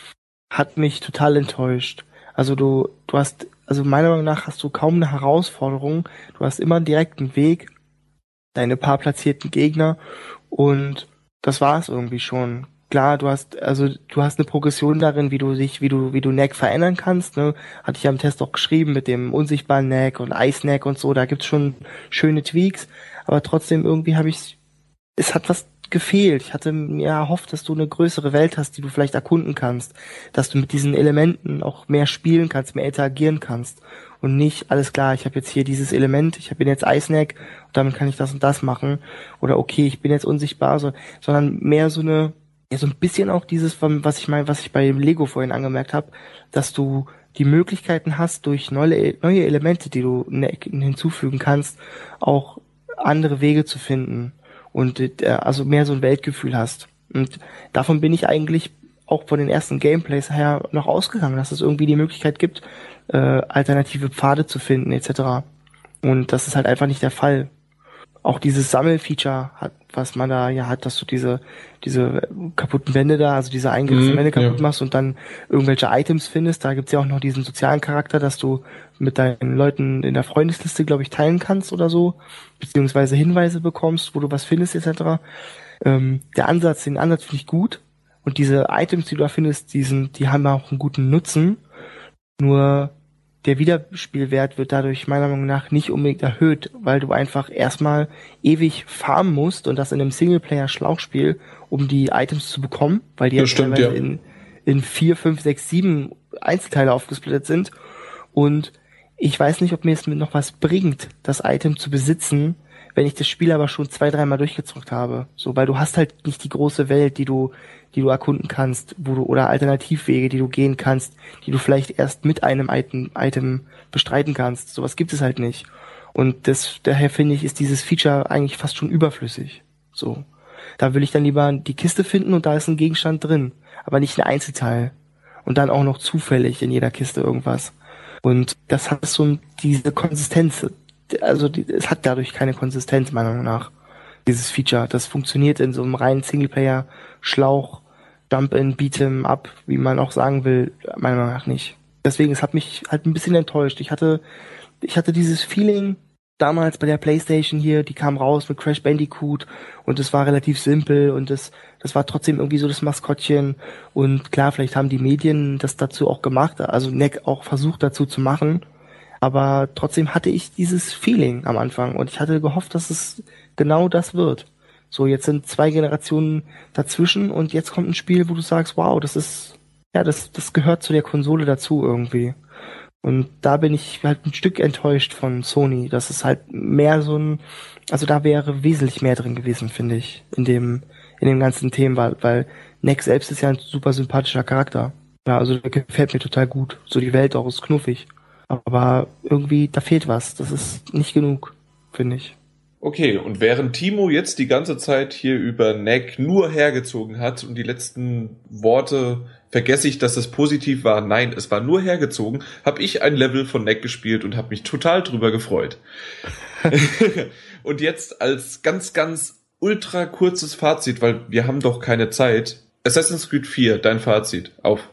hat mich total enttäuscht. Also du hast, also meiner Meinung nach hast du kaum eine Herausforderung, du hast immer einen direkten Weg, deine paar platzierten Gegner und das war's irgendwie schon. Klar, du hast eine Progression darin, wie du Neck verändern kannst, ne? Hatte ich ja im Test auch geschrieben mit dem unsichtbaren Neck und Ice Neck und so, da gibt's schon schöne Tweaks, aber trotzdem irgendwie es hat was gefehlt. Ich hatte mir erhofft, dass du eine größere Welt hast, die du vielleicht erkunden kannst, dass du mit diesen Elementen auch mehr spielen kannst, mehr interagieren kannst und nicht, alles klar, ich habe jetzt hier dieses Element, ich bin jetzt Ice Neck und damit kann ich das und das machen oder okay, ich bin jetzt unsichtbar, sondern mehr so ein bisschen auch dieses, was ich bei Lego vorhin angemerkt habe, dass du die Möglichkeiten hast, durch neue Elemente, die du hinzufügen kannst, auch andere Wege zu finden und also mehr so ein Weltgefühl hast. Und davon bin ich eigentlich auch von den ersten Gameplays her noch ausgegangen, dass es irgendwie die Möglichkeit gibt, alternative Pfade zu finden etc. Und das ist halt einfach nicht der Fall. Auch dieses Sammelfeature hat, was man da ja hat, dass du diese kaputten Wände da, also diese eingerissenen Wände kaputt machst und dann irgendwelche Items findest. Da gibt's ja auch noch diesen sozialen Charakter, dass du mit deinen Leuten in der Freundesliste, glaube ich, teilen kannst oder so, beziehungsweise Hinweise bekommst, wo du was findest etc. Den Ansatz finde ich gut. Und diese Items, die du da findest, die haben auch einen guten Nutzen. Nur der Wiederspielwert wird dadurch meiner Meinung nach nicht unbedingt erhöht, weil du einfach erstmal ewig farmen musst und das in einem Singleplayer-Schlauchspiel, um die Items zu bekommen, weil die teilweise in 4, 5, 6, 7 Einzelteile aufgesplittet sind. Und ich weiß nicht, ob mir es noch was bringt, das Item zu besitzen, wenn ich das Spiel aber schon 2, 3 Mal durchgezockt habe. So, weil du hast halt nicht die große Welt, die du erkunden kannst, oder Alternativwege, die du gehen kannst, die du vielleicht erst mit einem Item bestreiten kannst. Sowas gibt es halt nicht. Und daher finde ich, ist dieses Feature eigentlich fast schon überflüssig. So. Da will ich dann lieber die Kiste finden und da ist ein Gegenstand drin. Aber nicht ein Einzelteil. Und dann auch noch zufällig in jeder Kiste irgendwas. Und das hat so diese Konsistenz. Also es hat dadurch keine Konsistenz, meiner Meinung nach. Dieses Feature. Das funktioniert in so einem reinen Singleplayer-Schlauch, Jump-in, Beat'em-up, wie man auch sagen will, meiner Meinung nach nicht. Deswegen, es hat mich halt ein bisschen enttäuscht. Ich hatte dieses Feeling damals bei der PlayStation hier, die kam raus mit Crash Bandicoot und es war relativ simpel und das war trotzdem irgendwie so das Maskottchen und klar, vielleicht haben die Medien das dazu auch gemacht, also NEC auch versucht dazu zu machen, aber trotzdem hatte ich dieses Feeling am Anfang und ich hatte gehofft, dass es genau das wird. So, jetzt sind 2 Generationen dazwischen und jetzt kommt ein Spiel, wo du sagst, wow, das gehört zu der Konsole dazu irgendwie. Und da bin ich halt ein Stück enttäuscht von Sony, dass es halt mehr also da wäre wesentlich mehr drin gewesen, finde ich, in dem ganzen Thema, weil Neck selbst ist ja ein super sympathischer Charakter. Ja, also der gefällt mir total gut. So die Welt auch ist knuffig. Aber irgendwie, da fehlt was. Das ist nicht genug, finde ich. Okay, und während Timo jetzt die ganze Zeit hier über Neck nur hergezogen hat und die letzten Worte vergesse ich, dass es positiv war. Nein, es war nur hergezogen, habe ich ein Level von Neck gespielt und habe mich total drüber gefreut. Und jetzt als ganz, ganz ultra kurzes Fazit, weil wir haben doch keine Zeit. Assassin's Creed 4, dein Fazit. Auf.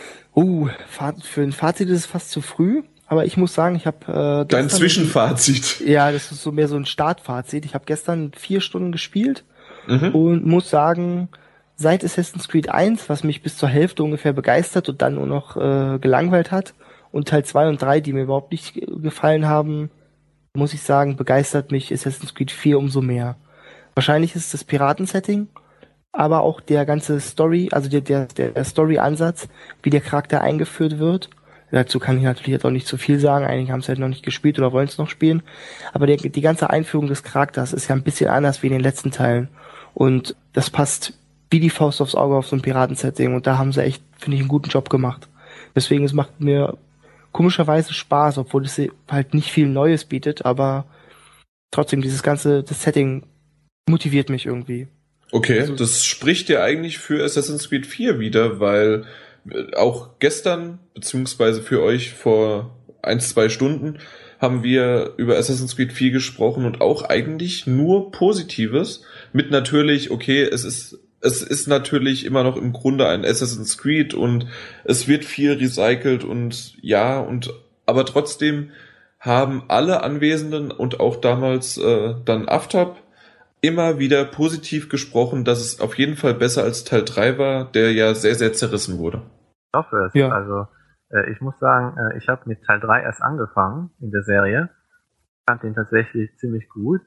Für ein Fazit ist es fast zu früh, aber ich muss sagen, ich habe Dein Zwischenfazit. Ja, das ist so mehr so ein Startfazit. Ich habe gestern 4 Stunden gespielt Mhm. und muss sagen, seit Assassin's Creed 1, was mich bis zur Hälfte ungefähr begeistert und dann nur noch gelangweilt hat, und Teil 2 und 3, die mir überhaupt nicht gefallen haben, muss ich sagen, begeistert mich Assassin's Creed 4 umso mehr. Wahrscheinlich ist es das Piratensetting, aber auch der ganze Story, also der Story-Ansatz, wie der Charakter eingeführt wird. Dazu kann ich natürlich jetzt auch nicht zu viel sagen. Einige haben es halt noch nicht gespielt oder wollen es noch spielen. Aber die ganze Einführung des Charakters ist ja ein bisschen anders wie in den letzten Teilen. Und das passt wie die Faust aufs Auge auf so ein Piratensetting. Und da haben sie echt, finde ich, einen guten Job gemacht. Deswegen, es macht mir komischerweise Spaß, obwohl es halt nicht viel Neues bietet. Aber trotzdem, das Setting motiviert mich irgendwie. Okay, Also- das spricht ja eigentlich für Assassin's Creed 4 wieder, weil auch gestern, beziehungsweise für euch vor 1-2 Stunden, haben wir über Assassin's Creed 4 gesprochen und auch eigentlich nur Positives. Mit natürlich, okay, es ist natürlich immer noch im Grunde ein Assassin's Creed und es wird viel recycelt und ja, aber trotzdem haben alle Anwesenden und auch damals dann Aftab immer wieder positiv gesprochen, dass es auf jeden Fall besser als Teil 3 war, der ja sehr, sehr zerrissen wurde. Ich hoffe es. Ja. Also, ich muss sagen, ich habe mit Teil 3 erst angefangen in der Serie. Ich fand den tatsächlich ziemlich gut.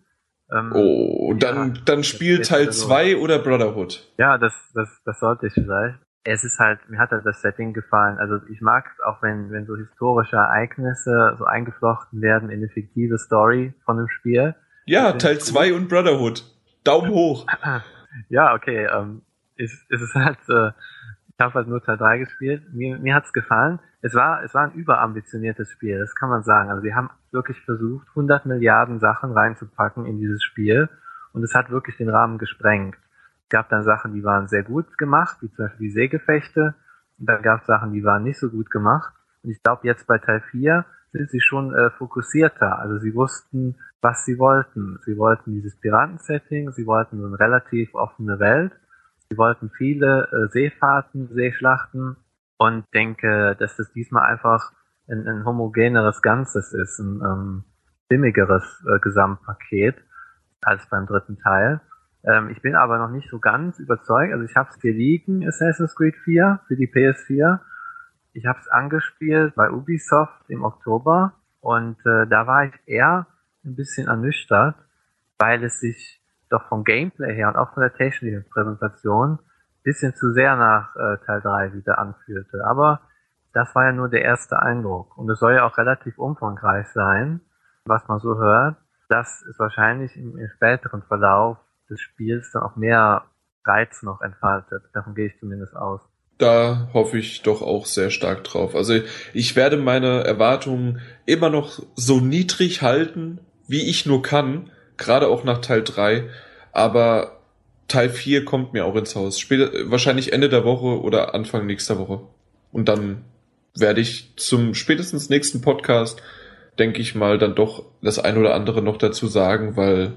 Oh, dann spiel jetzt Teil wieder los. 2 oder Brotherhood. Ja, das sollte ich vielleicht. Es ist halt, mir hat halt das Setting gefallen. Also ich mag es auch, wenn so historische Ereignisse so eingeflochten werden in eine fiktive Story von dem Spiel. Ja, Das Teil finde ich 2 und Brotherhood. Daumen hoch. Ja, okay. Es ist halt, ich habe halt nur Teil 3 gespielt. Mir hat's gefallen. Es war ein überambitioniertes Spiel, das kann man sagen. Also sie haben wirklich versucht, 100 Milliarden Sachen reinzupacken in dieses Spiel und es hat wirklich den Rahmen gesprengt. Es gab dann Sachen, die waren sehr gut gemacht, wie zum Beispiel die Seegefechte. Und dann gab es Sachen, die waren nicht so gut gemacht. Und ich glaube, jetzt bei Teil 4 sind sie schon fokussierter. Also sie wussten, was sie wollten. Sie wollten dieses Piratensetting, sie wollten so eine relativ offene Welt. Sie wollten viele Seefahrten, Seeschlachten und denke, dass das diesmal einfach ein homogeneres Ganzes ist, ein stimmigeres Gesamtpaket als beim dritten Teil. Ich bin aber noch nicht so ganz überzeugt. Also ich habe es hier liegen, Assassin's Creed 4 für die PS4. Ich habe es angespielt bei Ubisoft im Oktober und da war ich eher ein bisschen ernüchtert, weil es sich doch vom Gameplay her und auch von der technischen Präsentation ein bisschen zu sehr nach Teil 3 wieder anfühlte. Aber das war ja nur der erste Eindruck. Und es soll ja auch relativ umfangreich sein, was man so hört. Das ist wahrscheinlich im späteren Verlauf des Spiels dann auch mehr Reiz noch entfaltet. Davon gehe ich zumindest aus. Da hoffe ich doch auch sehr stark drauf. Also ich werde meine Erwartungen immer noch so niedrig halten, wie ich nur kann, gerade auch nach Teil 3, aber Teil 4 kommt mir auch ins Haus. Wahrscheinlich Ende der Woche oder Anfang nächster Woche. Und dann werde ich zum spätestens nächsten Podcast, denke ich mal, dann doch das ein oder andere noch dazu sagen, weil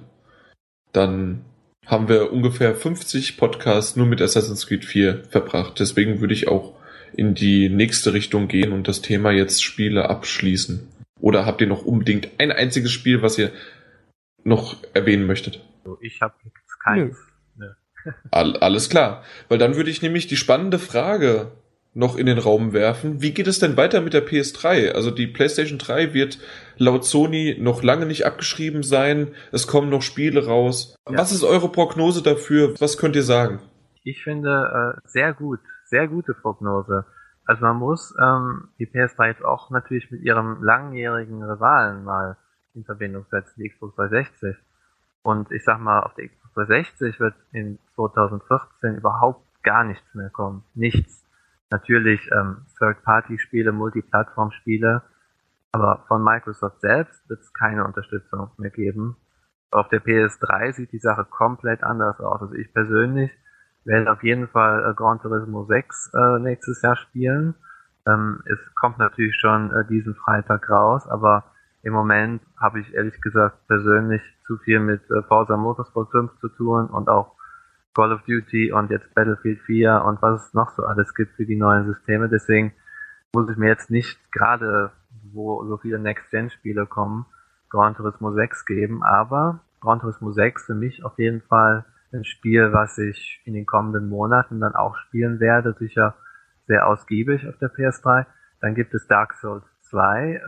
dann haben wir ungefähr 50 Podcasts nur mit Assassin's Creed 4 verbracht. Deswegen würde ich auch in die nächste Richtung gehen und das Thema jetzt Spiele abschließen. Oder habt ihr noch unbedingt ein einziges Spiel, was ihr noch erwähnen möchtet? So, ich habe jetzt keins. Nö. Alles klar. Weil dann würde ich nämlich die spannende Frage noch in den Raum werfen. Wie geht es denn weiter mit der PS3? Also die PlayStation 3 wird laut Sony noch lange nicht abgeschrieben sein. Es kommen noch Spiele raus. Ja. Was ist eure Prognose dafür? Was könnt ihr sagen? Ich finde, sehr gute Prognose. Also man muss die PS3 jetzt auch natürlich mit ihrem langjährigen Rivalen mal in Verbindung setzen, die Xbox 360. Und ich sag mal, auf der Xbox 360 wird in 2014 überhaupt gar nichts mehr kommen. Nichts. Natürlich Third-Party-Spiele, Multiplattform-Spiele, aber von Microsoft selbst wird es keine Unterstützung mehr geben. Auf der PS3 sieht die Sache komplett anders aus. Also ich persönlich werde auf jeden Fall Gran Turismo 6 nächstes Jahr spielen. Es kommt natürlich schon diesen Freitag raus, aber im Moment habe ich ehrlich gesagt persönlich zu viel mit Forza Motorsport 5 zu tun und auch Call of Duty und jetzt Battlefield 4 und was es noch so alles gibt für die neuen Systeme. Deswegen muss ich mir jetzt nicht gerade, wo so viele Next-Gen-Spiele kommen, Gran Turismo 6 geben, aber Gran Turismo 6 für mich auf jeden Fall ein Spiel, was ich in den kommenden Monaten dann auch spielen werde, sicher sehr ausgiebig auf der PS3. Dann gibt es Dark Souls 2,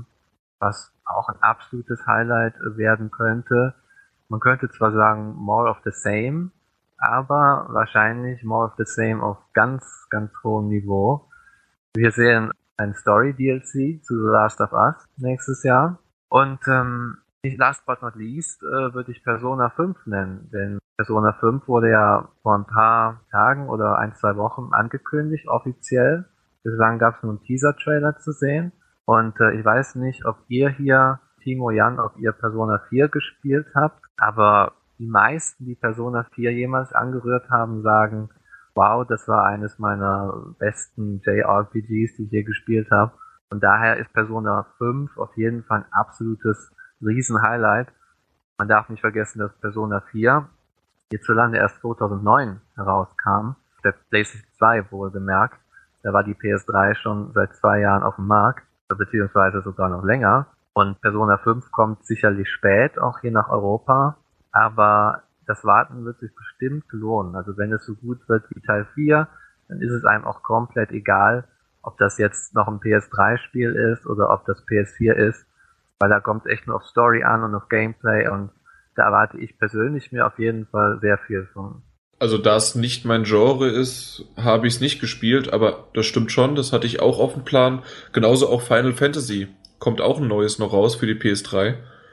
was auch ein absolutes Highlight werden könnte. Man könnte zwar sagen more of the same, aber wahrscheinlich more of the same auf ganz, ganz hohem Niveau. Wir sehen ein Story-DLC zu The Last of Us nächstes Jahr. Und last but not least würde ich Persona 5 nennen, denn Persona 5 wurde ja vor ein paar Tagen oder 1-2 Wochen angekündigt, offiziell. Bislang gab es nur einen Teaser-Trailer zu sehen. Und ich weiß nicht, ob ihr hier, Timo, Jan, ob ihr Persona 4 gespielt habt, aber die meisten, die Persona 4 jemals angerührt haben, sagen, wow, das war eines meiner besten JRPGs, die ich je gespielt habe. Und daher ist Persona 5 auf jeden Fall ein absolutes Riesen-Highlight. Man darf nicht vergessen, dass Persona 4 hierzulande erst 2009 herauskam. Der PlayStation 2 wohl bemerkt. Da war die PS3 schon seit 2 Jahren auf dem Markt, beziehungsweise sogar noch länger. Und Persona 5 kommt sicherlich spät, auch hier nach Europa. Aber das Warten wird sich bestimmt lohnen. Also wenn es so gut wird wie Teil 4, dann ist es einem auch komplett egal, ob das jetzt noch ein PS3-Spiel ist oder ob das PS4 ist, weil da kommt es echt nur auf Story an und auf Gameplay und da erwarte ich persönlich mir auf jeden Fall sehr viel von. Also da es nicht mein Genre ist, habe ich es nicht gespielt, aber das stimmt schon, das hatte ich auch auf dem Plan. Genauso auch Final Fantasy. Kommt auch ein neues noch raus für die PS3.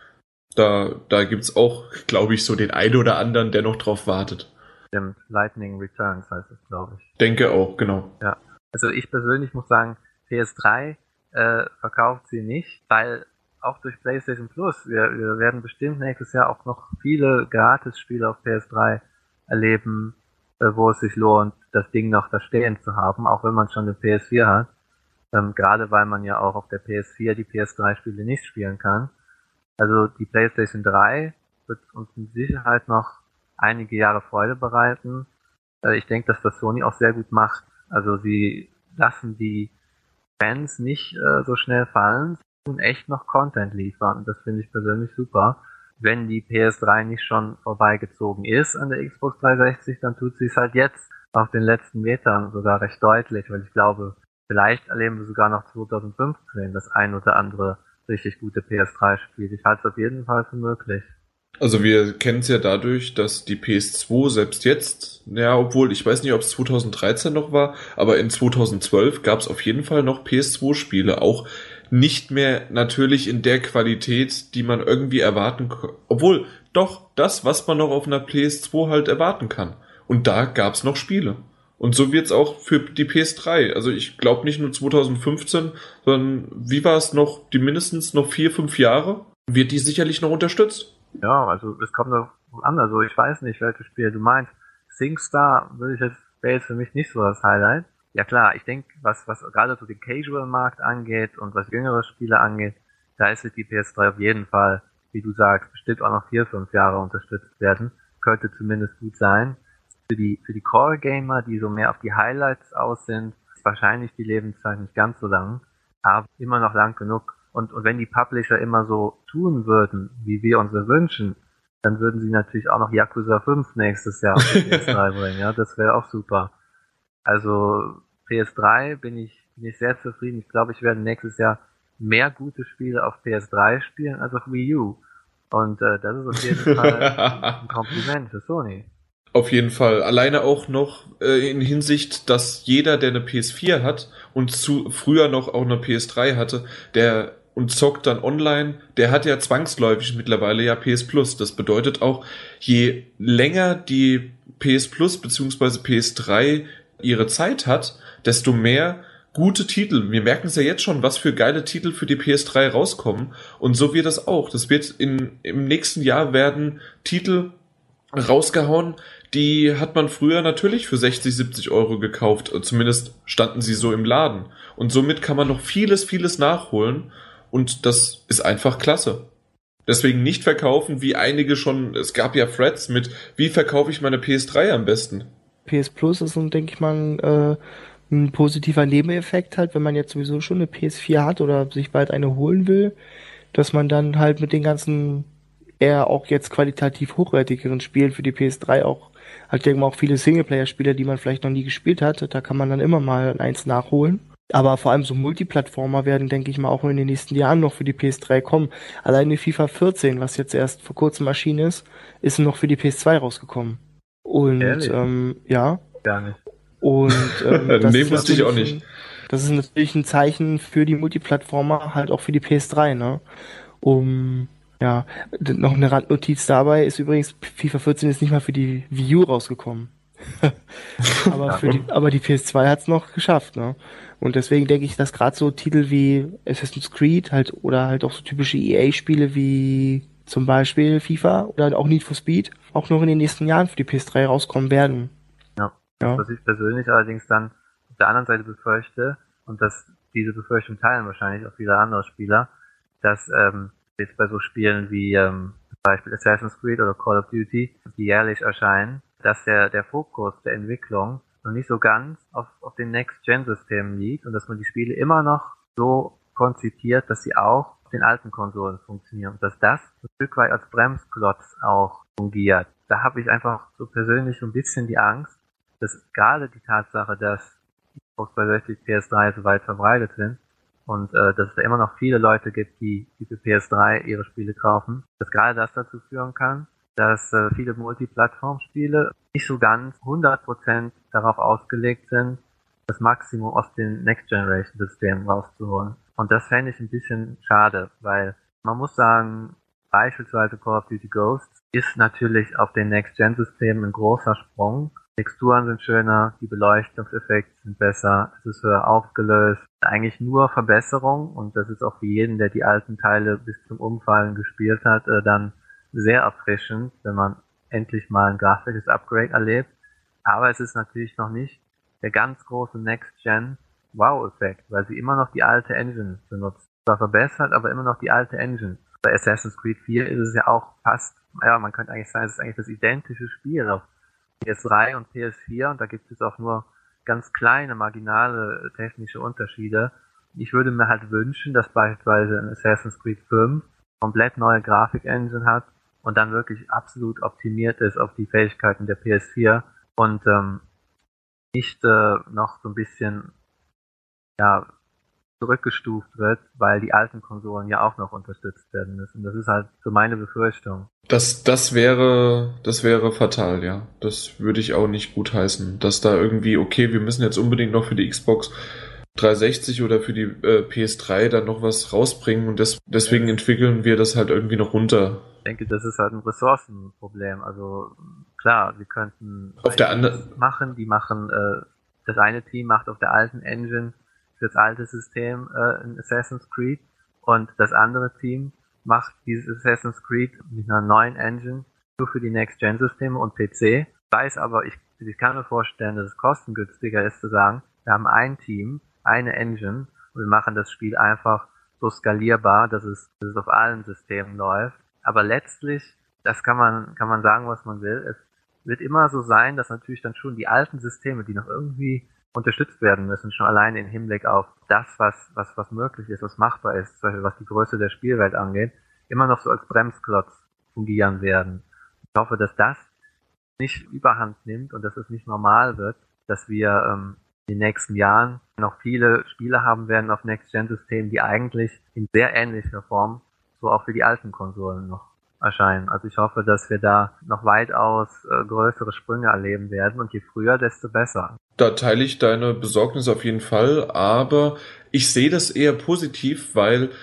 Da gibt's auch, glaube ich, so den einen oder anderen, der noch drauf wartet. Stimmt, Lightning Returns heißt es, glaube ich. Denke auch, genau. Ja, also ich persönlich muss sagen, PS3 verkauft sie nicht, weil auch durch PlayStation Plus, wir werden bestimmt nächstes Jahr auch noch viele Gratis-Spiele auf PS3 erleben, wo es sich lohnt, das Ding noch da stehen zu haben, auch wenn man schon eine PS4 hat. Gerade weil man ja auch auf der PS4 die PS3-Spiele nicht spielen kann. Also die PlayStation 3 wird uns mit Sicherheit noch einige Jahre Freude bereiten. Ich denke, dass das Sony auch sehr gut macht. Also sie lassen die Fans nicht so schnell fallen, sie tun echt noch Content liefern. Und das finde ich persönlich super. Wenn die PS3 nicht schon vorbeigezogen ist an der Xbox 360, dann tut sie es halt jetzt auf den letzten Metern sogar recht deutlich, weil ich glaube, vielleicht erleben wir sogar noch 2015 das ein oder andere richtig gute PS3-Spiel. Ich halte es auf jeden Fall für möglich. Also wir kennen es ja dadurch, dass die PS2 selbst jetzt, ja, obwohl ich weiß nicht, ob es 2013 noch war, aber in 2012 gab es auf jeden Fall noch PS2-Spiele, auch nicht mehr natürlich in der Qualität, die man irgendwie erwarten kann. Obwohl, doch, das, was man noch auf einer PS2 halt erwarten kann. Und da gab es noch Spiele. Und so wird's auch für die PS3. Also ich glaube nicht nur 2015, sondern wie war es noch, die mindestens noch 4-5 Jahre, wird die sicherlich noch unterstützt. Ja, also es kommt noch an, also ich weiß nicht, welches Spiel du meinst. SingStar wäre jetzt für mich nicht so das Highlight. Ja klar, ich denke, was gerade so den Casual-Markt angeht und was jüngere Spiele angeht, da ist die PS3 auf jeden Fall, wie du sagst, bestimmt auch noch 4-5 Jahre unterstützt werden. Könnte zumindest gut sein. Für die Core-Gamer, die so mehr auf die Highlights aus sind, ist wahrscheinlich die Lebenszeit nicht ganz so lang, aber immer noch lang genug. Und wenn die Publisher immer so tun würden, wie wir uns wünschen, dann würden sie natürlich auch noch Yakuza 5 nächstes Jahr auf die PS3 bringen. Ja, das wäre auch super. Also PS3 bin ich sehr zufrieden. Ich glaube, ich werde nächstes Jahr mehr gute Spiele auf PS3 spielen als auf Wii U. Und das ist auf jeden Fall ein Kompliment für Sony. Auf jeden Fall. Alleine auch noch in Hinsicht, dass jeder, der eine PS4 hat und früher noch auch eine PS3 hatte, und zockt dann online, der hat ja zwangsläufig mittlerweile ja PS Plus. Das bedeutet auch, je länger die PS Plus bzw. PS3 ihre Zeit hat, desto mehr gute Titel. Wir merken es ja jetzt schon, was für geile Titel für die PS3 rauskommen. Und so wird das auch. Das wird im nächsten Jahr werden Titel rausgehauen, die hat man früher natürlich für 60, 70 Euro gekauft. Zumindest standen sie so im Laden. Und somit kann man noch vieles nachholen. Und das ist einfach klasse. Deswegen nicht verkaufen, wie einige schon, es gab ja Threads mit, wie verkaufe ich meine PS3 am besten? PS Plus ist, denke ich mal, ein positiver Nebeneffekt halt, wenn man jetzt sowieso schon eine PS4 hat oder sich bald eine holen will, dass man dann halt mit den ganzen eher auch jetzt qualitativ hochwertigeren Spielen für die PS3 auch, halt denke mal auch viele Singleplayer-Spiele, die man vielleicht noch nie gespielt hat, da kann man dann immer mal eins nachholen. Aber vor allem so Multiplattformer werden, denke ich mal, auch in den nächsten Jahren noch für die PS3 kommen. Alleine FIFA 14, was jetzt erst vor kurzem erschienen ist noch für die PS2 rausgekommen. Und ja. Gar nicht. Und das nee, wusste ich auch nicht. Das ist natürlich ein Zeichen für die Multiplattformer, halt auch für die PS3, ne? Noch eine Randnotiz dabei ist übrigens, FIFA 14 ist nicht mal für die Wii U rausgekommen. aber die PS2 hat es noch geschafft, ne? Und deswegen denke ich, dass gerade so Titel wie Assassin's Creed halt oder halt auch so typische EA-Spiele wie zum Beispiel FIFA oder auch Need for Speed auch noch in den nächsten Jahren für die PS3 rauskommen werden. Ja. Ja. Was ich persönlich allerdings dann auf der anderen Seite befürchte, und diese Befürchtung teilen wahrscheinlich auch viele andere Spieler, dass jetzt bei so Spielen wie zum Beispiel Assassin's Creed oder Call of Duty, die jährlich erscheinen, dass der Fokus der Entwicklung noch nicht so ganz auf den Next-Gen-Systemen liegt und dass man die Spiele immer noch so konzipiert, dass sie auch auf den alten Konsolen funktionieren und dass das ein Stück weit als Bremsklotz auch fungiert. Da habe ich einfach so persönlich so ein bisschen die Angst, dass gerade die Tatsache, dass Xbox 360 PS3 so weit verbreitet sind und dass es da immer noch viele Leute gibt, die für PS3 ihre Spiele kaufen, dass gerade das dazu führen kann, dass viele Multiplattform-Spiele nicht so ganz 100% darauf ausgelegt sind, das Maximum aus den Next-Generation-Systemen rauszuholen. Und das fände ich ein bisschen schade, weil man muss sagen, beispielsweise Call of Duty Ghosts ist natürlich auf den Next-Gen-Systemen ein großer Sprung. Texturen sind schöner, die Beleuchtungseffekte sind besser, es ist höher aufgelöst. Eigentlich nur Verbesserung und das ist auch für jeden, der die alten Teile bis zum Umfallen gespielt hat, dann sehr erfrischend, wenn man endlich mal ein grafisches Upgrade erlebt. Aber es ist natürlich noch nicht der ganz große Next-Gen-Wow-Effekt, weil sie immer noch die alte Engine benutzt. Zwar verbessert, aber immer noch die alte Engine. Bei Assassin's Creed 4 ist es ja auch fast, man könnte eigentlich sagen, es ist eigentlich das identische Spiel auf PS3 und PS4 und da gibt es auch nur ganz kleine, marginale technische Unterschiede. Ich würde mir halt wünschen, dass beispielsweise ein Assassin's Creed 5 komplett neue Grafik-Engine hat und dann wirklich absolut optimiert ist auf die Fähigkeiten der PS4 und nicht noch so ein bisschen zurückgestuft wird, weil die alten Konsolen ja auch noch unterstützt werden müssen. Das ist halt so meine Befürchtung. Das wäre fatal, ja. Das würde ich auch nicht gutheißen, dass da irgendwie, okay, wir müssen jetzt unbedingt noch für die Xbox 360 oder für die PS3 dann noch was rausbringen und deswegen entwickeln wir das halt irgendwie noch runter. Ich denke, das ist halt ein Ressourcenproblem. Also klar, wir könnten auf der anderen das eine Team macht auf der alten Engine für das alte System ein Assassin's Creed und das andere Team macht dieses Assassin's Creed mit einer neuen Engine nur für die Next-Gen-Systeme und PC. Ich weiß aber, ich kann mir vorstellen, dass es kostengünstiger ist zu sagen, wir haben ein Team, eine Engine und wir machen das Spiel einfach so skalierbar, dass es auf allen Systemen läuft. Aber letztlich, das kann man sagen, was man will, es wird immer so sein, dass natürlich dann schon die alten Systeme, die noch irgendwie unterstützt werden müssen, schon alleine im Hinblick auf das, was möglich ist, was machbar ist, zum Beispiel was die Größe der Spielwelt angeht, immer noch so als Bremsklotz fungieren werden. Ich hoffe, dass das nicht überhand nimmt und dass es nicht normal wird, dass wir in den nächsten Jahren noch viele Spiele haben werden auf Next-Gen-Systemen, die eigentlich in sehr ähnlicher Form so auch für die alten Konsolen noch erscheinen. Also ich hoffe, dass wir da noch weitaus größere Sprünge erleben werden und je früher, desto besser. Da teile ich deine Besorgnis auf jeden Fall, aber ich sehe das eher positiv, weil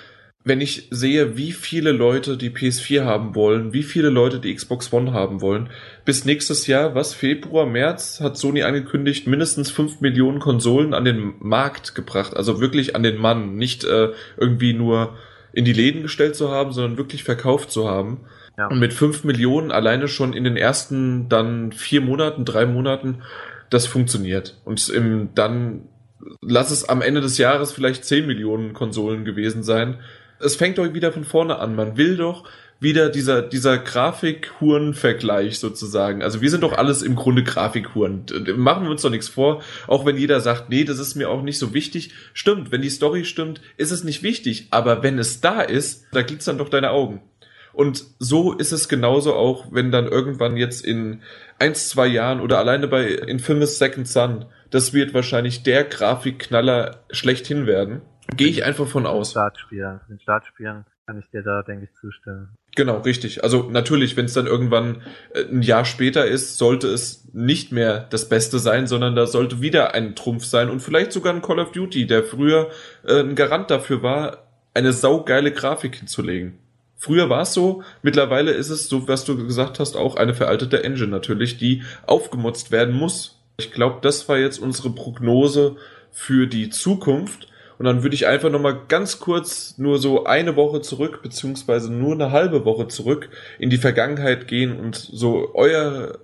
wenn ich sehe, wie viele Leute die PS4 haben wollen, wie viele Leute die Xbox One haben wollen, bis nächstes Jahr, Februar, März, hat Sony angekündigt, mindestens 5 Millionen Konsolen an den Markt gebracht, also wirklich an den Mann, nicht irgendwie nur in die Läden gestellt zu haben, sondern wirklich verkauft zu haben. Ja. Und mit 5 Millionen alleine schon in den ersten dann 4 Monaten, 3 Monaten, das funktioniert. Und dann lass es am Ende des Jahres vielleicht 10 Millionen Konsolen gewesen sein. Es fängt doch wieder von vorne an. Man will doch wieder dieser Grafikhuren-Vergleich sozusagen. Also wir sind doch alles im Grunde Grafikhuren. Machen wir uns doch nichts vor. Auch wenn jeder sagt, nee, das ist mir auch nicht so wichtig. Stimmt, wenn die Story stimmt, ist es nicht wichtig. Aber wenn es da ist, da glitzern doch deine Augen. Und so ist es genauso auch, wenn dann irgendwann jetzt in 1-2 Jahren oder alleine bei Infamous Second Son, das wird wahrscheinlich der Grafikknaller schlechthin werden. Gehe ich einfach von aus. Für den Startspielen kann ich dir da, denke ich, zustimmen. Genau, richtig. Also natürlich, wenn es dann irgendwann ein Jahr später ist, sollte es nicht mehr das Beste sein, sondern da sollte wieder ein Trumpf sein und vielleicht sogar ein Call of Duty, der früher ein Garant dafür war, eine saugeile Grafik hinzulegen. Früher war es so, mittlerweile ist es, so was du gesagt hast, auch eine veraltete Engine natürlich, die aufgemotzt werden muss. Ich glaube, das war jetzt unsere Prognose für die Zukunft. Und dann würde ich einfach nochmal ganz kurz nur so eine Woche zurück, beziehungsweise nur eine halbe Woche zurück in die Vergangenheit gehen und so eure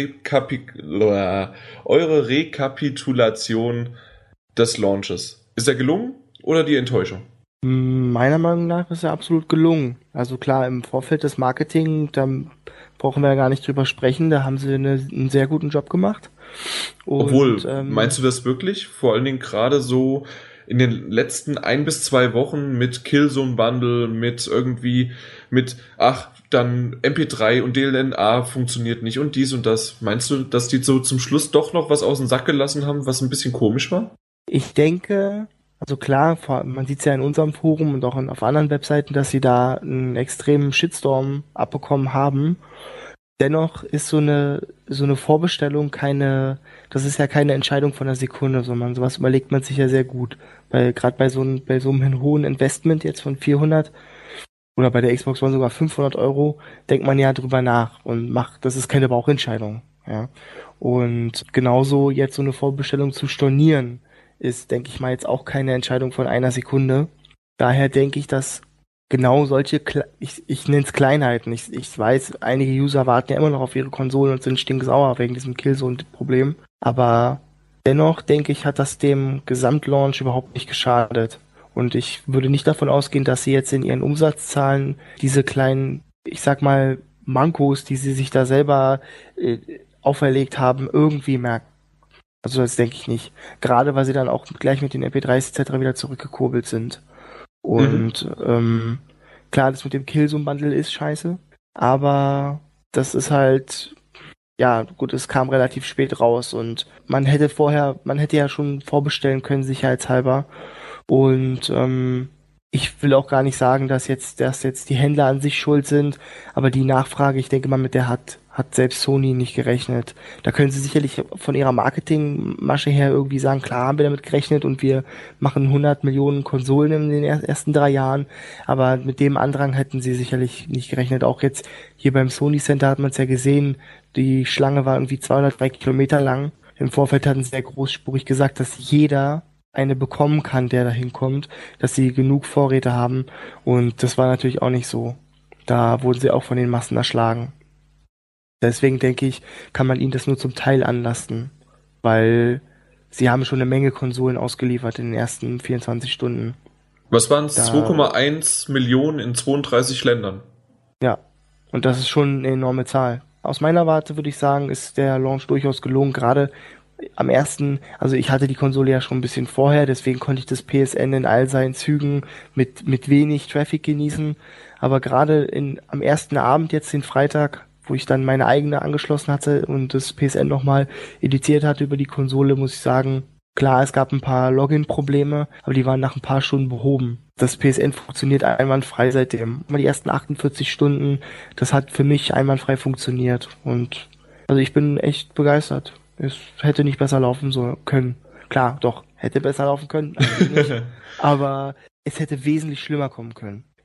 Rekapitulation des Launches. Ist er gelungen oder die Enttäuschung? Meiner Meinung nach ist er absolut gelungen. Also klar, im Vorfeld des Marketing, da brauchen wir ja gar nicht drüber sprechen, da haben sie einen sehr guten Job gemacht. Und, obwohl, meinst du das wirklich? Vor allen Dingen gerade so in den letzten 1 bis 2 Wochen mit Killzone Bundle, dann MP3 und DLNA funktioniert nicht und dies und das. Meinst du, dass die so zum Schluss doch noch was aus dem Sack gelassen haben, was ein bisschen komisch war? Ich denke, also klar, man sieht es ja in unserem Forum und auch auf anderen Webseiten, dass sie da einen extremen Shitstorm abbekommen haben. Dennoch ist so eine Vorbestellung das ist ja keine Entscheidung von einer Sekunde, sondern sowas überlegt man sich ja sehr gut. Gerade bei so einem hohen Investment jetzt von 400 oder bei der Xbox One sogar 500 Euro, denkt man ja drüber nach und das ist keine Bauchentscheidung. Ja. Und genauso jetzt so eine Vorbestellung zu stornieren, ist, denke ich mal, jetzt auch keine Entscheidung von einer Sekunde. Daher denke ich, dass genau solche, ich nenne es Kleinheiten. Ich weiß, einige User warten ja immer noch auf ihre Konsolen und sind stinksauer wegen diesem Killzone-Problem. Aber dennoch, denke ich, hat das dem Gesamtlaunch überhaupt nicht geschadet. Und ich würde nicht davon ausgehen, dass sie jetzt in ihren Umsatzzahlen diese kleinen, ich sag mal, Mankos, die sie sich da selber auferlegt haben, irgendwie merken. Also das denke ich nicht. Gerade weil sie dann auch gleich mit den MP3s etc. wieder zurückgekurbelt sind. Und klar, das mit dem Killzone-Bundle ist scheiße, aber das ist halt, ja gut, es kam relativ spät raus und man hätte ja schon vorbestellen können, sicherheitshalber. Und ich will auch gar nicht sagen, dass jetzt die Händler an sich schuld sind, aber die Nachfrage, ich denke mal, mit der hat selbst Sony nicht gerechnet. Da können sie sicherlich von ihrer Marketingmasche her irgendwie sagen, klar haben wir damit gerechnet und wir machen 100 Millionen Konsolen in den ersten 3 Jahren, aber mit dem Andrang hätten sie sicherlich nicht gerechnet. Auch jetzt hier beim Sony Center hat man es ja gesehen, die Schlange war irgendwie 203 Kilometer lang. Im Vorfeld hatten sie sehr großspurig gesagt, dass jeder eine bekommen kann, der da hinkommt, dass sie genug Vorräte haben und das war natürlich auch nicht so. Da wurden sie auch von den Massen erschlagen. Deswegen denke ich, kann man ihnen das nur zum Teil anlasten, weil sie haben schon eine Menge Konsolen ausgeliefert in den ersten 24 Stunden. Was waren es? 2,1 Millionen in 32 Ländern. Ja, und das ist schon eine enorme Zahl. Aus meiner Warte würde ich sagen, ist der Launch durchaus gelungen, gerade am ersten, also ich hatte die Konsole ja schon ein bisschen vorher, deswegen konnte ich das PSN in all seinen Zügen mit wenig Traffic genießen, aber gerade am ersten Abend, jetzt den Freitag, wo ich dann meine eigene angeschlossen hatte und das PSN nochmal ediziert hatte über die Konsole, muss ich sagen, klar, es gab ein paar Login-Probleme, aber die waren nach ein paar Stunden behoben. Das PSN funktioniert einwandfrei seitdem. Die ersten 48 Stunden, das hat für mich einwandfrei funktioniert und also ich bin echt begeistert. Es hätte nicht besser laufen können. Klar, doch, hätte besser laufen können, nicht, aber es hätte wesentlich schlimmer kommen können.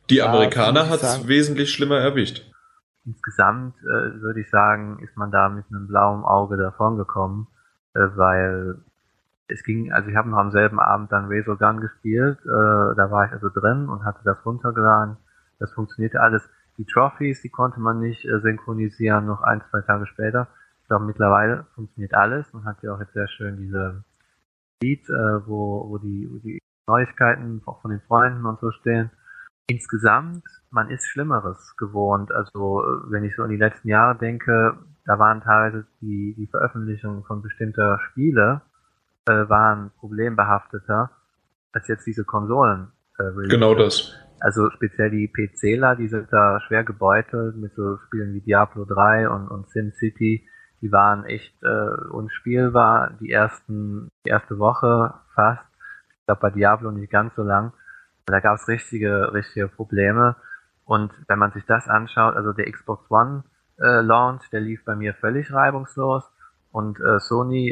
Die Ja, Amerikaner muss ich hat's sagen. wesentlich schlimmer erwischt. Insgesamt würde ich sagen, ist man da mit einem blauen Auge davongekommen, weil es ging, also ich habe noch am selben Abend dann Razor Gun gespielt, da war ich also drin und hatte das runtergeladen. Das funktionierte alles. Die Trophies, die konnte man nicht synchronisieren, noch 1-2 Tage später. Ich glaube, mittlerweile funktioniert alles und hat ja auch jetzt sehr schön diese Feed, wo die Neuigkeiten auch von den Freunden und so stehen. Insgesamt, man ist Schlimmeres gewohnt. Also, wenn ich so an die letzten Jahre denke, da waren teilweise die Veröffentlichungen von bestimmter Spiele waren problembehafteter als jetzt diese Konsolen. Genau das. Also speziell die PCler, die sind da schwer gebeutelt mit so Spielen wie Diablo 3 und SimCity. Die waren echt unspielbar. Die erste Woche fast. Ich glaube bei Diablo nicht ganz so lang. Da gab es richtige Probleme. Und wenn man sich das anschaut, also der Xbox One Launch, der lief bei mir völlig reibungslos. Und Sony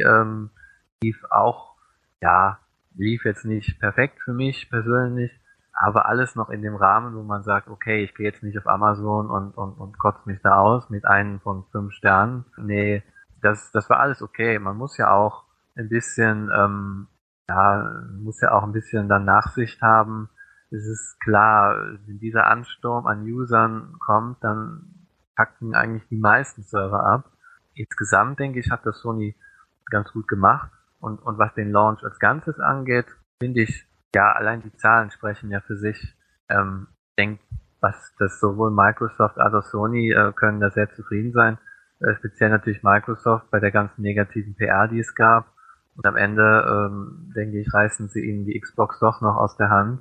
lief jetzt nicht perfekt für mich persönlich, aber alles noch in dem Rahmen, wo man sagt, okay, ich gehe jetzt nicht auf Amazon und kotze mich da aus mit einem von 5 Sternen. Nee, das war alles okay. Man muss ja auch ein bisschen, dann Nachsicht haben. Es ist klar, wenn dieser Ansturm an Usern kommt, dann packen eigentlich die meisten Server ab. Insgesamt, denke ich, hat das Sony ganz gut gemacht. Und was den Launch als Ganzes angeht, finde ich, ja, allein die Zahlen sprechen ja für sich. Ich denke, was das sowohl Microsoft als auch Sony können da sehr zufrieden sein. Speziell natürlich Microsoft bei der ganzen negativen PR, die es gab. Und am Ende, denke ich, reißen sie ihnen die Xbox doch noch aus der Hand.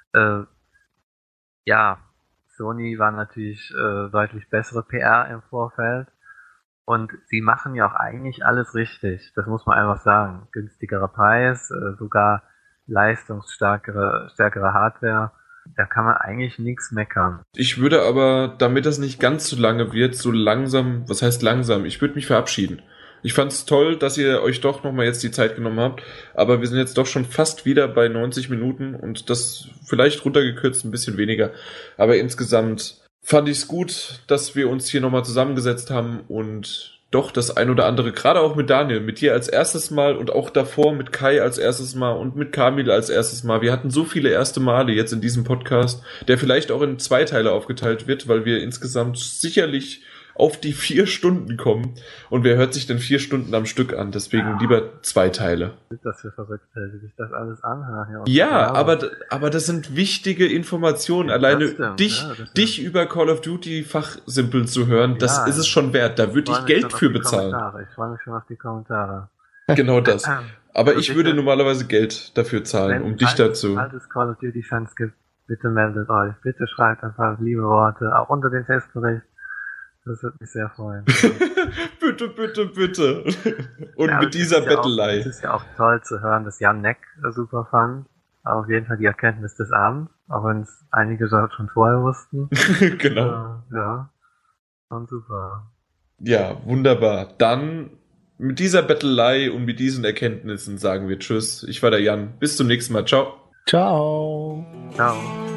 Sony war natürlich deutlich bessere PR im Vorfeld. Und sie machen ja auch eigentlich alles richtig. Das muss man einfach sagen. Günstigerer Preis, sogar leistungsstärkere Hardware. Da kann man eigentlich nichts meckern. Ich würde aber, damit das nicht ganz so lange wird, so langsam, was heißt langsam? Ich würde mich verabschieden. Ich fand's toll, dass ihr euch doch nochmal jetzt die Zeit genommen habt, aber wir sind jetzt doch schon fast wieder bei 90 Minuten und das vielleicht runtergekürzt ein bisschen weniger. Aber insgesamt fand ich's gut, dass wir uns hier nochmal zusammengesetzt haben und doch das ein oder andere, gerade auch mit Daniel, mit dir als erstes Mal und auch davor mit Kai als erstes Mal und mit Kamil als erstes Mal. Wir hatten so viele erste Male jetzt in diesem Podcast, der vielleicht auch in 2 Teile aufgeteilt wird, weil wir insgesamt sicherlich auf die 4 Stunden kommen. Und wer hört sich denn 4 Stunden am Stück an? Deswegen lieber 2 Teile. Ist das für Verrückte, die sich das alles anhören? Ja, aber das sind wichtige Informationen. Alleine dich über Call of Duty fachsimpeln zu hören, das ist es schon wert. Da würde ich Geld für bezahlen. Ich freue mich schon auf die Kommentare. Genau das. Aber ich würde normalerweise Geld dafür zahlen, um dich dazu. Wenn es Call of Duty Fans gibt, bitte meldet euch. Bitte schreibt einfach liebe Worte, auch unter den Testbericht. Das würde mich sehr freuen. Bitte, bitte, bitte. Und mit dieser Bettelei. Es ist ja auch toll zu hören, dass Jan Neck super fand. Auf jeden Fall die Erkenntnis des Abends, auch wenn es einige schon vorher wussten. Genau. Ja, schon super. Ja, wunderbar. Dann mit dieser Bettelei und mit diesen Erkenntnissen sagen wir Tschüss. Ich war der Jan. Bis zum nächsten Mal. Ciao. Ciao. Ciao.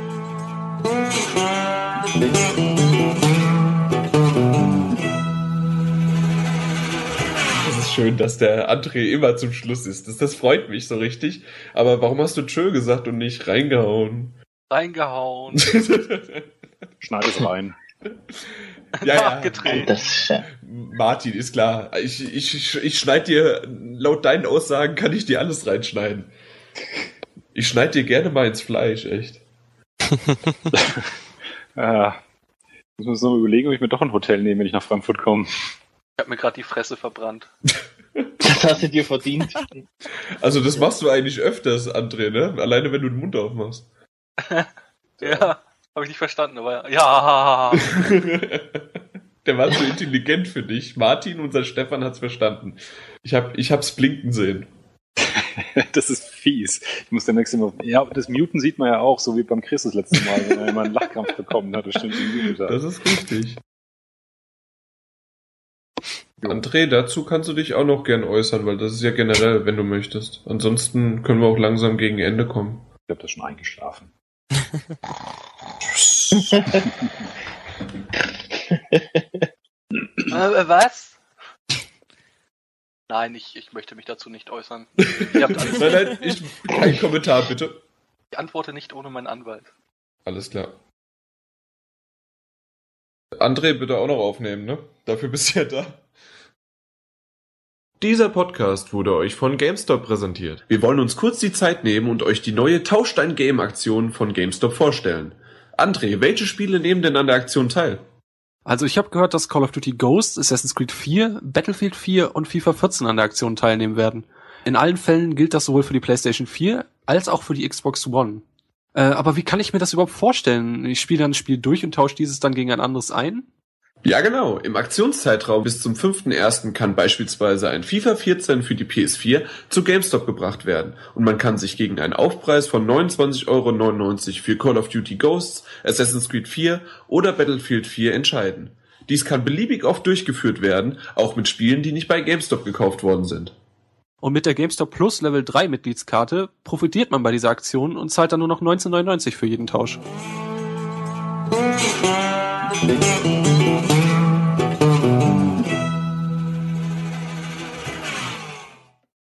Schön, dass der André immer zum Schluss ist. Das freut mich so richtig. Aber warum hast du Tschö gesagt und nicht reingehauen? Reingehauen. Schneid es rein. Ja. Gedreht. Martin, ist klar. Ich schneide dir, laut deinen Aussagen kann ich dir alles reinschneiden. Ich schneide dir gerne mal ins Fleisch, echt. Ich muss noch überlegen, ob ich mir doch ein Hotel nehme, wenn ich nach Frankfurt komme. Ich hab mir gerade die Fresse verbrannt. Das hast du dir verdient. Also das machst du eigentlich öfters, André, ne? Alleine wenn du den Mund aufmachst. Ja, habe ich nicht verstanden, aber ja. Der war zu intelligent für dich. Martin, unser Stefan, hat's verstanden. Ich hab's blinken sehen. Das ist fies. Ich muss der nächste Mal... Ja, das Muten sieht man ja auch, so wie beim Chris das letzte Mal, wenn er immer einen Lachkrampf bekommen hat. Das ist richtig. André, dazu kannst du dich auch noch gern äußern, weil das ist ja generell, wenn du möchtest. Ansonsten können wir auch langsam gegen Ende kommen. Ich habe das schon eingeschlafen. Tschüss. Was? Nein, ich möchte mich dazu nicht äußern. Ihr habt alles. Nein, kein Kommentar, bitte. Ich antworte nicht ohne meinen Anwalt. Alles klar. André, bitte auch noch aufnehmen, ne? Dafür bist du ja da. Dieser Podcast wurde euch von GameStop präsentiert. Wir wollen uns kurz die Zeit nehmen und euch die neue Tauschstein-Game-Aktion von GameStop vorstellen. André, welche Spiele nehmen denn an der Aktion teil? Also ich habe gehört, dass Call of Duty Ghosts, Assassin's Creed 4, Battlefield 4 und FIFA 14 an der Aktion teilnehmen werden. In allen Fällen gilt das sowohl für die PlayStation 4 als auch für die Xbox One. Aber wie kann ich mir das überhaupt vorstellen? Ich spiele dann ein Spiel durch und tausche dieses dann gegen ein anderes ein? Ja genau, im Aktionszeitraum bis zum 5.1. kann beispielsweise ein FIFA 14 für die PS4 zu GameStop gebracht werden und man kann sich gegen einen Aufpreis von 29,99 € für Call of Duty Ghosts, Assassin's Creed 4 oder Battlefield 4 entscheiden. Dies kann beliebig oft durchgeführt werden, auch mit Spielen, die nicht bei GameStop gekauft worden sind. Und mit der GameStop Plus Level 3 Mitgliedskarte profitiert man bei dieser Aktion und zahlt dann nur noch 19,99 € für jeden Tausch.